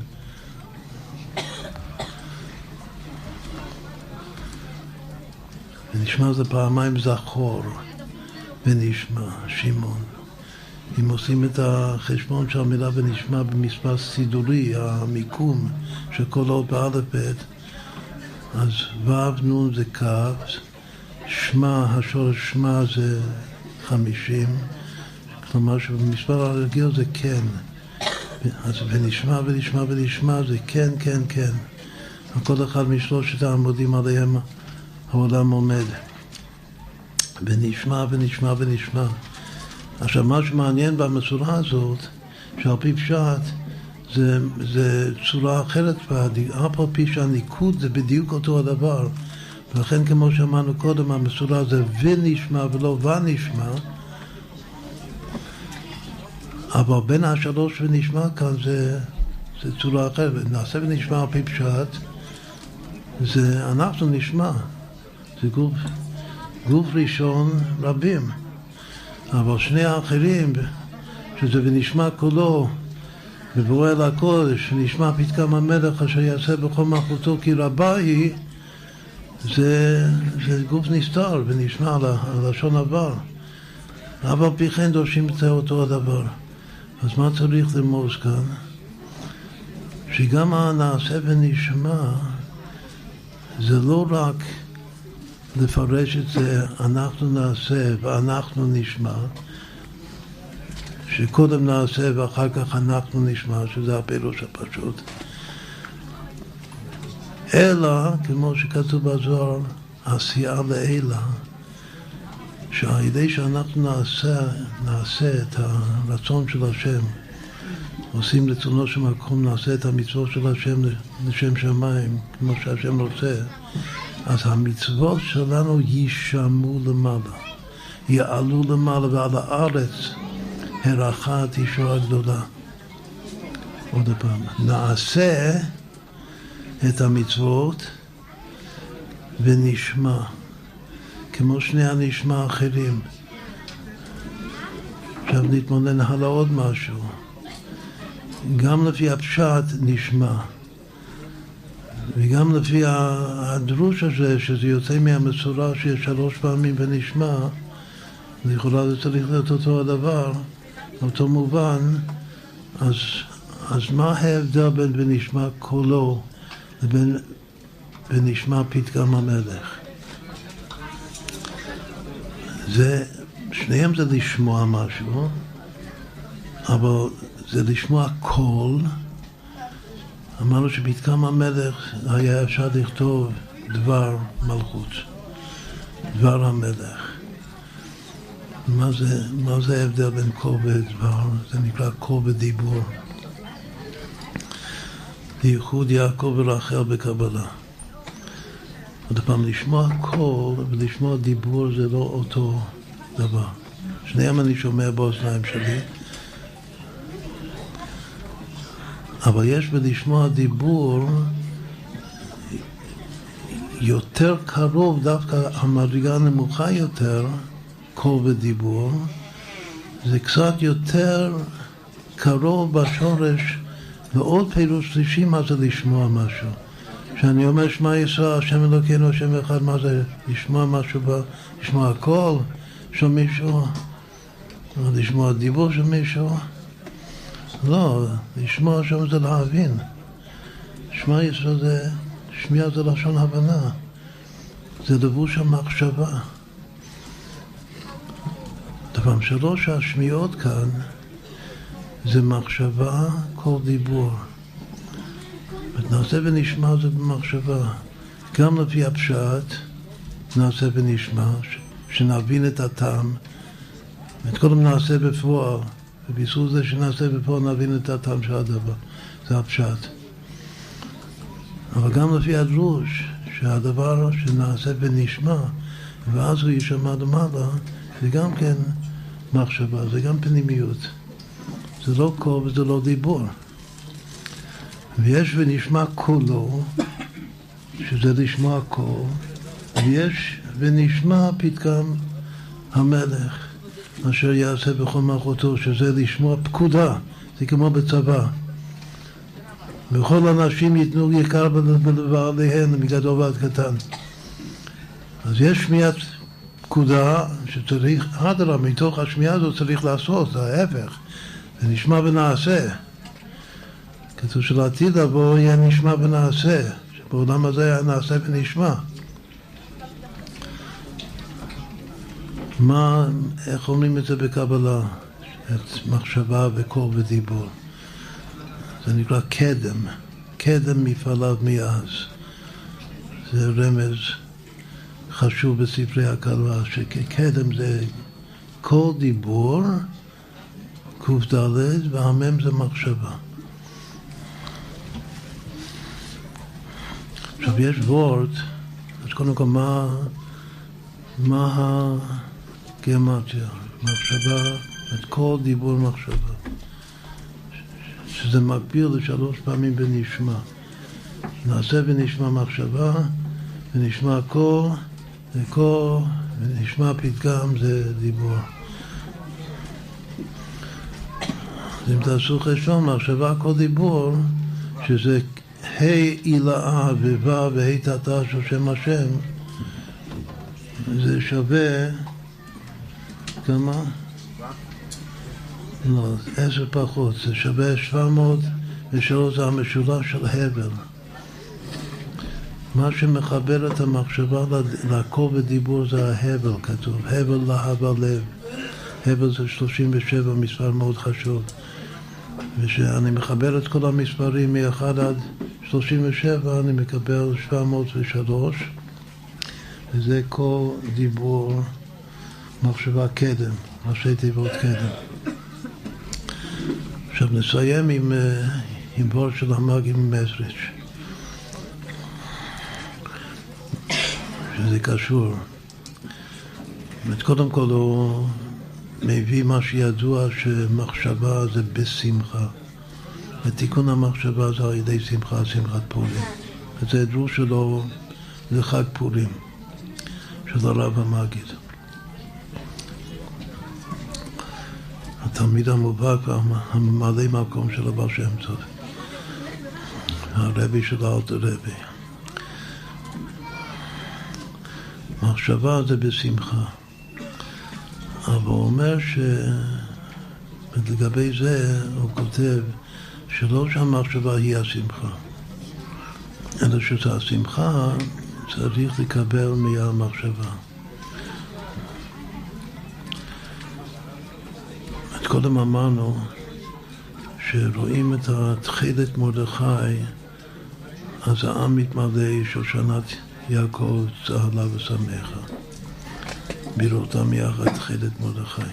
ונשמע זה פעמיים זכור ונשמע, שמעון. אם עושים את החשבון של המילה ונשמע במספר סידורי, המיקום של כל אות באלף בית, אז ו' נ' זה כ', שמע, השורש שמע זה חמישים, כלומר שבמספר הרגיל זה כן. אז ונשמע ונשמע ונשמע זה כן, כן, כן. כל אחד משלושת העמודים עליהם העולם עומד. ונשמע ונשמע ונשמע. עכשיו, מה שמעניין במסורה הזאת, שעל פי פשט, זה, זה צורה אחרת, אף על פי שהניקוד זה בדיוק אותו הדבר. ולכן, כמו שאמרנו קודם, המסורה זה ונשמע ולא ונשמע. אבל בין השלוש ונשמע כאן זה, זה צורה אחרת. נעשה ונשמע על פי פשט, זה אנחנו נשמע. זה גוף, גוף ראשון רבים. אבל שני האחרים, שזה ונשמע כולו, בבוא אל הקודש, שנשמע פתקם המלך אשר יעשה בכל מלכותו כי רבה היא, זה, זה גוף נסתר ונשמע על הלשון עבר. אבל פי כן דורשים את אותו הדבר. אז מה צריך לרמוז כאן? שגם הנעשה ונשמע, זה לא רק לפרש את זה, אנחנו נעשה ואנחנו נשמע, שקודם נעשה ואחר כך אנחנו נשמע, שזה הפירוש הפשוט. אלא, כמו שכתוב בזוהר, עשייה לאלה, שעל ידי שאנחנו נעשה, נעשה את הרצון של השם, עושים רצונו של מקום, נעשה את המצוות של השם לשם שמיים, כמו שהשם רוצה, אז המצוות שלנו יישמעו למעלה, יעלו למעלה, ועל הארץ הרחה תשרה גדולה. עוד פעם, נעשה את המצוות ונשמע, כמו שני הנשמע האחרים. עכשיו נתמונן הלאה עוד משהו. גם לפי הפשט נשמע, וגם לפי הדרוש הזה, שזה יוצא מהמסורה שיש שלוש פעמים ונשמע, לכאורה זה צריך להיות אותו הדבר, אותו מובן, אז, אז מה ההבדל בין ונשמע קולו לבין ונשמע פתגם המלך? זה, שניהם זה לשמוע משהו, אבל זה לשמוע קול. אמרנו שפתגם המלך היה אפשר לכתוב דבר מלכות, דבר המלך. מה זה, מה זה ההבדל בין קול ודבר? זה נקרא קול ודיבור. ייחוד יעקב ורחל בקבלה. עוד פעם, לשמוע קול ולשמוע דיבור זה לא אותו דבר. שניהם אני שומע באוזניים שלי, אבל יש בלשמוע דיבור יותר קרוב, דווקא המדרגה נמוכה יותר, קול ודיבור, זה קצת יותר קרוב בשורש, ועוד פירוש שלישי מה זה לשמוע משהו. כשאני אומר שמע ישראל, השם אלוקינו, השם אחד, מה זה לשמוע משהו, לשמוע הקול של מישהו, לשמוע דיבור של מישהו? לא, לשמוע שם זה להבין. שמע ישראל זה, שמיע זה לשון הבנה. זה לבוש המחשבה. דבר שלוש השמיעות כאן זה מחשבה, כל דיבור. נעשה ונשמע זה במחשבה. גם לפי הפשט נעשה ונשמע, שנבין את הטעם. את קודם נעשה בפועל, ובזכות זה שנעשה בפועל נבין את הטעם של הדבר. זה הפשט. אבל גם לפי הדרוש, שהדבר שנעשה ונשמע, ואז הוא יישמע למעלה, זה גם כן מחשבה, זה גם פנימיות. זה לא קול וזה לא דיבור. ויש ונשמע קולו, שזה לשמוע קול, ויש ונשמע פתגם המלך, אשר יעשה בכל מלכותו, שזה לשמוע פקודה, זה כמו בצבא. וכל האנשים ייתנו יקר לבעליהן, מגדול ועד קטן. אז יש שמיעת פקודה שצריך, הדרה, מתוך השמיעה הזאת צריך לעשות, זה ההפך. זה נשמע ונעשה. כתוב שלעתיד לבוא יהיה נשמע ונעשה, שבעולם הזה היה נעשה ונשמע. מה, איך אומרים את זה בקבלה? את מחשבה וקול ודיבור. זה נקרא קדם, קדם מפעליו מאז. זה רמז חשוב בספרי הקבלה, שקדם זה כל דיבור, קוף ד' והמם זה מחשבה. עכשיו יש וורט, אז קודם כל מה, מה הגמטריה? מחשבה, את כל דיבור מחשבה. שזה מקביל לשלוש פעמים בנשמע. נעשה ונשמע מחשבה, ונשמע קול, וקול, ונשמע פתגם זה דיבור. אז אם תעשו חשבון, מחשבה כל דיבור, שזה ה' אילאה וו' וה' תתה של שם השם, זה שווה כמה? לא, עשר פחות, זה שווה שבע מאות ושלוש, זה המשולש של הבל. מה שמחבר את המחשבה לקול ודיבור זה ההבל, כתוב, הבל להב הלב. הבל זה שלושים ושבע, מספר מאוד חשוב. ושאני מחבר את כל המספרים מ-אחד עד שלושים ושבע, אני מקבל שבע מאות ושלוש, וזה כל דיבור, מחשבה קדם, ראשי תיבות קדם. עכשיו נסיים עם, עם בור של המאגים ממזריץ', שזה קשור. קודם כל הוא מביא מה שידוע שמחשבה זה בשמחה. ותיקון המחשבה זה על ידי שמחה, שמחת פורים. וזה דרוש שלו, זה חג פורים, של הרב המגיד. התלמיד המובהק והממלא מקום של הבעל שם טוב. הרבי של אלתר רבי. מחשבה זה בשמחה. אבל הוא אומר שלגבי זה הוא כותב שלא שהמחשבה היא השמחה, אלא שהשמחה צריך לקבל מהמחשבה. את קודם אמרנו שרואים את התחילת מרדכי, אז העם מתמלא שושנת יעקב צהלה ושמחה. בראותם יחד תחילת מרדכי.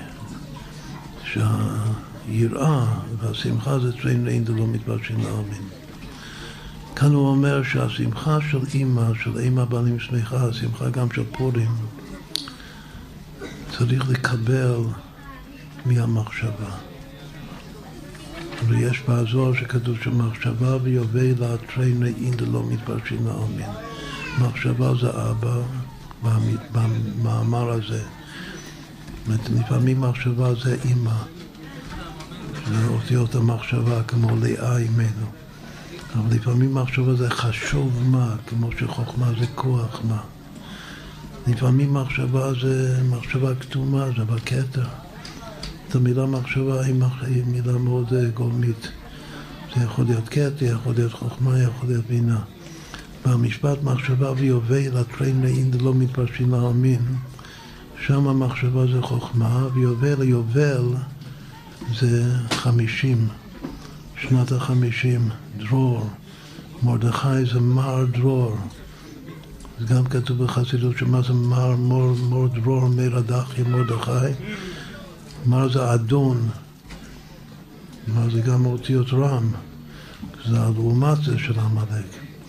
שהיראה והשמחה זה צבעים לאין דלא מתבקשים להאמין. כאן הוא אומר שהשמחה של אמא, של אמא בנים שמחה, השמחה גם של פורים, צריך לקבל מהמחשבה. ויש בעזור שכתוב שמחשבה ויובל להתראים לאין דלא מתבקשים להאמין. מחשבה זה אבא, במאמר הזה, לפעמים מחשבה זה אימא, זה אותיות המחשבה כמו לאה אימנו, אבל לפעמים מחשבה זה חשוב מה, כמו שחוכמה זה כוח מה. לפעמים מחשבה זה מחשבה כתומה, זה בקטע. את המילה מחשבה היא מילה מאוד גולמית. זה יכול להיות קטע, יכול להיות חוכמה, יכול להיות בינה. במשפט מחשבה ויובל, הטרין לאין דלא מתפרשים להאמין, שם המחשבה זה חוכמה, ויובל, יובל זה חמישים, שנת החמישים, דרור. מרדכי זה מר דרור. זה גם כתוב בחסידות שמה זה מר, מור, מור דרור, מרדכי, מרדכי. מר זה אדון. מר זה גם אותיות רם. זה הלעומת זה של המלאק.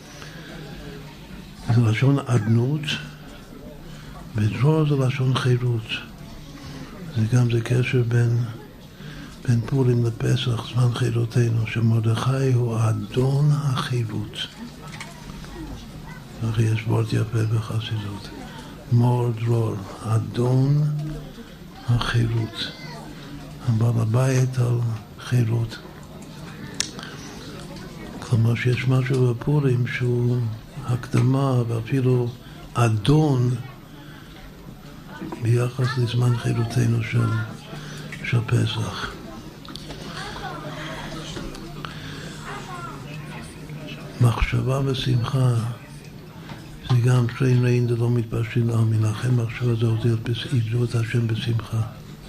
זה לשון עדנות, ודרור זה לשון חירות. זה גם זה קשר בין, בין פורים לפסח, זמן חירותנו, שמרדכי הוא אדון החירות. וכי יש וורט יפה בחסידות. מור דרור, אדון החירות. הבעל הבית על חירות. כלומר שיש משהו בפורים שהוא הקדמה ואפילו אדון ביחס לזמן חירותנו של, של פסח. מחשבה ושמחה זה גם טרין רעין זה לא מתפרשים להאמין, לכן מחשבה זה אותיות ידעו את השם בשמחה.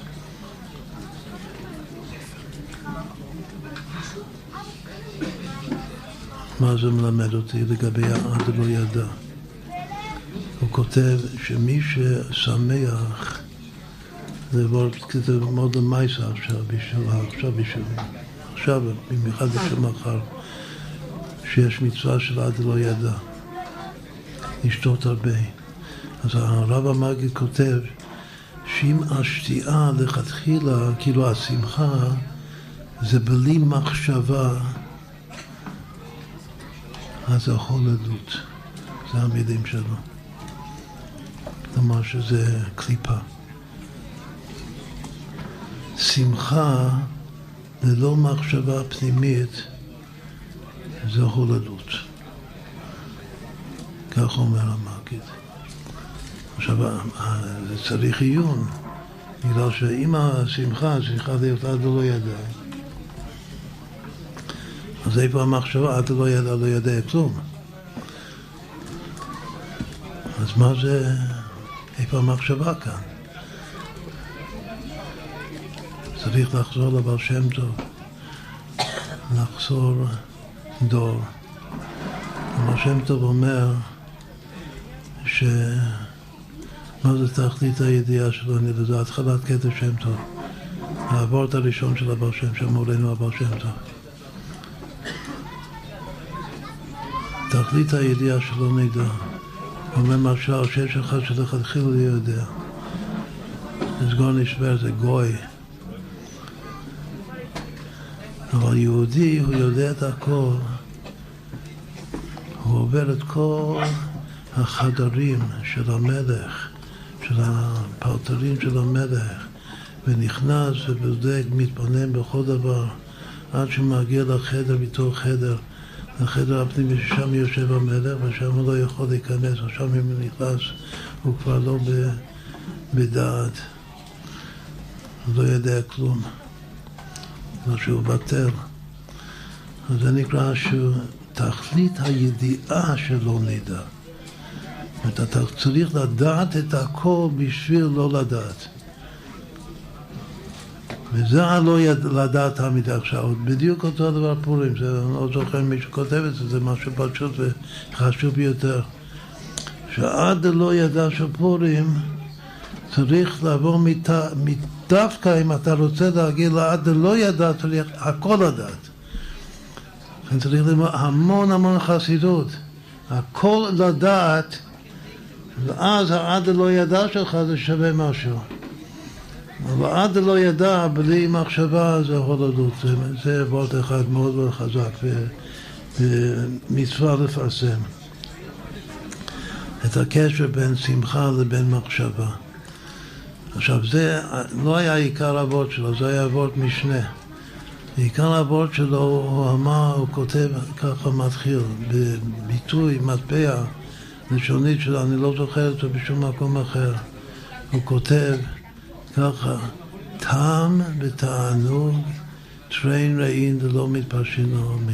מה זה מלמד אותי לגבי העד לא ידע? הוא כותב שמי ששמח, זה כתב מאוד למייסה עכשיו בשבילה, עכשיו בשבילה, עכשיו, במיוחד בשביל מחר, שיש מצווה של עד לא ידע, לשתות הרבה. אז הרב המגיד כותב שאם השתייה לכתחילה, כאילו השמחה, זה בלי מחשבה, אז זה הולדות, זה המילים שלו. כלומר שזה קליפה. שמחה ללא מחשבה פנימית זה הולדות. כך אומר המגיד. עכשיו, זה צריך עיון, בגלל שאם השמחה, השמחה להיות עד לא ידע, אז איפה המחשבה? עד לא ידע, לא ידע כלום. אז מה זה, איפה המחשבה כאן? צריך לחזור לבעל שם טוב, לחזור דור. הבעל שם טוב אומר ש... מה זה תכלית הידיעה שלו? אני לזה התחלת קטע שם טוב. העבורת הראשון של הבעל שם, שמורנו הבעל שם טוב. תכלית הידיעה שלא נדע. אומר משל שיש אחד שלכתחילה לא יודע. סגור נשבר זה גוי. אבל יהודי הוא יודע את הכל. הוא עובר את כל החדרים של המלך, של הפרטרים של המלך, ונכנס ובודק, מתבונן בכל דבר, עד שמגיע לחדר בתוך חדר. החדר הפנימי ששם יושב המלך ושם הוא לא יכול להיכנס, עכשיו אם הוא נכנס הוא כבר לא בדעת, הוא לא יודע כלום, לא שהוא בטל. אז זה נקרא שתכלית הידיעה שלא נדע. אתה צריך לדעת את הכל בשביל לא לדעת. וזה לא יד... לדעת תמיד עכשיו, בדיוק אותו דבר פורים, זה לא זוכר מי שכותב את זה, זה משהו פשוט וחשוב ביותר. שעד לא ידע של פורים, צריך לעבור מת... דווקא אם אתה רוצה להגיע לעד לא ידע, צריך הכל לדעת. צריך ללמוד המון המון חסידות, הכל לדעת, ואז העד לא ידע שלך זה שווה משהו. אבל עד לא ידע, בלי מחשבה זה הולדות, זה, זה וורט אחד מאוד מאוד חזק ומצווה לפרסם את הקשר בין שמחה לבין מחשבה. עכשיו זה לא היה עיקר הוורט שלו, זה היה וורט משנה. עיקר הוורט שלו הוא אמר, הוא כותב ככה מתחיל, בביטוי, מטבע לשונית שלו, אני לא זוכר אותו בשום מקום אחר. הוא כותב ככה, טעם ותענוג, טריין רעין דלא מתפרשין העולמין.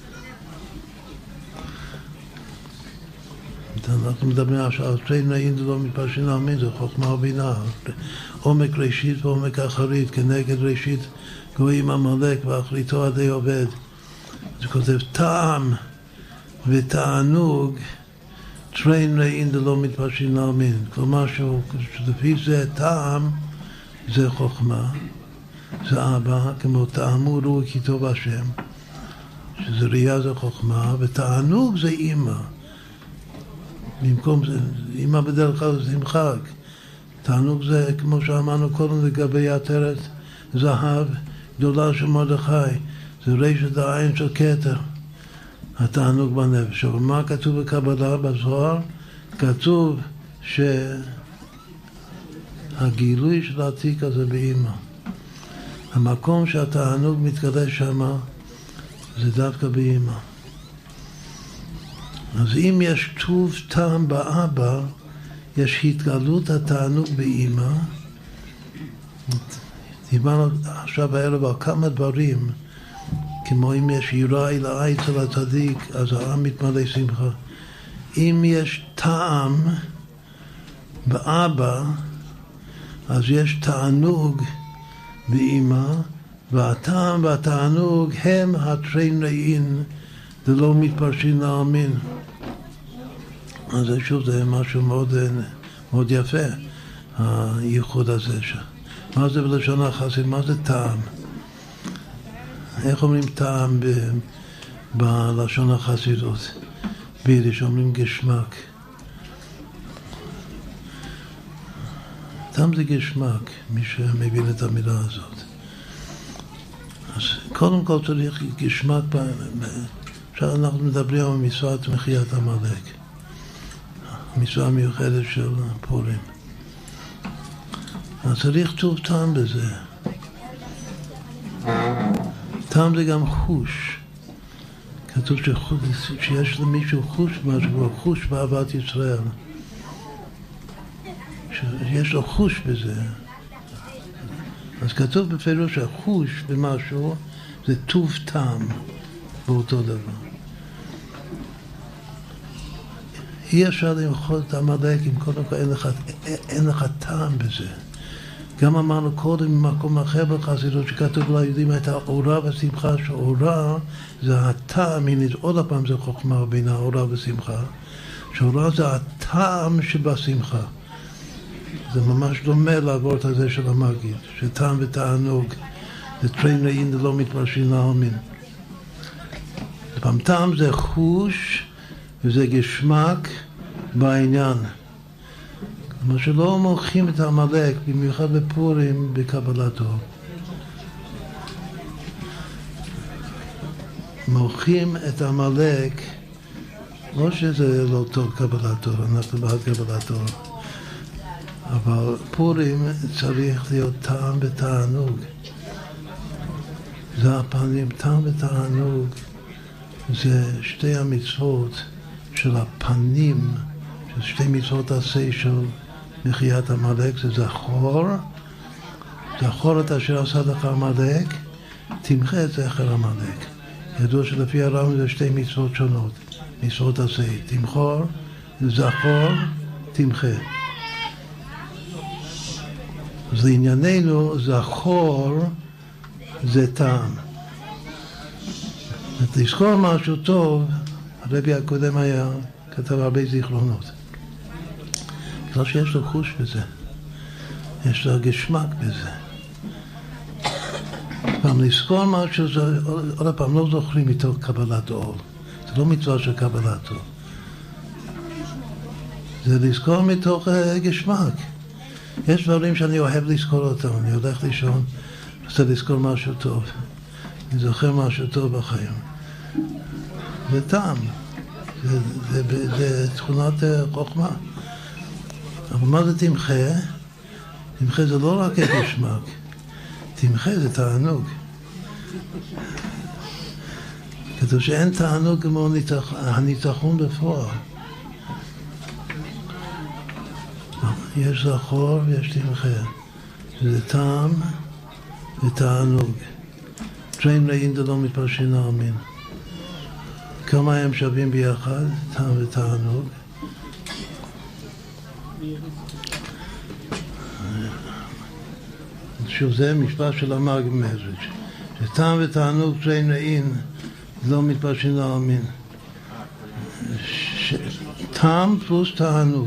אנחנו מדברים עכשיו על טריין רעין דלא מתפרשין העולמין, זה חוכמה ובינה. עומק ראשית ועומק אחרית, כנגד ראשית גויים עמלק ואחריתו עדי עובד. זה כותב טעם ותענוג, טריין רעין דלא מתפרשין העולמין. כלומר שלפי זה טעם זה חוכמה, זה אבא, כמו טעמו ראו כי טוב השם, שזה ראייה זה חוכמה, ותענוג זה אימא. במקום זה, אימא בדרך כלל זה נמחק. תענוג זה, כמו שאמרנו קודם לגבי עטרת זהב גדולה של מרדכי, זה רשת העין של כתר, התענוג בנפש. אבל מה כתוב בקבלה בזוהר? כתוב שהגילוי של העתיק הזה באמא. המקום שהתענוג מתקדש שמה זה דווקא באמא. אז אם יש טוב טעם באבא, יש התגלות התענוג באמא. דיברנו עכשיו בערב על כמה דברים, כמו אם יש יראה אל העין אצל הצדיק, אז העם מתמלא שמחה. אם יש טעם באבא, אז יש תענוג באמא, והטעם והתענוג הם הטריין רעין דלא מתפרשין לעולמין. אז שוב זה משהו מאוד, מאוד יפה, הייחוד הזה. מה זה בלשון החסידות? מה זה טעם? איך אומרים טעם ב, בלשון החסידות? ביידיש אומרים גשמק. טעם זה גשמק, מי שמבין את המילה הזאת. אז קודם כל צריך גשמק, עכשיו אנחנו מדברים על מצוות מחיית עמלק, מצווה מיוחדת של פורים. אז צריך טוב טעם בזה. טעם זה גם חוש. כתוב שחוש, שיש למישהו חוש משהו, חוש באהבת ישראל. שיש לו חוש בזה. אז כתוב בפירוש שהחוש במשהו זה טוב טעם באותו דבר. אי אפשר למחול את עמלק אם קודם כל אין לך, אין לך טעם בזה. גם אמרנו קודם במקום אחר בחסידות שכתוב ליהודים הייתה אורה ושמחה, שאורה זה הטעם, הנה עוד הפעם זה חוכמה בין האורה ושמחה, שאורה זה הטעם שבשמחה. זה ממש דומה לעבוד הזה של המגיד, שטעם ותענוג, זה טריין רעין דלא מתפרשין לעולמין. פעם טעם זה חוש וזה גשמק בעניין. כמו שלא מורחים את העמלק, במיוחד בפורים, בקבלתו. מורחים את העמלק, לא שזה לא טוב קבלתו, אנחנו בעד קבלתו, אבל פורים צריך להיות טעם ותענוג. זה הפנים, טעם ותענוג. זה שתי המצוות של הפנים, של שתי מצוות עשה של מחיית עמלק, זה זכור, זכור את אשר עשה לך עמלק, תמחה את זכר עמלק. ידוע שלפי הרמב"ם זה שתי מצוות שונות, מצוות עשה, תמחור, זכור, תמחה. אז לענייננו, זכור זה טעם. לזכור משהו טוב, הרבי הקודם היה כתב הרבה זיכרונות. בגלל שיש לו חוש בזה, יש לו גשמק בזה. פעם לזכור משהו, זה, עוד פעם, לא זוכרים מתוך קבלת עול. זה לא מצווה של קבלת עול. זה לזכור מתוך uh, גשמק. יש דברים שאני אוהב לזכור אותם, אני הולך לישון, רוצה לזכור משהו טוב. אני זוכר משהו טוב בחיים. זה טעם, זה, זה, זה, זה תכונת חוכמה. אבל מה זה תמחה? תמחה זה לא רק הגשמק, תמחה זה תענוג. כתוב שאין תענוג כמו הניצחון בפועל. יש זכור ויש תמחה. זה טעם ותענוג. טרין רעין דלא מתפרשין העלמין. כמה הם שווים ביחד, טעם ותענוג. שוב, זה משפט של המאג מזריץ'. שטעם ותענוג טרין רעין דלא מתפרשין העלמין. טעם פלוס תענוג.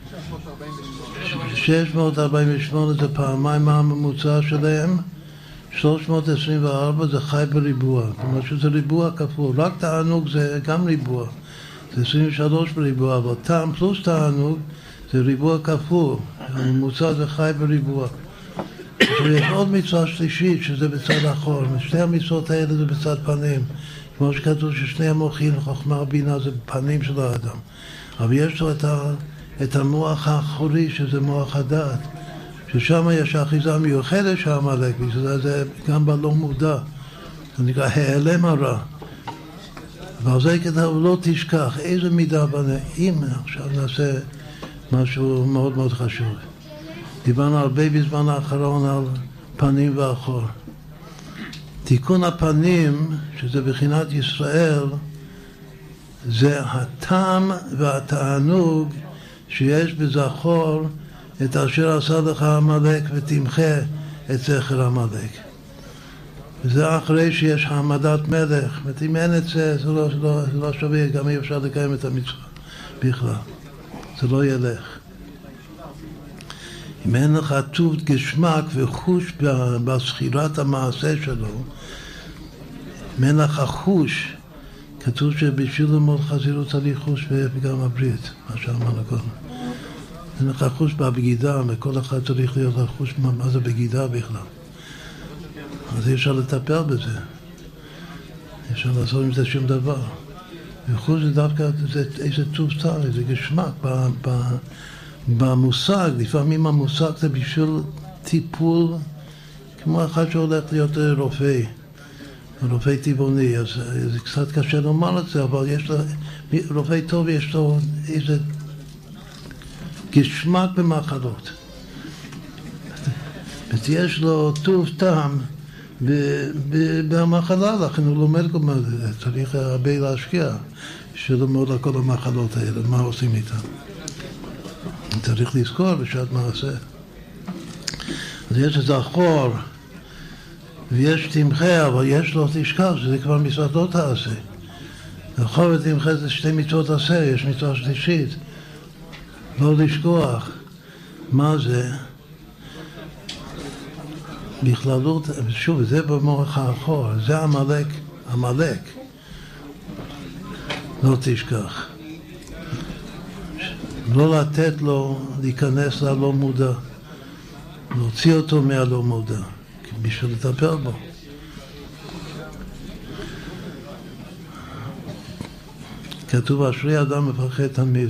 שש מאות ארבעים ושמונה זה פעמיים מה הממוצע שלהם, שלוש מאות עשרים וארבע זה חי בריבוע, כלומר שזה ריבוע כפול, רק תענוג זה גם ריבוע, זה עשרים ושלוש בריבוע, אבל טעם פלוס תענוג זה ריבוע כפול, הממוצע זה חי בריבוע. ויש עוד מצווה שלישית שזה בצד אחור, שתי המצוות האלה זה בצד פנים, כמו שכתוב ששני המוחים, חוכמה ובינה זה פנים של האדם, אבל יש לו את ה... את המוח האחורי, שזה מוח הדעת, ששם יש אחיזה מיוחדת של עמלק, וזה זה גם בלא מודע, זה נקרא העלם הרע. ועל זה כתוב, לא תשכח, איזה מידה בנה, אם עכשיו נעשה משהו מאוד מאוד חשוב. דיברנו הרבה בזמן האחרון על פנים ואחור. תיקון הפנים, שזה בחינת ישראל, זה הטעם והתענוג, שיש בזכור את אשר עשה לך עמלק ותמחה את זכר עמלק. וזה אחרי שיש העמדת מלך. אם אין את זה, זה לא, זה לא, זה לא שווה, גם אי אפשר לקיים את המצווה בכלל. זה לא ילך. אם אין לך טוב גשמק וחוש בסחירת המעשה שלו, אם אין לך חוש, כתוב שבשביל ללמוד חזירות צריך חוש וגם הברית, מה שאמרנו קודם. אין לך חוש בבגידה, וכל אחד צריך להיות חוש מה זה בגידה בכלל. אז אי אפשר לטפל בזה. אי אפשר לעשות עם זה שום דבר. וחוש זה דווקא זה, איזה טוב צר, איזה גשמק ב, ב, במושג. לפעמים המושג זה בשביל טיפול, כמו אחד שהולך להיות רופא. רופא טבעוני, אז זה קצת קשה לומר את זה, אבל יש לו, רופא טוב יש לו איזה גשמק במחלות. יש לו טוב טעם במחלה, לכן הוא לומד כל מה זה, צריך הרבה להשקיע, שלומד על כל המחלות האלה, מה עושים איתם. צריך לזכור בשעת מעשה. אז יש זכור, ויש תמחה, אבל יש לו תשכח, שזה כבר מצוות לא תעשה. זכור ותמחה זה שתי מצוות עשה, יש מצווה שלישית. לא לשכוח. מה זה? בכללות, שוב, זה במוח האחור, זה עמלק, עמלק. לא תשכח. לא לתת לו להיכנס ללא מודע. להוציא אותו מהלא מודע. בשביל לטפל בו. כתוב, אשרי אדם מפחד תמיד.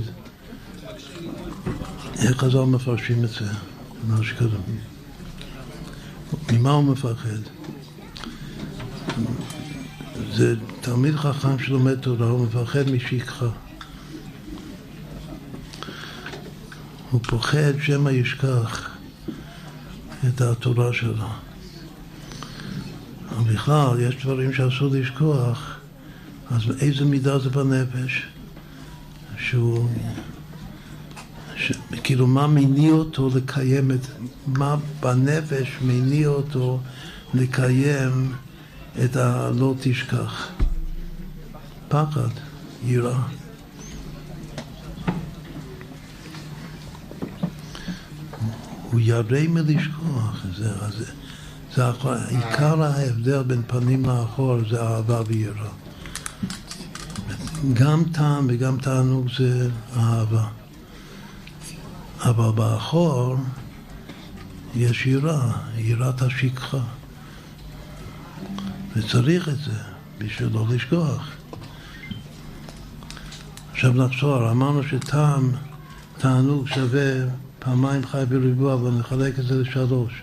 איך חז"ל מפרשים את זה? מה שקודם. ממה הוא מפחד? זה תלמיד חכם שלומד תורה, הוא מפחד משכחה. הוא פוחד שמא ישכח את התורה שלו. אבל בכלל, יש דברים שאסור לשכוח, אז באיזה מידה זה בנפש? שהוא... ש... כאילו, מה מניע אותו לקיים את... מה בנפש מניע אותו לקיים את הלא תשכח? פחד, יראה. הוא ירא מלשכוח. זה, זה, זה עיקר ההבדל בין פנים לאחור, זה אהבה ויראה. גם טעם וגם תענוג זה אהבה. אבל באחור יש יראה, יראת השכחה. וצריך את זה בשביל לא לשכוח. עכשיו נחזור, אמרנו שטעם, תענוג שווה פעמיים חי בריבוע, אבל נחלק את זה לשלוש.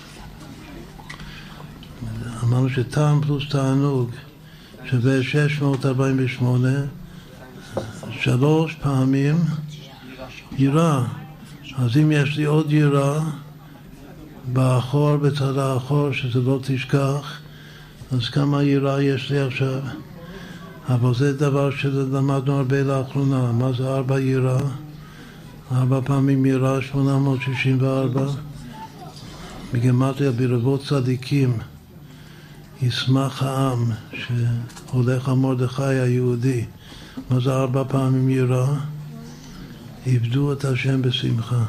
אמרנו שטעם פלוס תענוג שווה שש מאות ארבעים ושמונה, שלוש פעמים יראה. אז אם יש לי עוד יראה באחור, בצד האחור, שזה לא תשכח, אז כמה יראה יש לי עכשיו? אבל זה דבר שלמדנו הרבה לאחרונה. מה זה ארבע יראה? ארבע פעמים יראה, שמונה מאות שישים וארבע. בגימטריה ברבות צדיקים ישמח העם, שהולך על מרדכי היהודי. מה זה ארבע פעמים יראה? עבדו את השם בשמחה.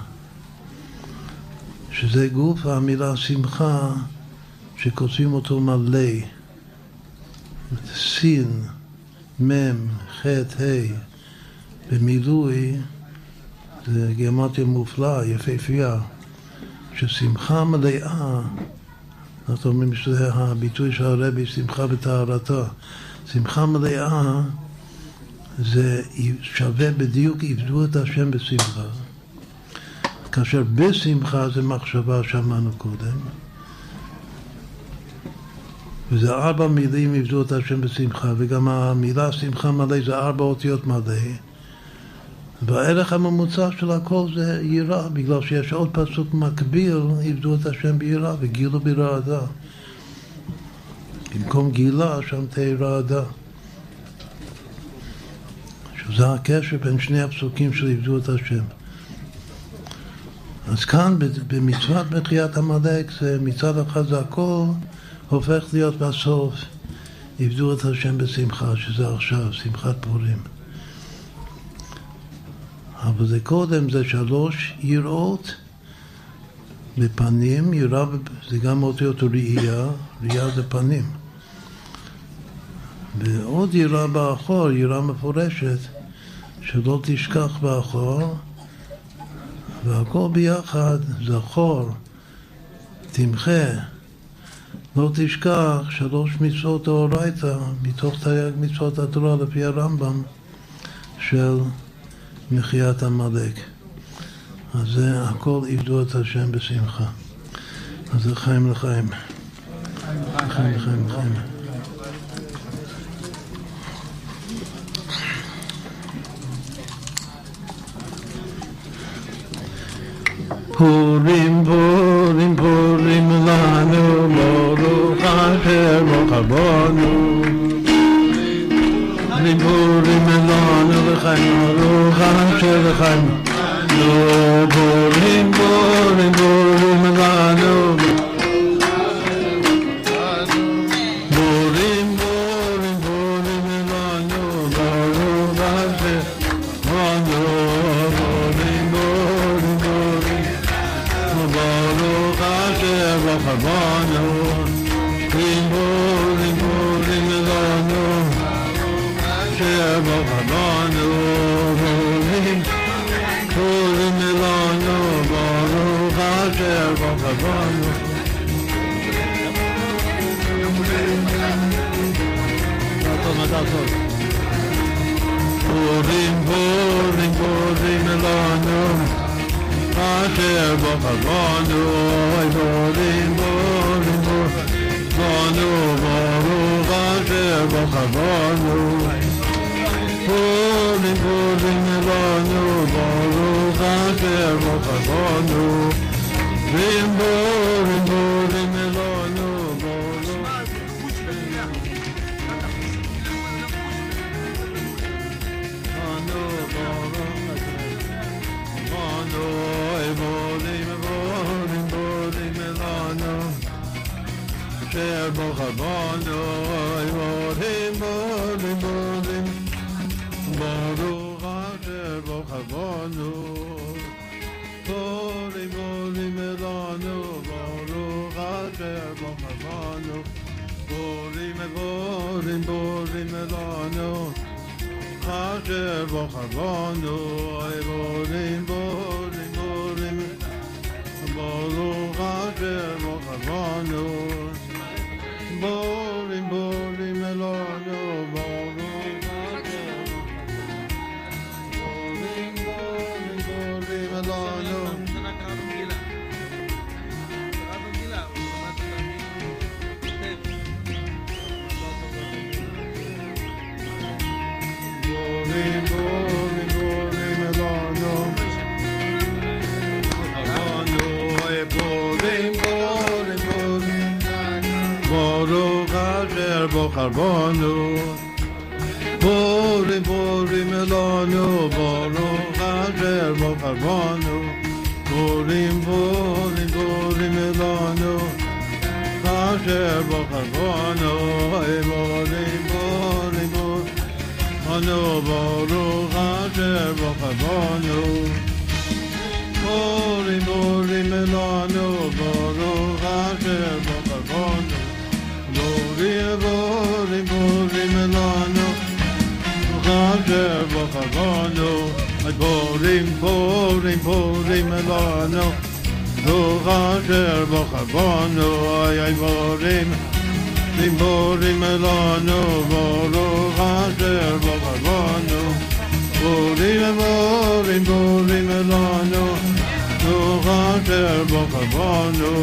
שזה גוף המילה שמחה שכותבים אותו מלא. סין, מם, חט, ה' במילוי זה גימטריה מופלאה, יפהפייה. ששמחה מלאה, אנחנו אומרים שזה הביטוי של הרבי, שמחה בטהרתה. שמחה מלאה זה שווה בדיוק עבדו את השם בשמחה. כאשר בשמחה זה מחשבה שמענו קודם. וזה ארבע מילים עבדו את השם בשמחה, וגם המילה שמחה מלא זה ארבע אותיות מלא. והערך הממוצע של הכל זה יראה, בגלל שיש עוד פסוק מקביל, עבדו את השם ביראה וגילו ברעדה. במקום גילה, שם תהיה רעדה. שזה הקשר בין שני הפסוקים של עבדו את השם. אז כאן במצוות מחיית עמלק, זה מצד אחד זה הכל הופך להיות בסוף עבדו את השם בשמחה, שזה עכשיו, שמחת פורים. אבל זה קודם, זה שלוש יראות בפנים, יראה, זה גם אותיות ראייה, ראייה זה פנים. ועוד יראה באחור, יראה מפורשת, שלא תשכח באחור, והכל ביחד, זכור, תמחה, לא תשכח שלוש מצוות האורייתא, מתוך תרי"ג מצוות התורה לפי הרמב"ם, של מחיית עמלק. אז זה הכל עבדו את השם בשמחה. אז זה חיים לחיים. חיים לחיים לחיים. פורים פורים פורים לנו ברוך אשר בחרבנו. פורים פורים לנו לחיים ברוך אשר לחיים. פורים פורים פורים לנו. פורים פורים פורים לנו ברוך אשר בחרבנו. פורים פורים פורים ברוך אשר בחרבנו. פורים פורים פורים לנו אשר בחרבנו. פורים פורים לנו ברוך אשר בחרבנו. פורים פורים פורים לנו אשר בחרבנו. פורים פורים פורים לנו ברוך אשר בחרבנו. פורים פורים לנו ברוך אשר בחרבנו. פורים פורים פורים לנו ברוך אשר בחרבנו. פורים פורים פורים ברוך אשר בחרבנו. פורים פורים לנו ברוך אשר בחרבנו. פורים פורים פורים לנו אשר בחרבנו. פורים פורים פורים ברוך אשר בחרבנו. פורים פורים לנו ברוך אשר בחרבנו. borim borim borim elano Avanu ay borim borim borim Baruch asher bochar banu borim borim elano Baruch asher bochar banu borim borim borim elano asher bochar banu ay borim borim borim Anu Baruch asher bochar banu borim borim elano Baruch asher bochar banu borim borim borim elano asher bochar banu ay borim borim borim elano Baruch asher bochar banu ay ay borim borim borim elano Baruch asher bochar banu borim borim borim elano Baruch asher bochar banu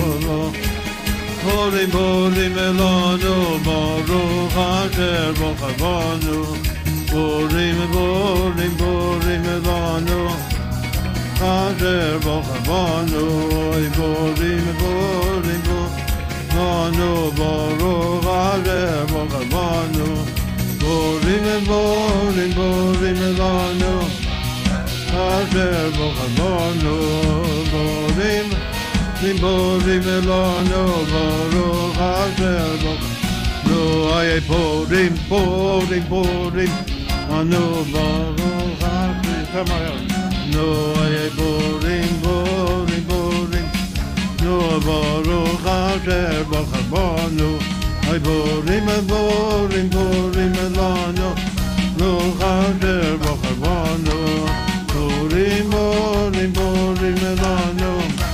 borim borim elano Baruch asher bochar banu borim borim borim elano asher bochar banu borim borim borim Anu Baruch asher bochar banu borim borim borim elano asher bochar banu borim borim elano Baruch asher bochar no ay borim borim borim Anu Baruch asher no ay borim borim borim No Baruch asher bochar banu ay borim borim borim elano Baruch asher bochar banu borim borim borim elano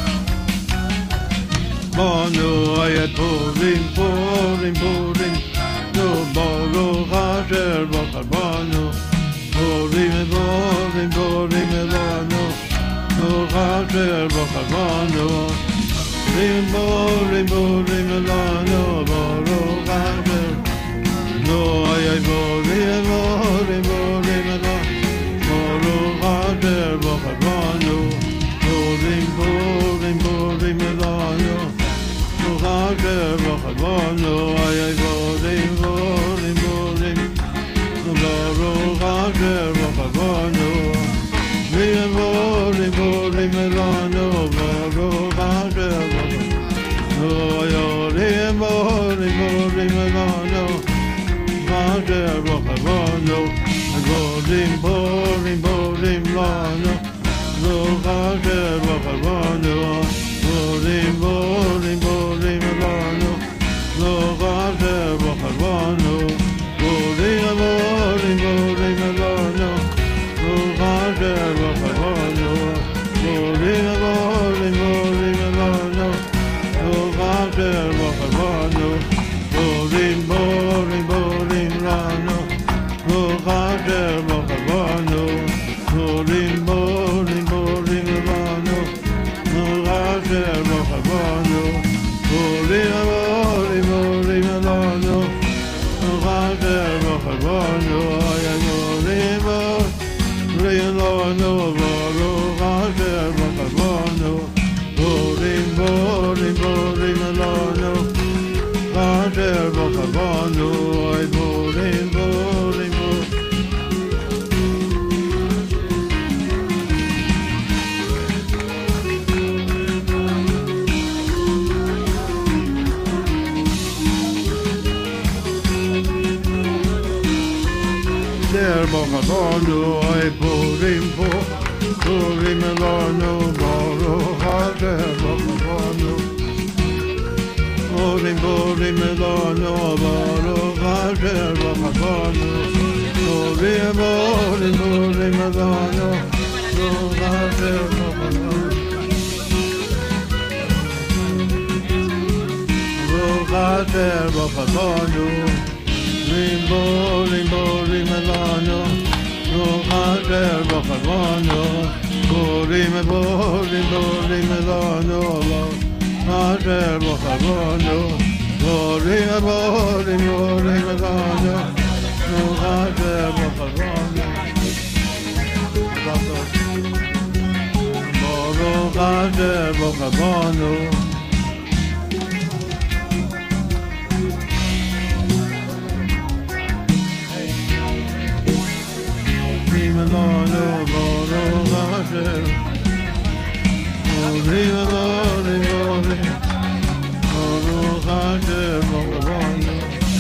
banu ay borim borim borim No Baruch asher bochar banu borim borim borim elano Baruch asher bochar banu borim borim borim elano Baruch asher no ay ay borim borim borim elano Baruch asher bochar banu borim borim borim elano Baruch asher bochar banu ay ay borim borim borim Baruch asher bochar banu borim borim borim elano Baruch asher no yorim borim borim elano asher bochar banu borim borim borim elano Baruch asher bochar banu borim borim borim elano Baruch asher bochar banu borim borim borim elano Baruch asher bochar banu borim borim borim elano Baruch asher bochar banu borim borim borim elano Baruch asher bochar banu borim borim borim elano Baruch asher bochar banu borim borim borim elano Baruch asher bochar banu ay borim borim elano Baruch asher bochar banu borim borim borim elano asher bochar banu ay borim borim borim asher bochar banu ay borim borim elano Baruch asher bochar banu borim borim elano Baruch asher bochar banu borim borim borim elano Baruch asher bochar banu Baruch asher bochar banu borim borim borim elano Baruch asher bochar banu borim borim borim elano asher bochar banu borim borim borim elano Baruch asher bochar banu Hashem v'chavonu Rimelonu Baruch Hashem Rimelonu Baruch Hashem v'chavonu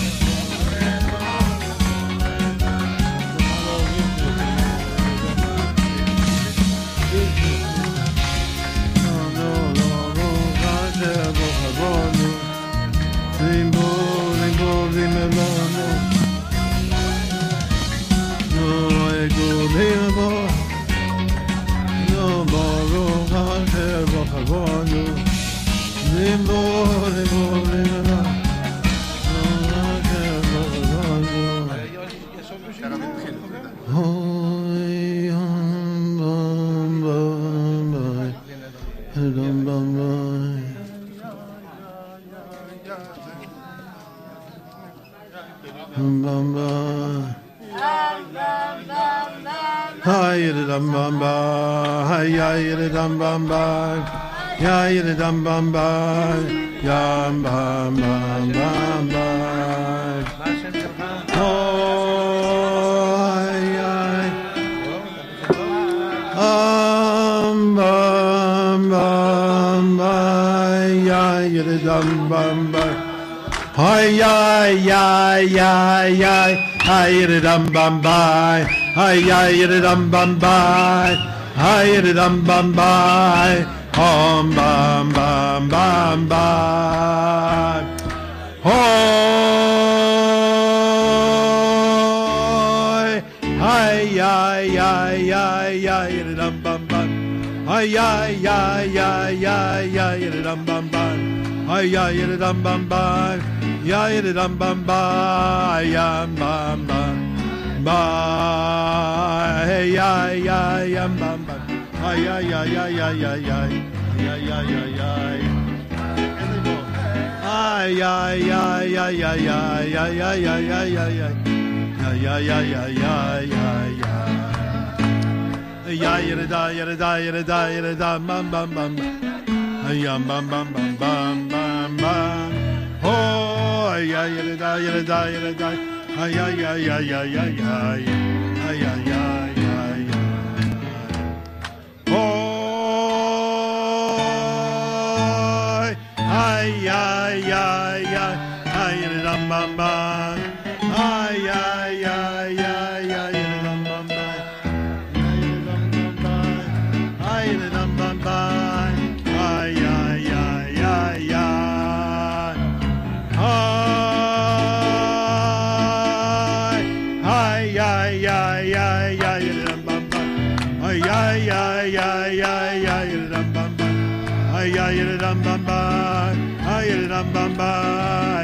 Hi, hi, hi, hi, hi, hi, dum bum bye, hi, hi, dum bum bye, hi, dum bum bye, hum bum bum bum bye, hoy, hi, hi, hi, hi, hi, dum bum bum, hi, hi, hi, hi, hi, hi, dum bum bum. Ay ay ay dum bum bum, ya ay dum bum bum, yam bum bum, bye, ay ay ay yam bum bum, ay ay ay ay ay ay ay, ay ay ay ay, ay ay ay ay ay ay ay ay ay ay ay ay, ay ay ay ay ay ay ay, ya ay da ya da ya da ya da bum bum bum. Yam bam bam bam bam bam bam. Oh, ay ay ay ay ay ay ay ay ay ay ay ay ay ay ay ay ay. Oh, ay ay ay ay ay ram bam bam. Ay ay ay ay ay ram bam bam. Ay ram bam bam. Ay ay ay ay ay. Ay ay ay ay ay ram bam bam. Ay ay ay ay ay ay ram bam bam. Ay ay ram bam bam. Ay ram bam bam.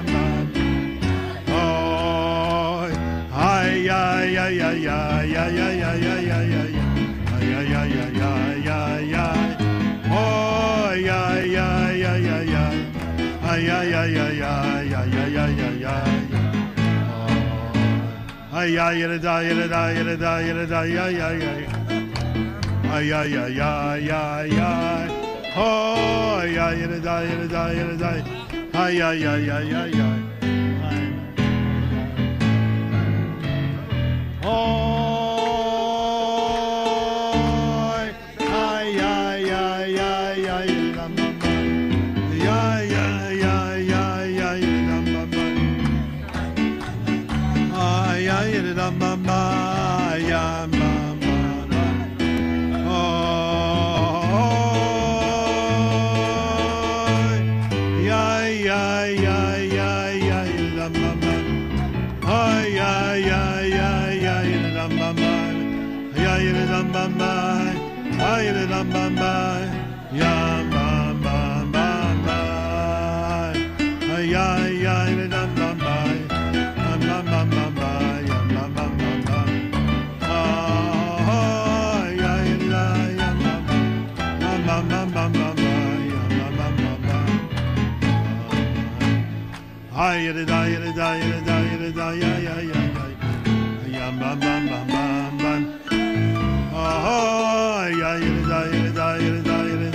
Oh. Ay ay ay ay ay ay ay ay ay ay ay. Ay ay ay ay ay ay ay. Oh, ay ay ay ay ay ay, ay ay ay ay ay ay ay ay ay ay. Ay ay ay da ay da ay da ay da ay ay ay ay. Ay ay ay ay ay ay. Oh, ay ay da ay da ay da ay ay ay ay ay ay. Oh. Ay ay ay ay ay ay ay ay ay ay. Yam bam bam bam bam bam. Oh ay ay ay ay ay ay.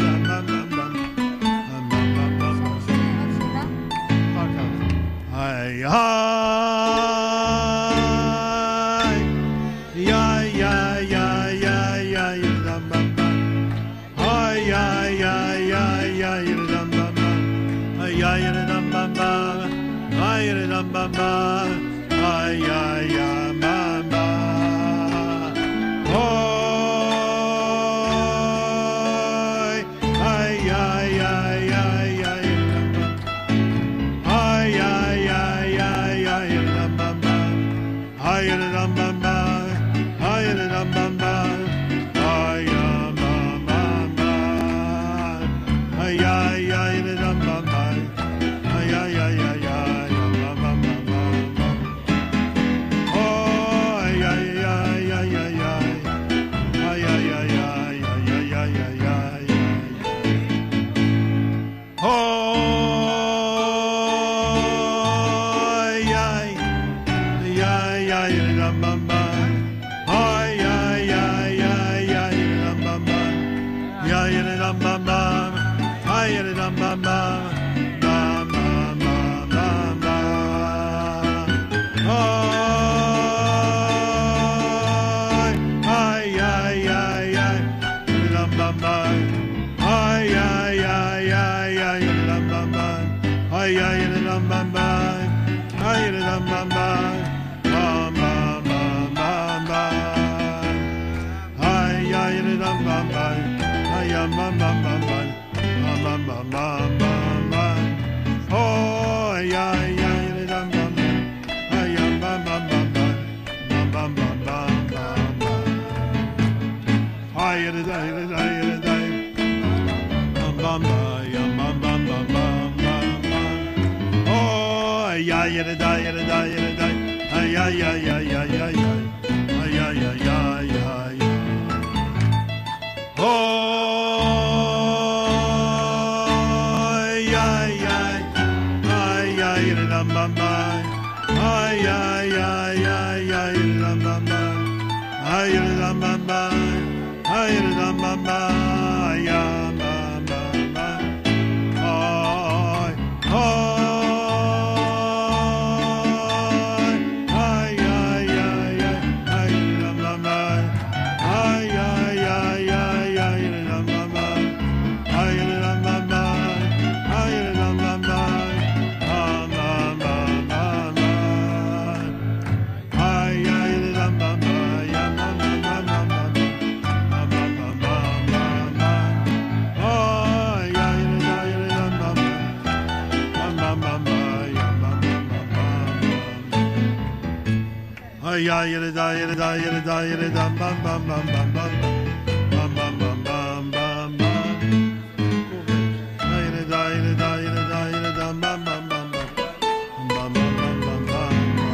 ya yere da yere da yere da yere da bam bam bam bam bam bam bam bam bam bam bam yere da yere da yere da yere da bam bam bam bam bam bam bam bam bam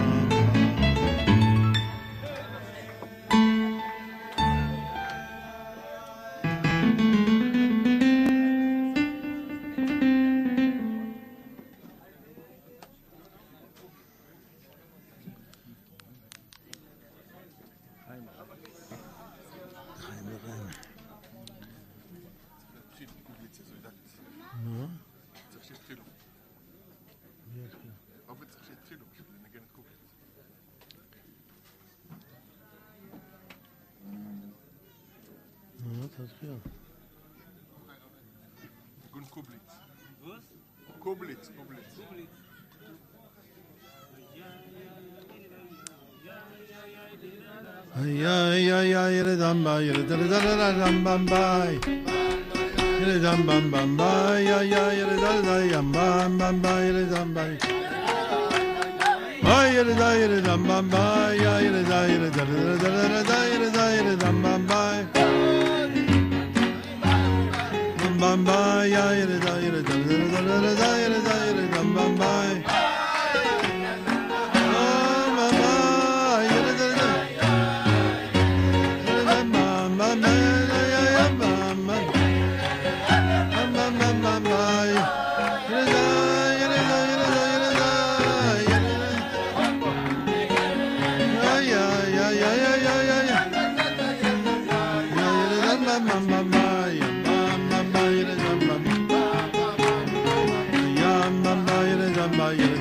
תתחיל. ארגון קובליץ. קובליץ, קובליץ. ay ay ay ay yere dam ba yere da da da dam bam bay yere dam bam bam bay ay ay yere da da yam bam bam bay yere dam bay ay yere da yere dam bam bay ay yere da yere da da da da yere da yere dam bam bay bam bay ay yere da yere da da da da yere da yere dam bam bay Bye.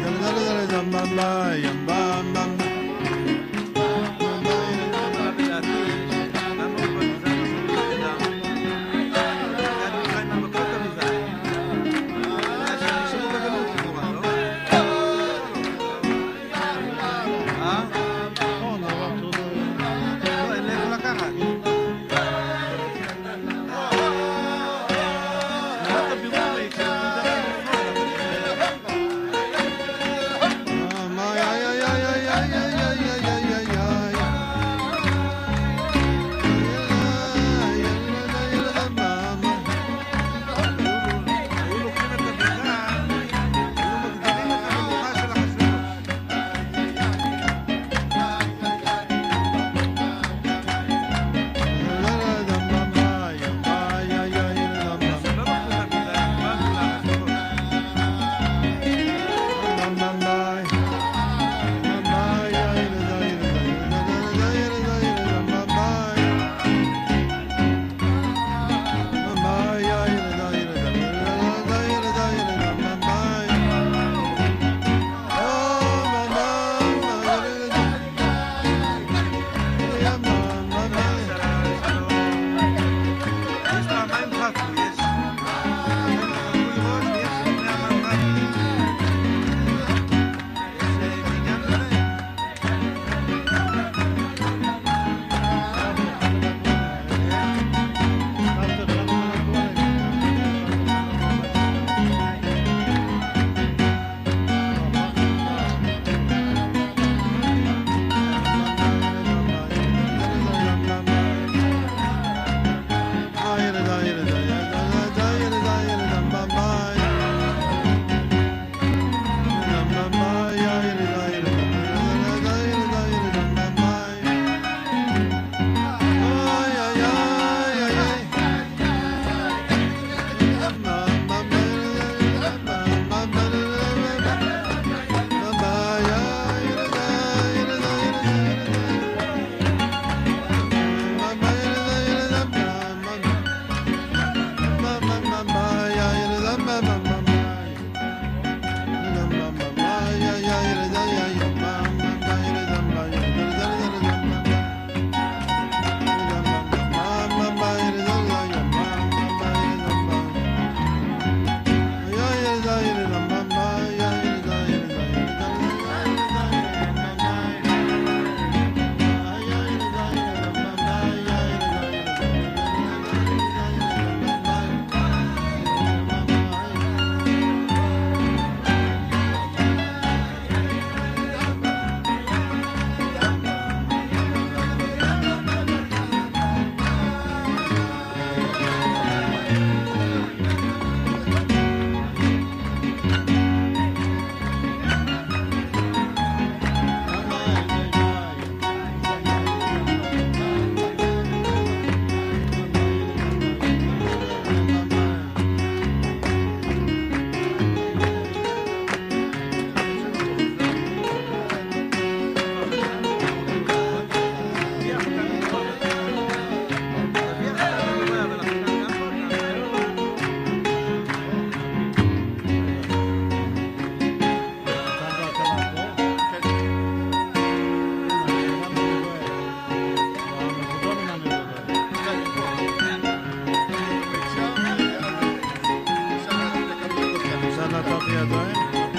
נתתי ידיים.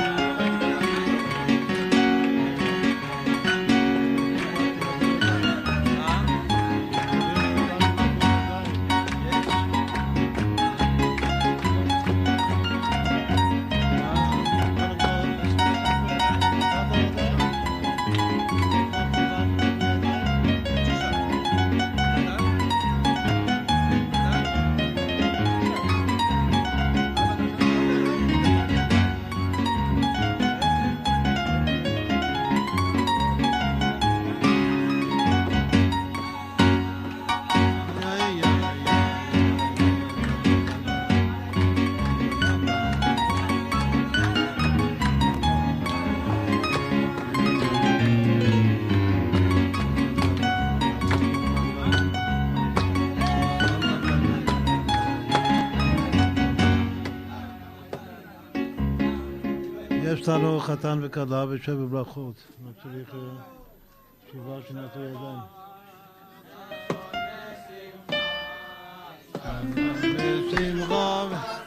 יש לנו חתן וכלה ושבע ברכות. לא צריך שבעה שנתו ידיים. בשמחה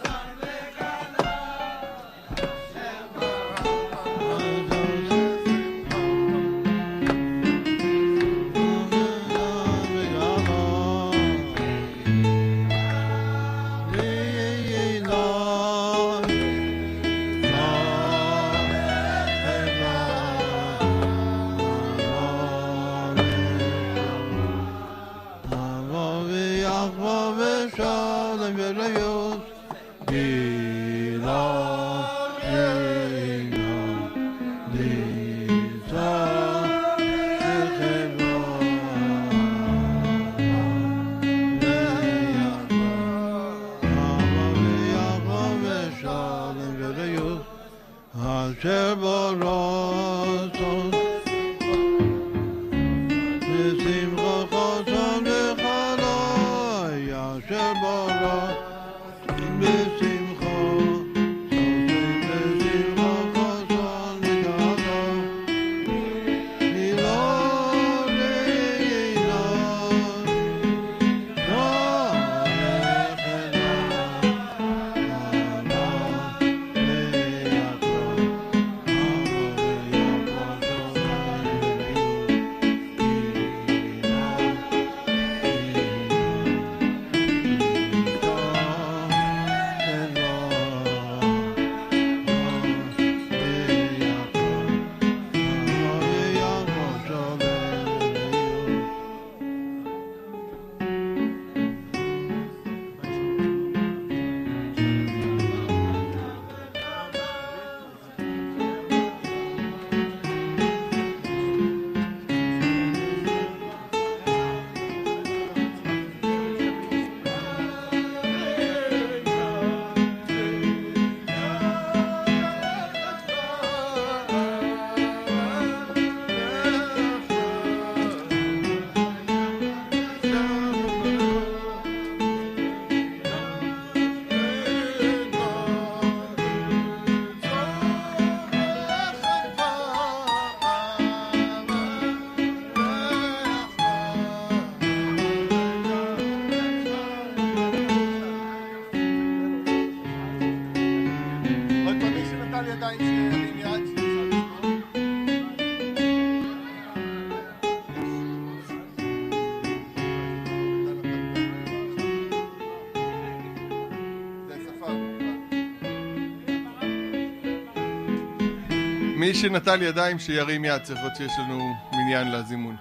מי שנטל ידיים שירים יד, צריך להיות שיש לנו מניין לזימון.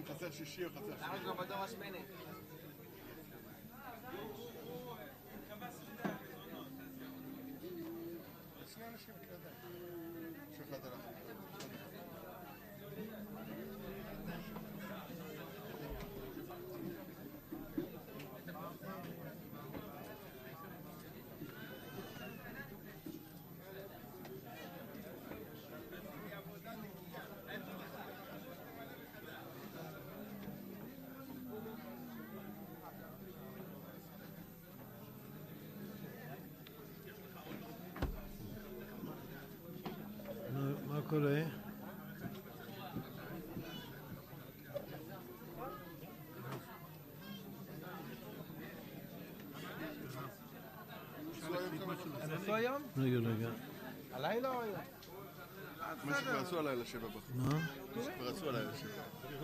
חסר שישי או חסר שישי. למה כבר בדור השמנה? שני אנשים כדאי. שחט עליו. מה קורה? הם עשו היום? רגע, רגע. הלילה או היום? מה שכבר עשו הלילה שבע בחוץ. מה? מה שכבר עשו הלילה שבע.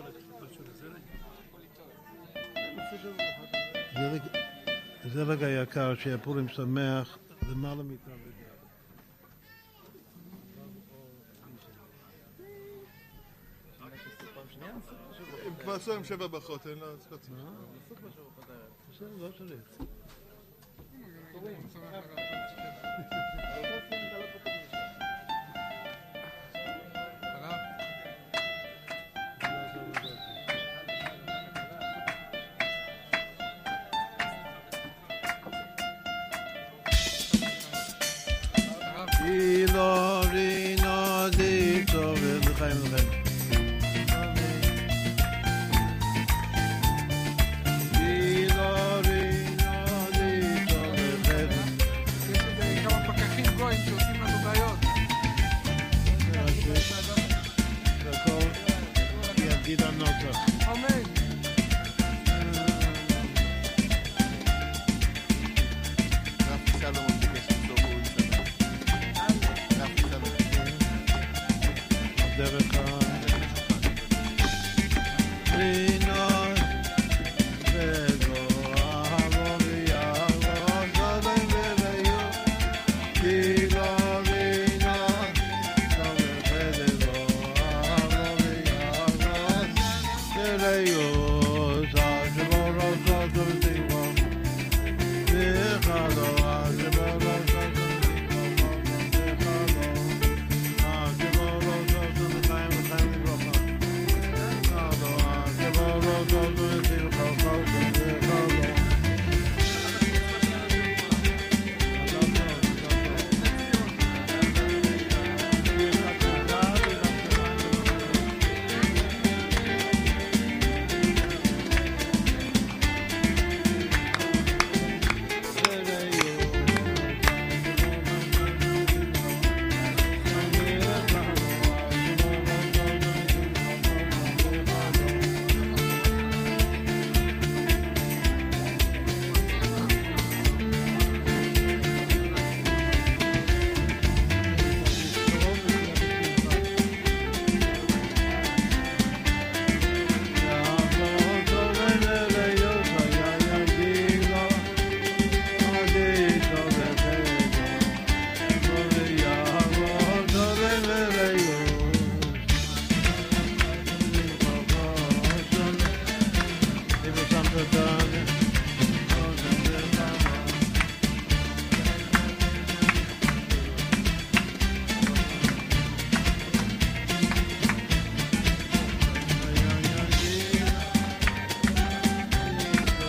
זרג היקר שהפורים שמח למעלה מאיתנו בגלל. הם כבר עשו עם שבע ברכות, אין לה צריך. בסדר, לא צריך. אילו רינו דיטו ולחיים לכם. שעושים לנו בעיות. והכל יגיד הנוצח. אמן. רפי סלומון ביקש לצור הוא ישנה. רפי סלומון. דרך ה...